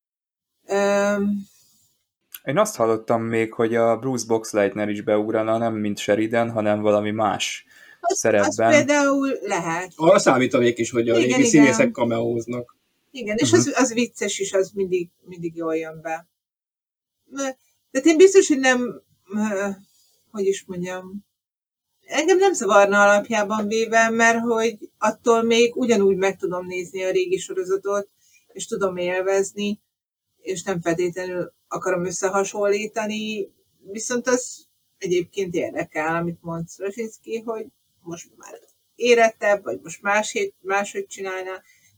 Én azt hallottam még, hogy a Bruce Boxleitner is beugrana, nem mint Sheridan, hanem valami más szerepben. Az például lehet. Arra számítanék is, hogy a régi színészek cameóznak. Igen, és az vicces is, az mindig jól jön be. De én biztos, hogy nem, hogy is mondjam, engem nem zavarna alapjában véve, mert hogy attól még ugyanúgy meg tudom nézni a régi sorozatot, és tudom élvezni, és nem feltétlenül akarom összehasonlítani, viszont az egyébként érdekel, amit mond Straczynski, hogy most már érettebb, vagy most máshogy csinálná.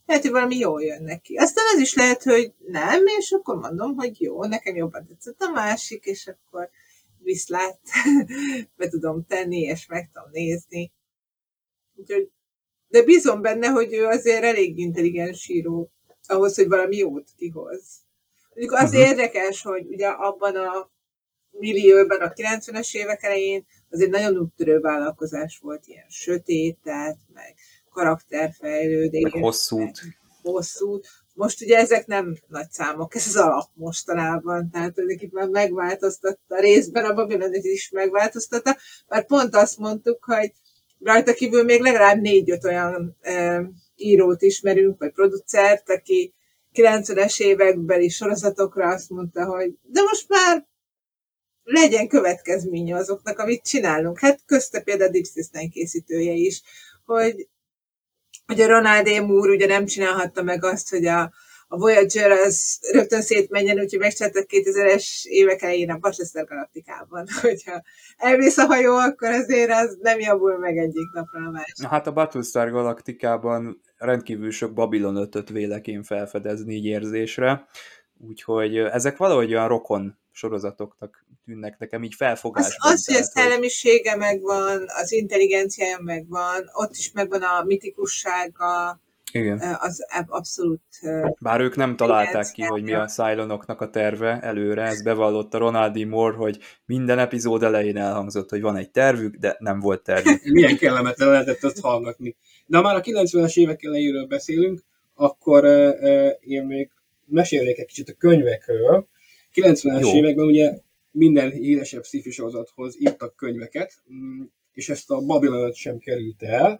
lehet, hogy valami jól jön neki. Aztán az is lehet, hogy nem, és akkor mondom, hogy jó, nekem jobban tetszett a másik, és akkor viszlát be tudom tenni, és meg tudom nézni. Úgyhogy, de bízom benne, hogy ő azért elég intelligens író ahhoz, hogy valami jót kihoz. Mondjuk az érdekes, hogy ugye abban a millióban a 90-es évek elején azért nagyon úttörő vállalkozás volt, ilyen sötétet, meg karakterfejlődés. Meg hosszút. Most ugye ezek nem nagy számok, ez az alap mostanában, tehát ezeket már megváltoztatta, részben a Babylon is megváltoztatta, mert pont azt mondtuk, hogy rajta kívül még legalább 4-5 olyan írót ismerünk, vagy producert, aki 90-es évekbeli sorozatokra azt mondta, hogy de most már legyen következménye azoknak, amit csinálunk. Hát közte például a Deep Space Nine készítője is, hogy a Ronald D. Moore ugye nem csinálhatta meg azt, hogy a Voyager az rögtön szétmenjen, úgyhogy megcsináltak 2000-es évek elején a Battlestar Galacticában. Hogyha elvész a hajó, akkor azért az nem javul meg egyik napra a másik. Hát a Battlestar Galacticában rendkívül sok Babylon 5-öt vélek én felfedezni így érzésre, úgyhogy ezek valahogy olyan rokon sorozatoknak tűnnek nekem így felfogásban. Az, hogy a szellemisége megvan, az intelligenciája megvan, ott is megvan a mitikussága, igen. Az abszolút... Bár ők nem találták ki, hogy mi a Cylonoknak a terve előre, ez bevallotta Ronald D. Moore, hogy minden epizód elején elhangzott, hogy van egy tervük, de nem volt tervük. Milyen kellemetlen lehetett azt hallgatni. De ha már a 90-es évek elejéről beszélünk, akkor én még mesélnék egy kicsit a könyvekről. 90-es években ugye minden híresebb sci-fi sorozathoz írtak könyveket, és ezt a Babylon sem került el.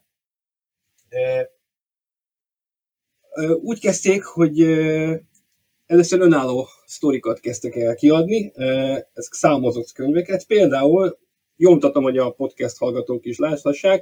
Úgy kezdték, hogy először önálló sztorikat kezdtek el kiadni, ezek számozott könyveket. Például, nyomtatom, hogy a podcast hallgatók is láthassák,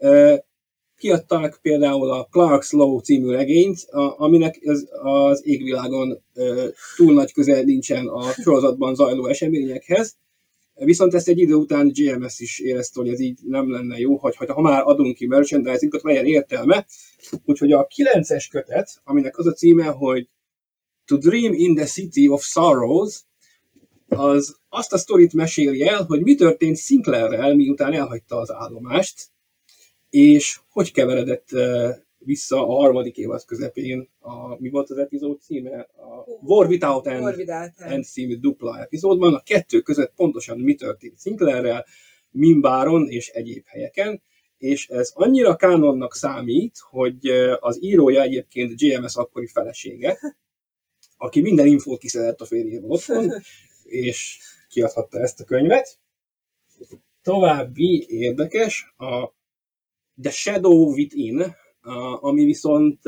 kiadták például a Clark's Law című regényt, aminek az égvilágon túl nagy közel nincsen a sorozatban zajló eseményekhez. Viszont ezt egy idő után GMS is érezte, hogy ez így nem lenne jó, hogy ha már adunk ki merchandisingot, legyen értelme. Úgyhogy a 9-es kötet, aminek az a címe, hogy To Dream in the City of Sorrows, az azt a sztorit meséli el, hogy mi történt Sinclairrel, miután elhagyta az állomást, és hogy keveredett vissza a harmadik évad közepén, mi volt az epizód címe? A War Without End című dupla epizódban. A kettő között pontosan mi történt Sinclairrel, Minbaron és egyéb helyeken, és ez annyira kánonnak számít, hogy az írója egyébként GMS akkori felesége, aki minden infót kiszedett a férjéből otthon, és kiadhatta ezt a könyvet. További érdekes, a The Shadow Within, ami viszont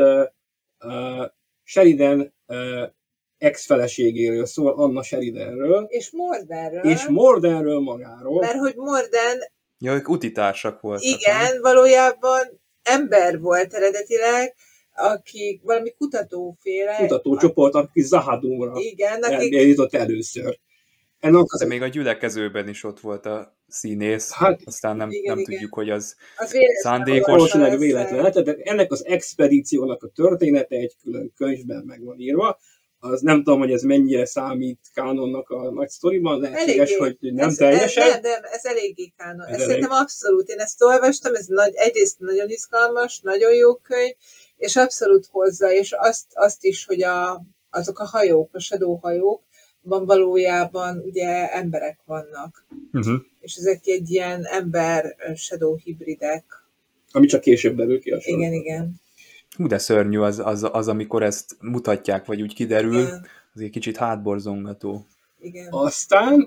Sheridan ex-feleségéről szól, Anna Sheridanről. És Mordenről magáról. Mert hogy Morden... Ja, ők utitársak voltak. Igen, nem? Valójában ember volt eredetileg, aki valami kutatócsoport, aki Zahadumra eljutott először. De még a Gyülekezőben is ott volt a színész, aztán nem tudjuk, hogy az szándékos. Valószínűleg véletlen. Tehát ennek az expedíciónak a története egy külön könyvben meg van írva. Az nem tudom, hogy ez mennyire számít kánonnak a nagy sztoriban, lehetséges, hogy nem teljesen. Nem, ez eléggé kánon. Ez szerintem abszolút. Én ezt olvastam, ez egyrészt nagyon izgalmas, nagyon jó könyv, és abszolút hozza, és azt is, hogy azok a hajók, a Shadow hajók, valójában ugye emberek vannak. És ezek egy ilyen ember-shadow hibridek. Ami csak később derül ki a sorozatban. Igen. Hú, de szörnyű az, amikor ezt mutatják, vagy úgy kiderül, az egy kicsit hátborzongató. Igen. Aztán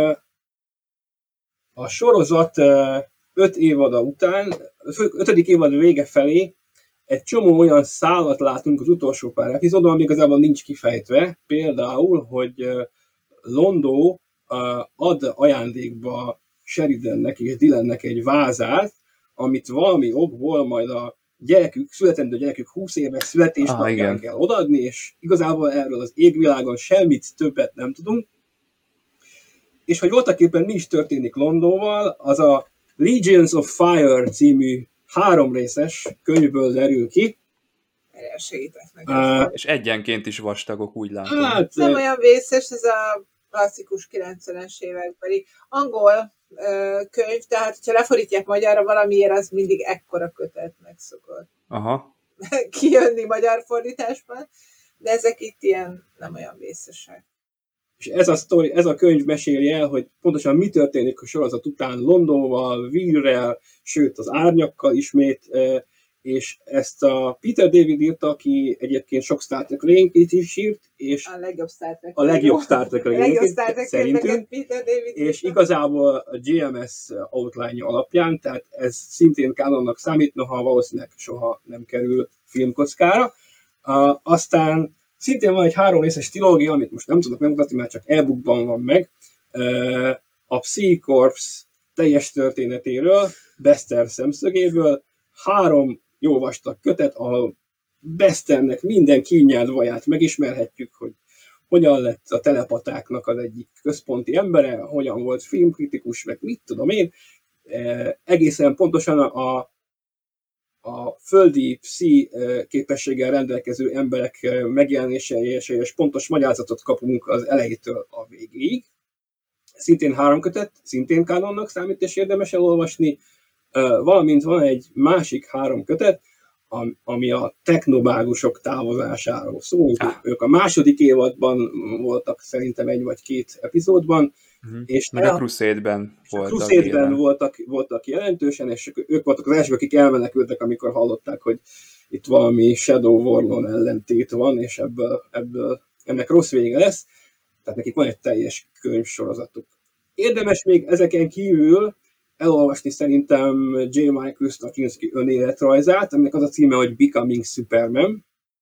a sorozat 5 évada után, 5. évad vége felé egy csomó olyan szálat látunk az utolsó pár epizódban, ami igazából nincs kifejtve. Például, hogy Londo ad ajándékba Sheridannek és Dylannek egy vázát, amit valami okból majd a születendő gyerekük 20 éves születésnapján kell odaadni, és igazából erről az égvilágon semmit többet nem tudunk. És hogy voltaképpen mi is történik Londóval, az a Legions of Fire című 3 részes könyvből derül ki. Segítek nekem. És egyenként is vastagok, úgy látom. Hát, nem olyan vészes, ez a klasszikus 90-es évekbeli angol könyv, tehát ha lefordítják magyarra valamiért, az mindig ekkora kötetnek szokott kijönni magyar fordításban, de ezek itt ilyen nem olyan vészesek. És ez a könyv meséli el, hogy pontosan mi történik a sorozat után Londonval, Weirrel, sőt az Árnyakkal ismét, és ezt a Peter David írta, aki egyébként sok Star Trek regényét is írt, és a legjobb Star Trek. A legjobb Star Trek regényét szerintünk, Peter David és igazából a GMS outline alapján, tehát ez szintén kánonnak számít, noha valószínűleg soha nem kerül filmkockára. Aztán szintén van egy 3 részes trilógia, amit most nem tudok megmutatni, mert csak e-bookban van meg, a Psi-Corps teljes történetéről, Bester szemszögéből, 3 jó vastag kötet, ahol Besternek minden kínját vaját megismerhetjük, hogy hogyan lett a telepatáknak az egyik központi embere, hogyan volt filmkritikus, meg mit tudom én. Egészen pontosan a földi psi képességgel rendelkező emberek megjelenéséhez és pontos magyarázatot kapunk az elejétől a végéig. Szintén 3 kötet, szintén kánonnak számít, és érdemes elolvasni. Valamint van egy másik 3 kötet, ami a technobágusok távozásáról szól. Ők a második évadban voltak szerintem 1 vagy 2 epizódban. És meg a Crusade-ben voltak jelentősen, és ők voltak az elsők, akik elmenekültek, amikor hallották, hogy itt valami Shadow Warlord ellentét van, és ebből ennek rossz vége lesz. Tehát nekik van egy teljes könyvsorozatuk. Érdemes még ezeken kívül elolvasni szerintem J. Michael Straczynski önéletrajzát, aminek az a címe, hogy Becoming Superman,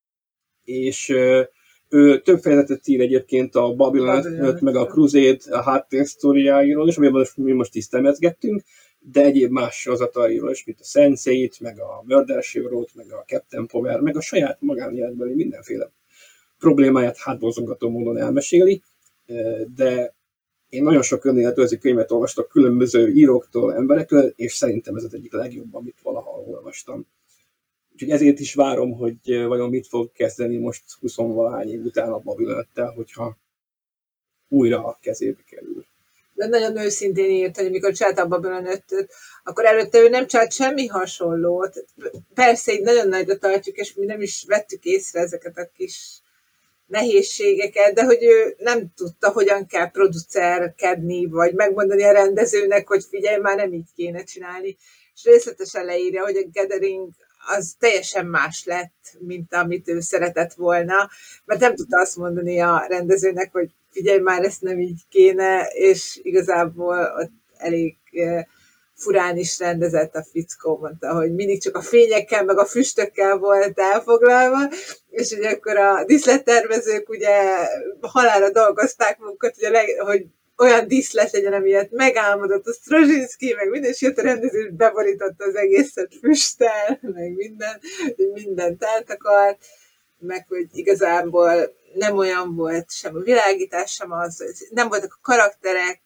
és ő több fejezetet ír egyébként a Babylon 5 meg a Crusade a háttérsztoriáiról is, amiben mi most tisztelmezgettünk, de egyéb más sorozatairól is, mint a Sense8, meg a Murder She Wrote, meg a Captain Power, meg a saját magánéletbeli mindenféle problémáját hátborzongató módon elmeséli, de én nagyon sok önéletrajzi könyvet olvastam különböző íróktól, emberektől, és szerintem ez az egyik legjobb, amit valaha olvastam. Úgyhogy ezért is várom, hogy vajon mit fog kezdeni most 20-valahány év után a Babylon 5-tel, hogyha újra a kezébe kerül. De nagyon őszintén írt, hogy amikor csinálta a Babylon 5-öt, akkor előtte ő nem csinált semmi hasonlót. Persze, így nagyon nagyra tartjuk, és mi nem is vettük észre ezeket a kis nehézségeket, de hogy ő nem tudta, hogyan kell producerkedni, vagy megmondani a rendezőnek, hogy figyelj, már nem így kéne csinálni. És részletesen leírja, hogy a Gathering az teljesen más lett, mint amit ő szeretett volna, mert nem tudta azt mondani a rendezőnek, hogy figyelj, már ezt nem így kéne, és igazából ott elég furán is rendezett a fickó, mondta, hogy mindig csak a fényekkel, meg a füstökkel volt elfoglalva, és hogy akkor a díszlettervezők ugye halálra dolgozták magukat, hogy olyan díszlet legyen, amilyet megálmodott a Straczynski, meg minden, és jött a rendező, beborította az egészet füsttel, meg mindent eltakart, meg hogy igazából nem olyan volt sem a világítás, sem az, nem voltak a karakterek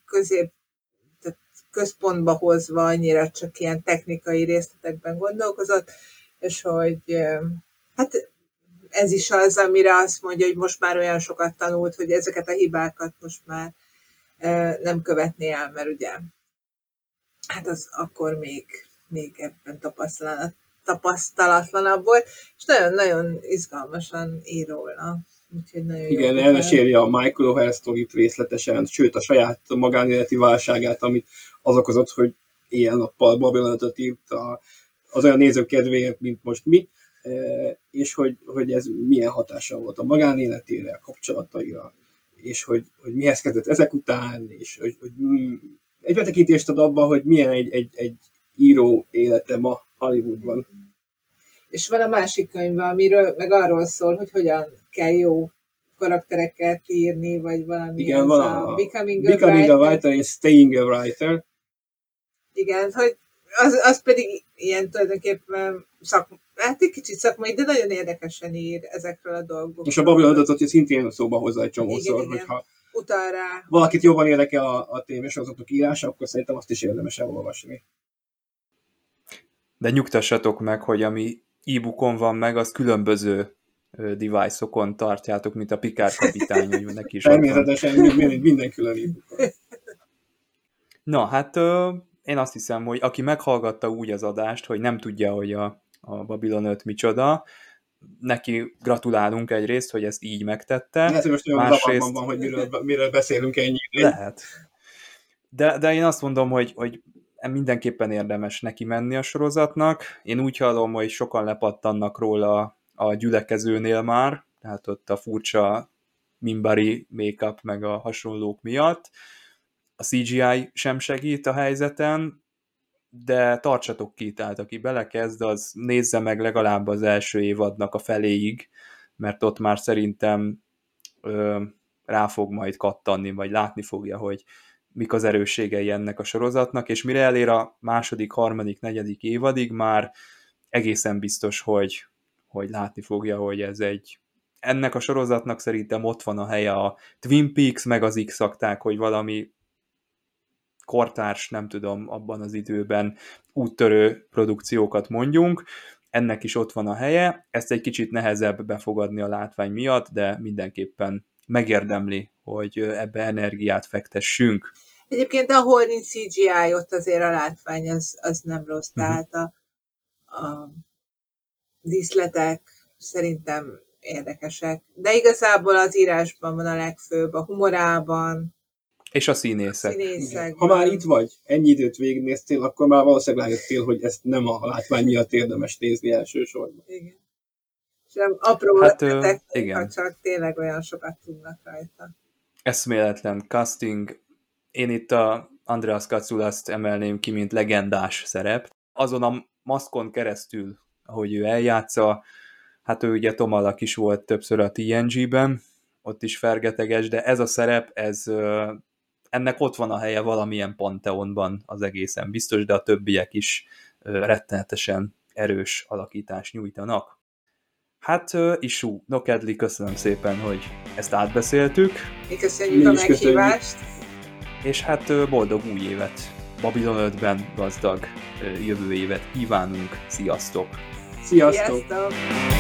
központba hozva, annyira csak ilyen technikai részletekben gondolkozott, és hogy hát ez is az, amire azt mondja, hogy most már olyan sokat tanult, hogy ezeket a hibákat most már nem követné el, mert ugye hát az akkor még ebben tapasztalatlanabb volt, és nagyon-nagyon izgalmasan ír róla. Igen, elmeséli a Michael O'Hare sztorit részletesen, sőt a saját magánéleti válságát, amit az okozott, hogy éjjel-nappal Babylon 5-öt írt az olyan nézők kedvéért, mint most mi, és hogy ez milyen hatással volt a magánéletére, a kapcsolataira, és hogy mihez kezdett ezek után, és hogy egy betekintést ad abba, hogy milyen egy író élete ma Hollywoodban. És van a másik könyve, amiről meg arról szól, hogy hogyan kell jó karaktereket írni, vagy valami. Igen, van a Becoming a Writer és Staying a Writer. Igen, hogy az pedig ilyen tulajdonképpen hát egy kicsit szakmai, de nagyon érdekesen ír ezekről a dolgokról. És a Babylon 5-öt szintén szóba hozza egy csomószor, hogyha utal rá. Valakit jobban érdekel a tévésorozatok írása, akkor szerintem azt is érdemes elolvasni. De nyugtassatok meg, hogy ami e-bookon van meg, az különböző device-okon tartjátok, mint a Picard kapitány, hogy neki is természetesen minden külön e-bookon. Na, hát én azt hiszem, hogy aki meghallgatta úgy az adást, hogy nem tudja, hogy a Babylon 5 micsoda, neki gratulálunk egyrészt, hogy ezt így megtette. Lehet, hogy most olyan zavarban van, hogy miről beszélünk ennyi. Lehet. De én azt mondom, hogy mindenképpen érdemes neki menni a sorozatnak. Én úgy hallom, hogy sokan lepattannak róla a gyülekezőnél már, tehát ott a furcsa Minbari make-up meg a hasonlók miatt. A CGI sem segít a helyzeten, de tartsatok ki, tehát aki belekezd, az nézze meg legalább az első évadnak a feléig, mert ott már szerintem rá fog majd kattanni, vagy látni fogja, hogy mik az erősségei ennek a sorozatnak, és mire elér a második, harmadik, negyedik évadig, már egészen biztos, hogy látni fogja, hogy ez ennek a sorozatnak szerintem ott van a helye a Twin Peaks, meg az X-akták, hogy valami kortárs, nem tudom, abban az időben úttörő produkciókat mondjunk, ennek is ott van a helye, ezt egy kicsit nehezebb befogadni a látvány miatt, de mindenképpen megérdemli, hogy ebbe energiát fektessünk. Egyébként ahol nincs CGI, ott azért a látvány az nem rossz, tehát a díszletek szerintem érdekesek, de igazából az írásban van a legfőbb, a humorában, és a színészek. Ha már itt vagy, ennyi időt végignéztél, akkor már valószínűleg rájöttél, hogy ezt nem a látvány miatt érdemes nézni elsősorban. Igen. Sem apró ötletek, csak tényleg olyan sokat tudnak rajta. Eszméletlen casting. Én itt a Andreas Katsulaszt emelném ki, mint legendás szerep. Azon a maszkon keresztül, ahogy ő eljátsza, hát ő ugye Tom Alak is volt többször a TNG-ben, ott is fergeteges, de ez a szerep, ennek ott van a helye valamilyen panteonban, az egészen biztos, de a többiek is rettenetesen erős alakítást nyújtanak. Hát, Isu, Nokedli, köszönöm szépen, hogy ezt átbeszéltük. Mi köszönjük a meghívást. És hát boldog új évet, Babylon 5-ben gazdag jövő évet kívánunk. Sziasztok! Sziasztok! Sziasztok.